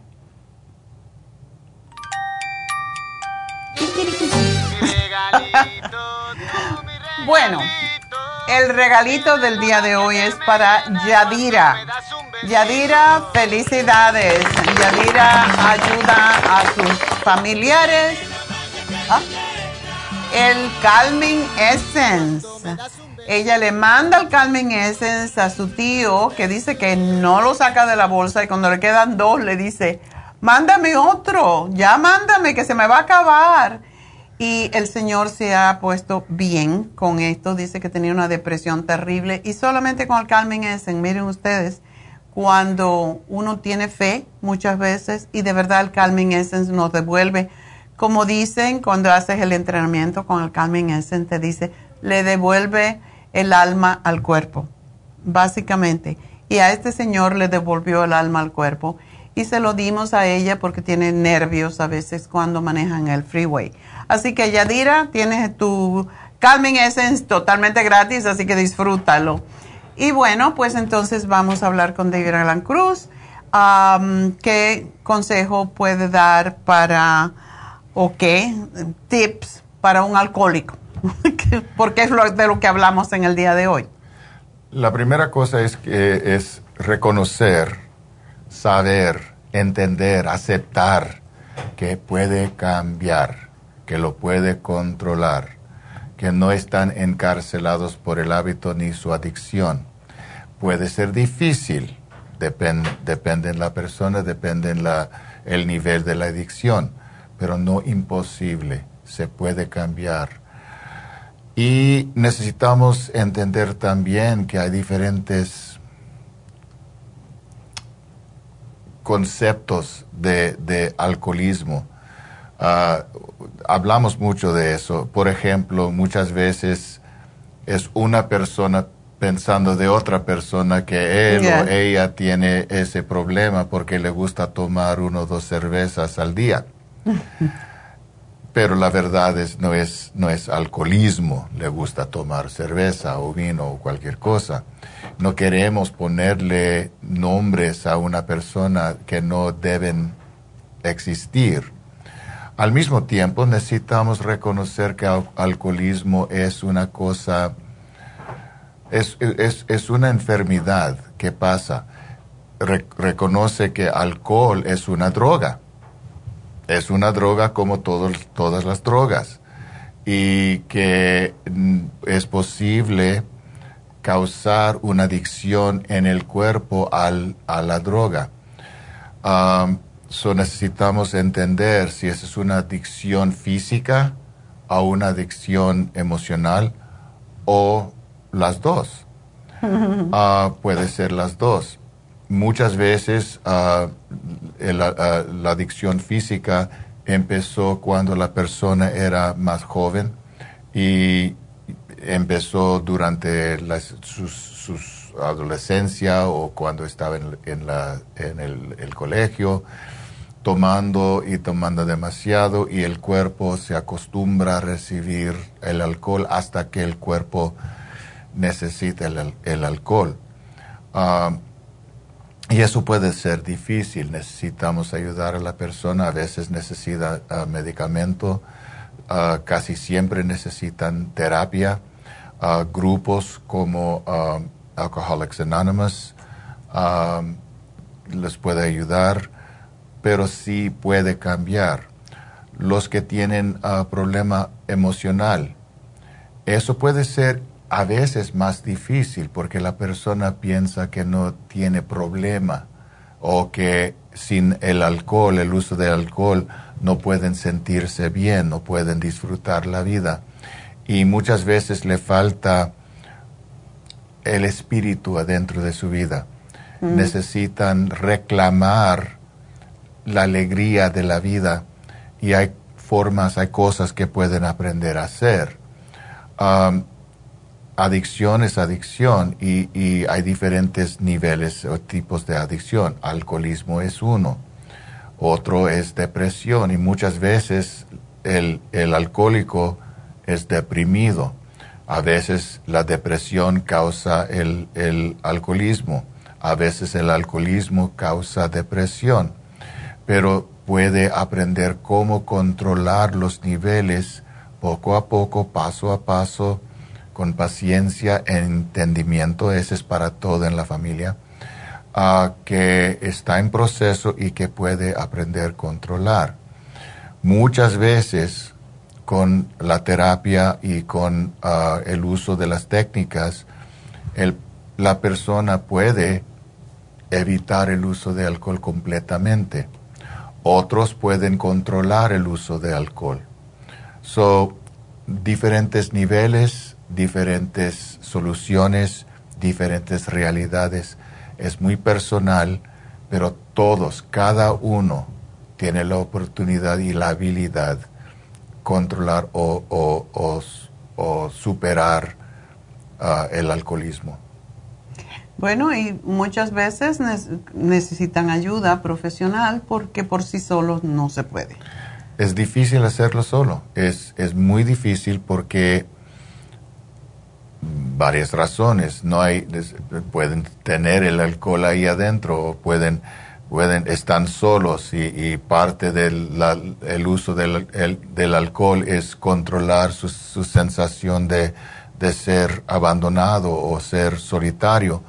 Bueno, el regalito del día de hoy es para Yadira. Yadira, felicidades. Yadira ayuda a sus familiares. El Calming Essence. Ella le manda el Calming Essence a su tío, que dice que no lo saca de la bolsa, y cuando le quedan 2 le dice, mándame otro, ya mándame que se me va a acabar. Y el señor se ha puesto bien con esto, dice que tenía una depresión terrible, y solamente con el Calming Essence, miren ustedes, cuando uno tiene fe muchas veces, y de verdad el Calming Essence nos devuelve, como dicen cuando haces el entrenamiento con el Calming Essence, te dice, le devuelve el alma al cuerpo, básicamente. Y a este señor le devolvió el alma al cuerpo. Y se lo dimos a ella porque tiene nervios a veces cuando manejan el freeway. Así que, Yadira, tienes tu Calming Essence totalmente gratis, así que disfrútalo. Y bueno, pues entonces vamos a hablar con David Alan Cruz. ¿Qué consejo puede dar para, o qué tips para un alcohólico? Porque es de lo que hablamos en el día de hoy. La primera cosa es reconocer, saber, entender, aceptar que puede cambiar, que lo puede controlar, que no están encarcelados por el hábito ni su adicción. Puede ser difícil, depende de la persona, depende el nivel de la adicción, pero no imposible, se puede cambiar. Y necesitamos entender también que hay diferentes conceptos de alcoholismo. Hablamos mucho de eso. Por ejemplo, muchas veces es una persona pensando de otra persona que él o ella tiene ese problema porque le gusta tomar 1 o 2 cervezas al día. Pero la verdad no es alcoholismo, le gusta tomar cerveza o vino o cualquier cosa. No queremos ponerle nombres a una persona que no deben existir. Al mismo tiempo, necesitamos reconocer que el alcoholismo es una cosa, es una enfermedad que pasa. Reconoce que alcohol es una droga. Es una droga como todas las drogas, y que es posible causar una adicción en el cuerpo a la droga. Necesitamos entender si esa es una adicción física o una adicción emocional o las dos. Puede ser las dos. Muchas veces la adicción física empezó cuando la persona era más joven y empezó durante su adolescencia o cuando estaba en el colegio, tomando demasiado, y el cuerpo se acostumbra a recibir el alcohol hasta que el cuerpo necesita el alcohol. Y eso puede ser difícil. Necesitamos ayudar a la persona. A veces necesita medicamento. Casi siempre necesitan terapia. Grupos como Alcoholics Anonymous les puede ayudar, pero sí puede cambiar. Los que tienen problema emocional, eso puede ser a veces más difícil porque la persona piensa que no tiene problema o que sin el alcohol, el uso del alcohol, no pueden sentirse bien, no pueden disfrutar la vida. Y muchas veces le falta el espíritu adentro de su vida. Necesitan reclamar la alegría de la vida y hay formas, hay cosas que pueden aprender a hacer. Adicción es adicción y hay diferentes niveles o tipos de adicción. Alcoholismo es uno, otro es depresión y muchas veces el alcohólico es deprimido. A veces la depresión causa el alcoholismo, a veces el alcoholismo causa depresión, pero puede aprender cómo controlar los niveles poco a poco, paso a paso, con paciencia e entendimiento. Ese es para todo en la familia, que está en proceso y que puede aprender a controlar. Muchas veces con la terapia y con el uso de las técnicas, la persona puede evitar el uso de alcohol completamente. Otros pueden controlar el uso de alcohol. Diferentes niveles, diferentes soluciones, diferentes realidades. Es muy personal, pero todos, cada uno, tiene la oportunidad y la habilidad controlar o superar el alcoholismo. Bueno, y muchas veces necesitan ayuda profesional porque por sí solos no se puede. Es difícil hacerlo solo. Es muy difícil porque varias razones. Pueden tener el alcohol ahí adentro o están solos y parte del uso del alcohol es controlar su sensación de ser abandonado o ser solitario.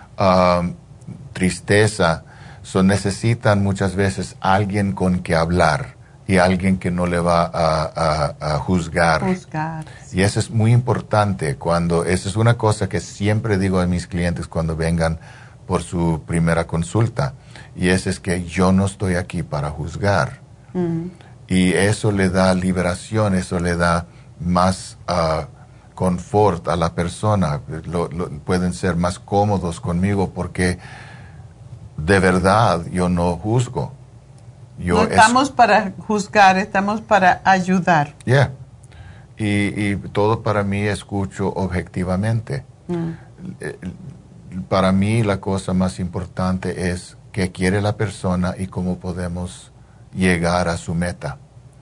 Tristeza. Necesitan muchas veces alguien con que hablar y alguien que no le va a juzgar. Sí. Y eso es muy importante. Esa es una cosa que siempre digo a mis clientes cuando vengan por su primera consulta. Y es que yo no estoy aquí para juzgar. Y eso le da liberación, eso le da más confort a la persona. Pueden ser más cómodos conmigo porque de verdad yo no juzgo. No estamos para juzgar, estamos para ayudar. Yeah. Y todo para mí escucho objetivamente. Para mí la cosa más importante es qué quiere la persona y cómo podemos llegar a su meta.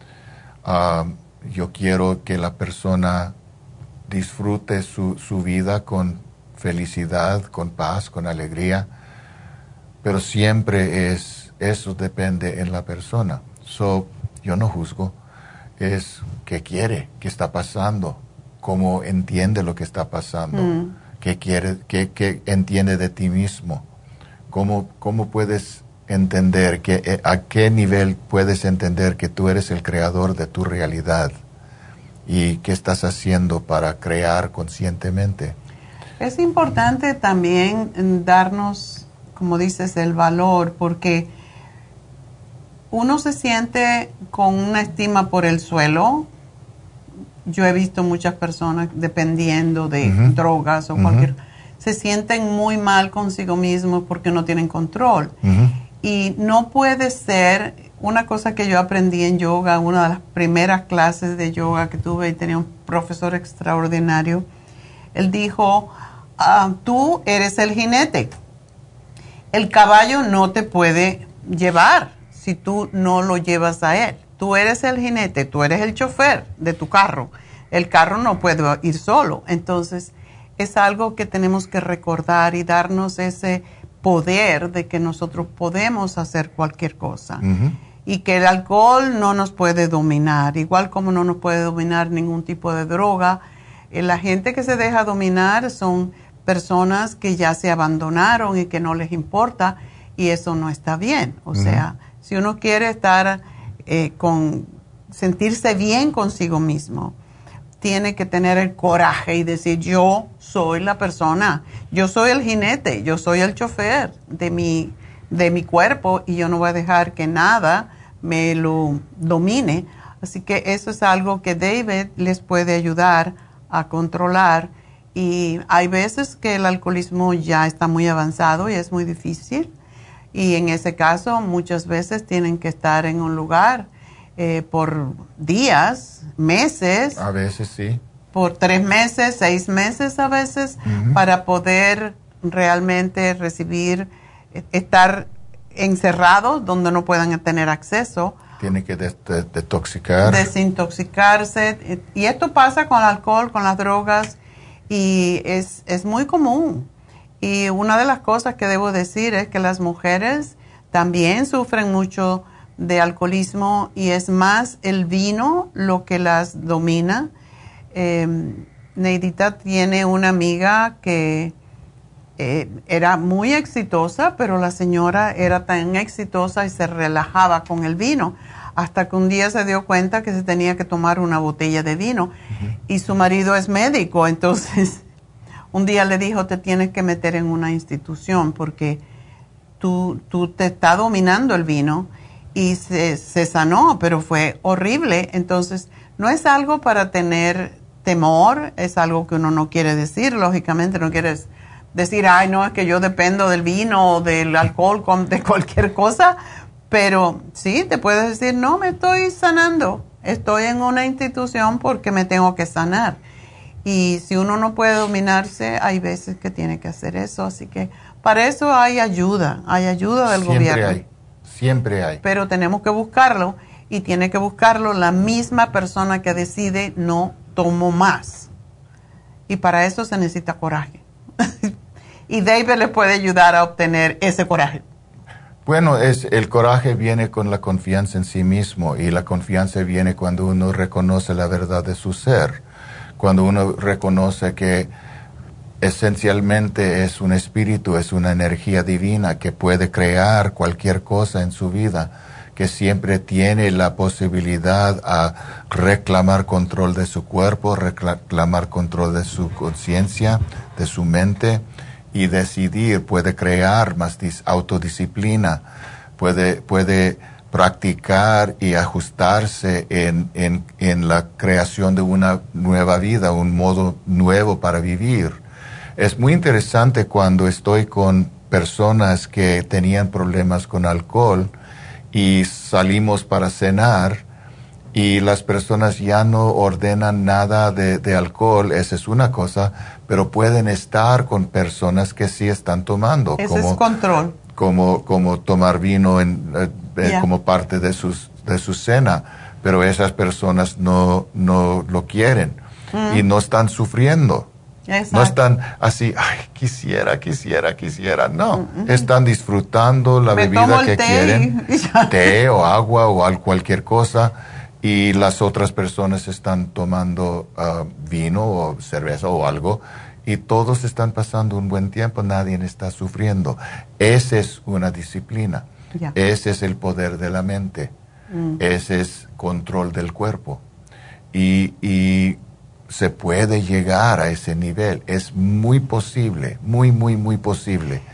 Yo quiero que la persona disfrute su vida con felicidad, con paz, con alegría, pero siempre eso depende en la persona. Yo no juzgo, es qué quiere, qué está pasando, cómo entiende lo que está pasando, qué quiere, qué entiende de ti mismo, cómo puedes entender, a qué nivel puedes entender que tú eres el creador de tu realidad y qué estás haciendo para crear conscientemente. Es importante también darnos, como dices, el valor, porque uno se siente con una estima por el suelo. Yo he visto muchas personas, dependiendo de drogas o cualquier, se sienten muy mal consigo mismos porque no tienen control. Y no puede ser, una cosa que yo aprendí en yoga, una de las primeras clases de yoga que tuve y tenía un profesor extraordinario, él dijo, tú eres el jinete. El caballo no te puede llevar si tú no lo llevas a él. Tú eres el jinete, tú eres el chofer de tu carro. El carro no puede ir solo. Entonces, es algo que tenemos que recordar y darnos ese poder de que nosotros podemos hacer cualquier cosa. Y que el alcohol no nos puede dominar, igual como no nos puede dominar ningún tipo de droga. La gente que se deja dominar son personas que ya se abandonaron y que no les importa, y eso no está bien. O sea, si uno quiere estar sentirse bien consigo mismo, tiene que tener el coraje y decir, yo soy la persona, yo soy el jinete, yo soy el chofer de mi cuerpo y yo no voy a dejar que nada me lo domine. Así que eso es algo que David les puede ayudar a controlar. Y hay veces que el alcoholismo ya está muy avanzado y es muy difícil. Y en ese caso muchas veces tienen que estar en un lugar por días, meses. A veces sí. Por 3 meses, 6 meses a veces, para poder realmente estar encerrados donde no puedan tener acceso. Tiene que detoxicar. Desintoxicarse. Y esto pasa con el alcohol, con las drogas, y es muy común. Y una de las cosas que debo decir es que las mujeres también sufren mucho de alcoholismo, y es más el vino lo que las domina. Neidita tiene una amiga que era muy exitosa, pero la señora era tan exitosa y se relajaba con el vino, hasta que un día se dio cuenta que se tenía que tomar una botella de vino. Y su marido es médico, entonces un día le dijo, te tienes que meter en una institución porque tú te está dominando el vino. Y se sanó, pero fue horrible. Entonces no es algo para tener temor, es algo que uno no quiere decir, lógicamente no quieres decir, ay, no, es que yo dependo del vino o del alcohol, de cualquier cosa, pero sí, te puedes decir, no, me estoy sanando, estoy en una institución porque me tengo que sanar. Y si uno no puede dominarse, hay veces que tiene que hacer eso, así que para eso hay ayuda del gobierno. Siempre hay. Pero tenemos que buscarlo, y tiene que buscarlo la misma persona que decide no tomo más. Y para eso se necesita coraje. Y David le puede ayudar a obtener ese coraje. Bueno, el coraje viene con la confianza en sí mismo, y la confianza viene cuando uno reconoce la verdad de su ser, cuando uno reconoce que esencialmente es un espíritu, es una energía divina que puede crear cualquier cosa en su vida, que siempre tiene la posibilidad a reclamar control de su cuerpo, reclamar control de su conciencia, de su mente, y decidir, puede crear más autodisciplina, puede practicar y ajustarse en la creación de una nueva vida, un modo nuevo para vivir. Es muy interesante cuando estoy con personas que tenían problemas con alcohol y salimos para cenar y las personas ya no ordenan nada de alcohol. Esa es una cosa, pero pueden estar con personas que sí están tomando. Ese es control. Como tomar vino como parte de su cena, pero esas personas no lo quieren y no están sufriendo. Exacto. No están así, ay, quisiera. No, están disfrutando la bebida que quieren, té o agua o cualquier cosa, y las otras personas están tomando vino o cerveza o algo, y todos están pasando un buen tiempo, nadie está sufriendo. Esa es una disciplina, ese es el poder de la mente, ese es control del cuerpo, y se puede llegar a ese nivel, es muy posible, muy posible,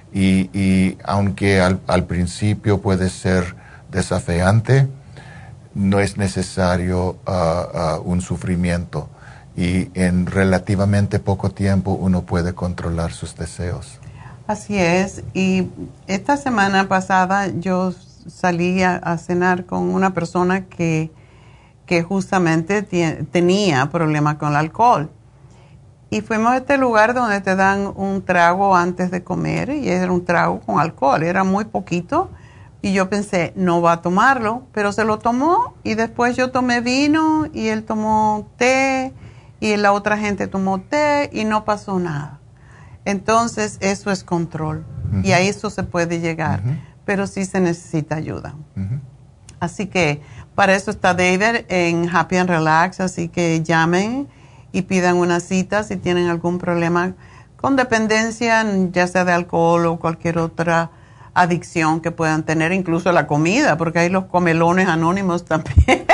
y aunque al principio puede ser desafiante, no es necesario un sufrimiento, y en relativamente poco tiempo uno puede controlar sus deseos. Así es, y esta semana pasada yo salí a cenar con una persona que justamente tenía problemas con el alcohol. Y fuimos a este lugar donde te dan un trago antes de comer, y era un trago con alcohol, era muy poquito, y yo pensé, no va a tomarlo, pero se lo tomó, y después yo tomé vino, y él tomó té, y la otra gente tomó té, y no pasó nada. Entonces, eso es control, y a eso se puede llegar, pero sí se necesita ayuda. Así que para eso está David en Happy and Relax, así que llamen y pidan una cita si tienen algún problema con dependencia, ya sea de alcohol o cualquier otra adicción que puedan tener, incluso la comida, porque hay los comelones anónimos también,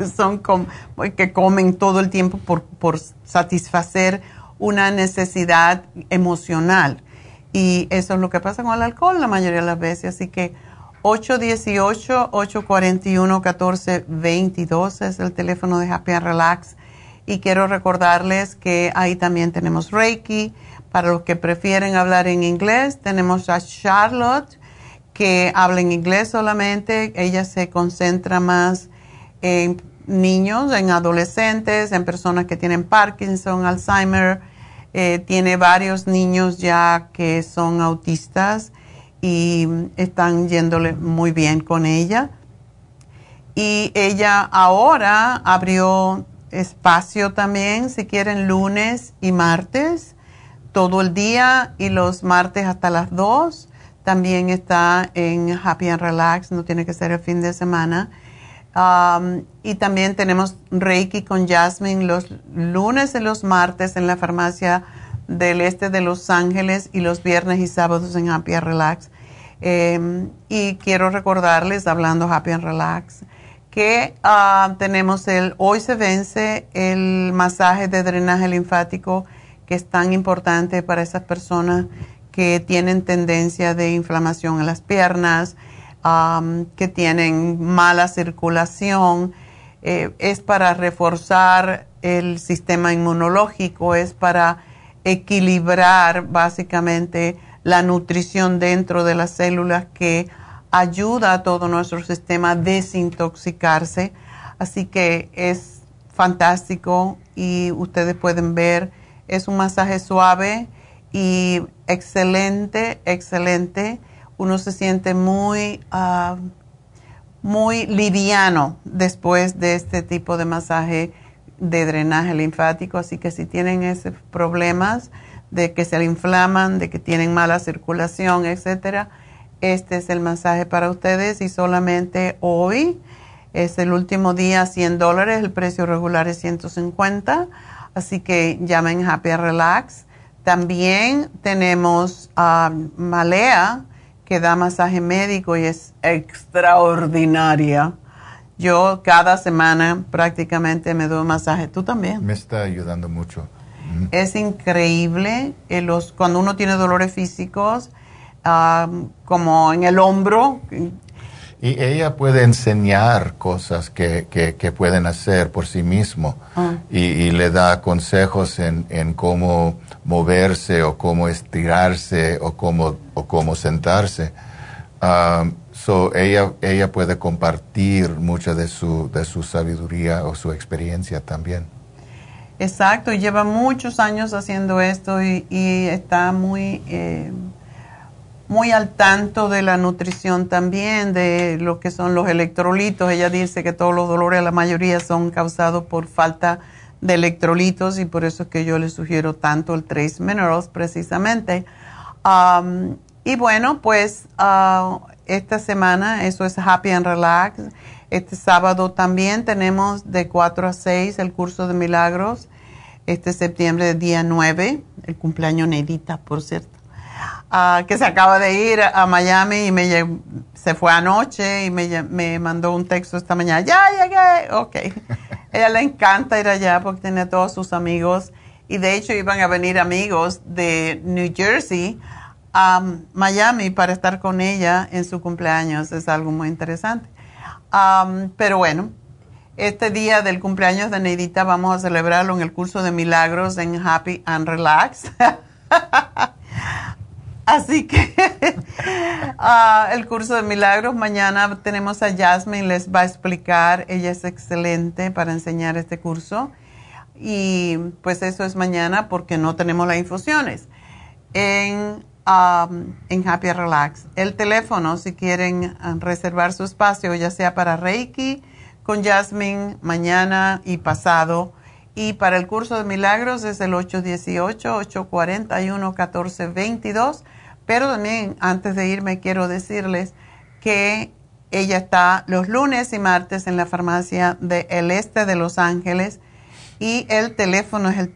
que comen todo el tiempo por satisfacer una necesidad emocional. Y eso es lo que pasa con el alcohol la mayoría de las veces, así que 818-841-1422 es el teléfono de Happy and Relax. Y quiero recordarles que ahí también tenemos Reiki. Para los que prefieren hablar en inglés, tenemos a Charlotte, que habla en inglés solamente. Ella se concentra más en niños, en adolescentes, en personas que tienen Parkinson, Alzheimer. Tiene varios niños ya que son autistas y están yéndole muy bien con ella. Y ella ahora abrió espacio también, si quieren, lunes y martes, todo el día, y los martes hasta las 2. También está en Happy and Relax, no tiene que ser el fin de semana. Y también tenemos Reiki con Jasmine los lunes y los martes en la farmacia del este de Los Ángeles y los viernes y sábados en Happy and Relax. Y quiero recordarles, hablando Happy and Relax, que tenemos hoy se vence el masaje de drenaje linfático, que es tan importante para esas personas que tienen tendencia de inflamación en las piernas, que tienen mala circulación. Es para reforzar el sistema inmunológico, es para equilibrar básicamente la nutrición dentro de las células, que ayuda a todo nuestro sistema a desintoxicarse. Así que es fantástico y ustedes pueden ver, es un masaje suave y excelente, excelente. Uno se siente muy liviano después de este tipo de masaje de drenaje linfático. Así que si tienen esos problemas de que se le inflaman, de que tienen mala circulación, etcétera, este es el masaje para ustedes. Y solamente hoy es el último día, $100, el precio regular es $150. Así que llamen Happy and Relax. También tenemos Malea, que da masaje médico y es extraordinaria. Yo cada semana prácticamente me doy un masaje. ¿Tú también? Me está ayudando mucho. Es increíble. Cuando uno tiene dolores físicos, como en el hombro. Y ella puede enseñar cosas que pueden hacer por sí mismo. Y le da consejos en cómo moverse o cómo estirarse o cómo sentarse. Ella puede compartir mucha de su sabiduría o su experiencia también. Exacto, y lleva muchos años haciendo esto y está muy al tanto de la nutrición también, de lo que son los electrolitos. Ella dice que todos los dolores, la mayoría, son causados por falta de electrolitos, y por eso es que yo le sugiero tanto el Trace Minerals precisamente. Y bueno, pues esta semana eso es Happy and Relax. Este sábado también tenemos de 4 a 6 el curso de milagros. Este septiembre, día 9, el cumpleaños Neidita, por cierto, que se acaba de ir a Miami y se fue anoche y me mandó un texto esta mañana. ¡Ya llegué! Ok. Ella le encanta ir allá porque tiene a todos sus amigos, y de hecho iban a venir amigos de New Jersey a Miami para estar con ella en su cumpleaños. Es algo muy interesante. Pero bueno, este día del cumpleaños de Neidita vamos a celebrarlo en el curso de milagros en Happy and Relax. Así que el curso de milagros, mañana tenemos a Jasmine, les va a explicar. Ella es excelente para enseñar este curso. Y pues eso es mañana porque no tenemos las infusiones en Happy and Relax. El teléfono, si quieren reservar su espacio, ya sea para Reiki con Jasmine mañana y pasado, y para el curso de milagros es el 818-841-1422. Pero también, antes de irme, quiero decirles que ella está los lunes y martes en la farmacia del este de Los Ángeles, y el teléfono es el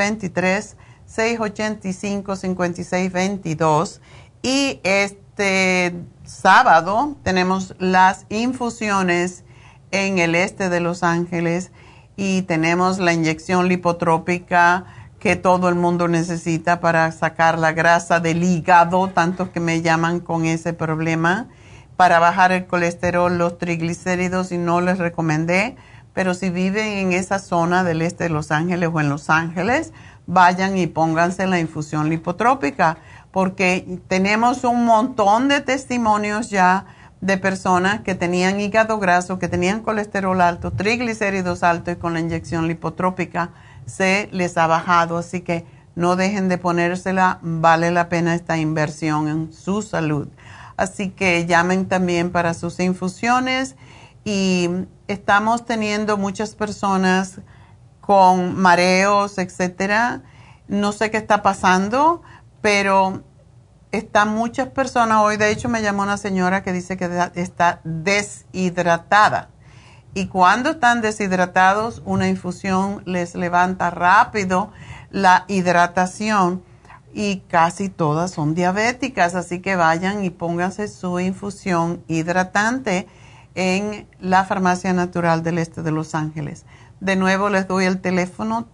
323-685-5622. Y este sábado tenemos las infusiones en el este de Los Ángeles, y tenemos la inyección lipotrópica que todo el mundo necesita para sacar la grasa del hígado, tantos que me llaman con ese problema, para bajar el colesterol, los triglicéridos, y no les recomendé. Pero si viven en esa zona del este de Los Ángeles o en Los Ángeles, vayan y pónganse la infusión lipotrópica, porque tenemos un montón de testimonios ya de personas que tenían hígado graso, que tenían colesterol alto, triglicéridos altos y con la inyección lipotrópica se les ha bajado. Así que no dejen de ponérsela, vale la pena esta inversión en su salud. Así que llamen también para sus infusiones y estamos teniendo muchas personas con mareos, etcétera. No sé qué está pasando, pero están muchas personas hoy. De hecho, me llamó una señora que dice que está deshidratada. Y cuando están deshidratados, una infusión les levanta rápido la hidratación. Y casi todas son diabéticas, así que vayan y pónganse su infusión hidratante en la Farmacia Natural del Este de Los Ángeles. De nuevo les doy el teléfono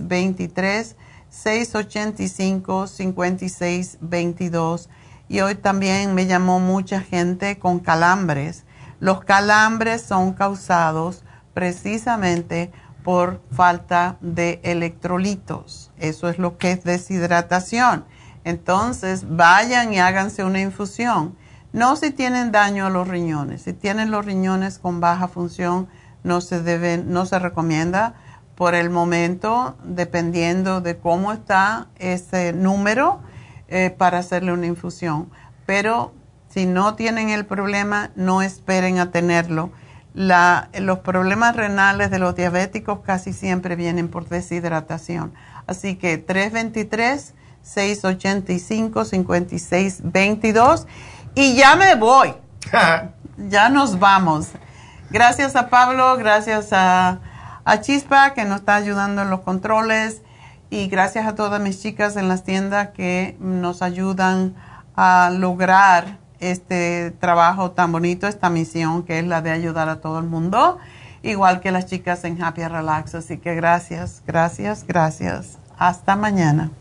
323-685-5622. Y hoy también me llamó mucha gente con calambres. Los calambres son causados precisamente por falta de electrolitos. Eso es lo que es deshidratación. Entonces, vayan y háganse una infusión. No si tienen daño a los riñones. Si tienen los riñones con baja función, no se recomienda por el momento, dependiendo de cómo está ese número, para hacerle una infusión. Pero si no tienen el problema, no esperen a tenerlo. Los problemas renales de los diabéticos casi siempre vienen por deshidratación. Así que 323-685-5622. Y ya me voy. Ya nos vamos. Gracias a Pablo, gracias a Chispa que nos está ayudando en los controles. Y gracias a todas mis chicas en las tiendas que nos ayudan a lograr este trabajo tan bonito, esta misión que es la de ayudar a todo el mundo, igual que las chicas en Happy Relax. Así que gracias, gracias, gracias. Hasta mañana.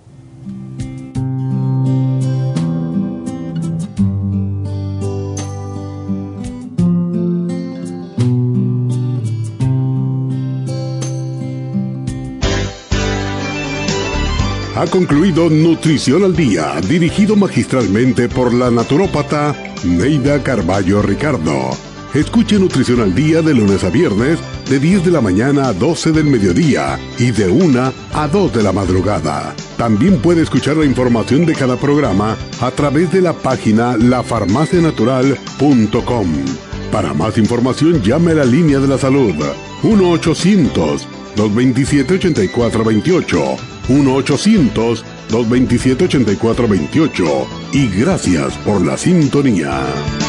Ha concluido Nutrición al Día, dirigido magistralmente por la naturópata Neida Carballo Ricardo. Escuche Nutrición al Día de lunes a viernes, de 10 de la mañana a 12 del mediodía y de 1 a 2 de la madrugada. También puede escuchar la información de cada programa a través de la página lafarmacianatural.com. Para más información, llame a la línea de la salud 1-800-227-8428. 1-800-227-8428. Y gracias por la sintonía.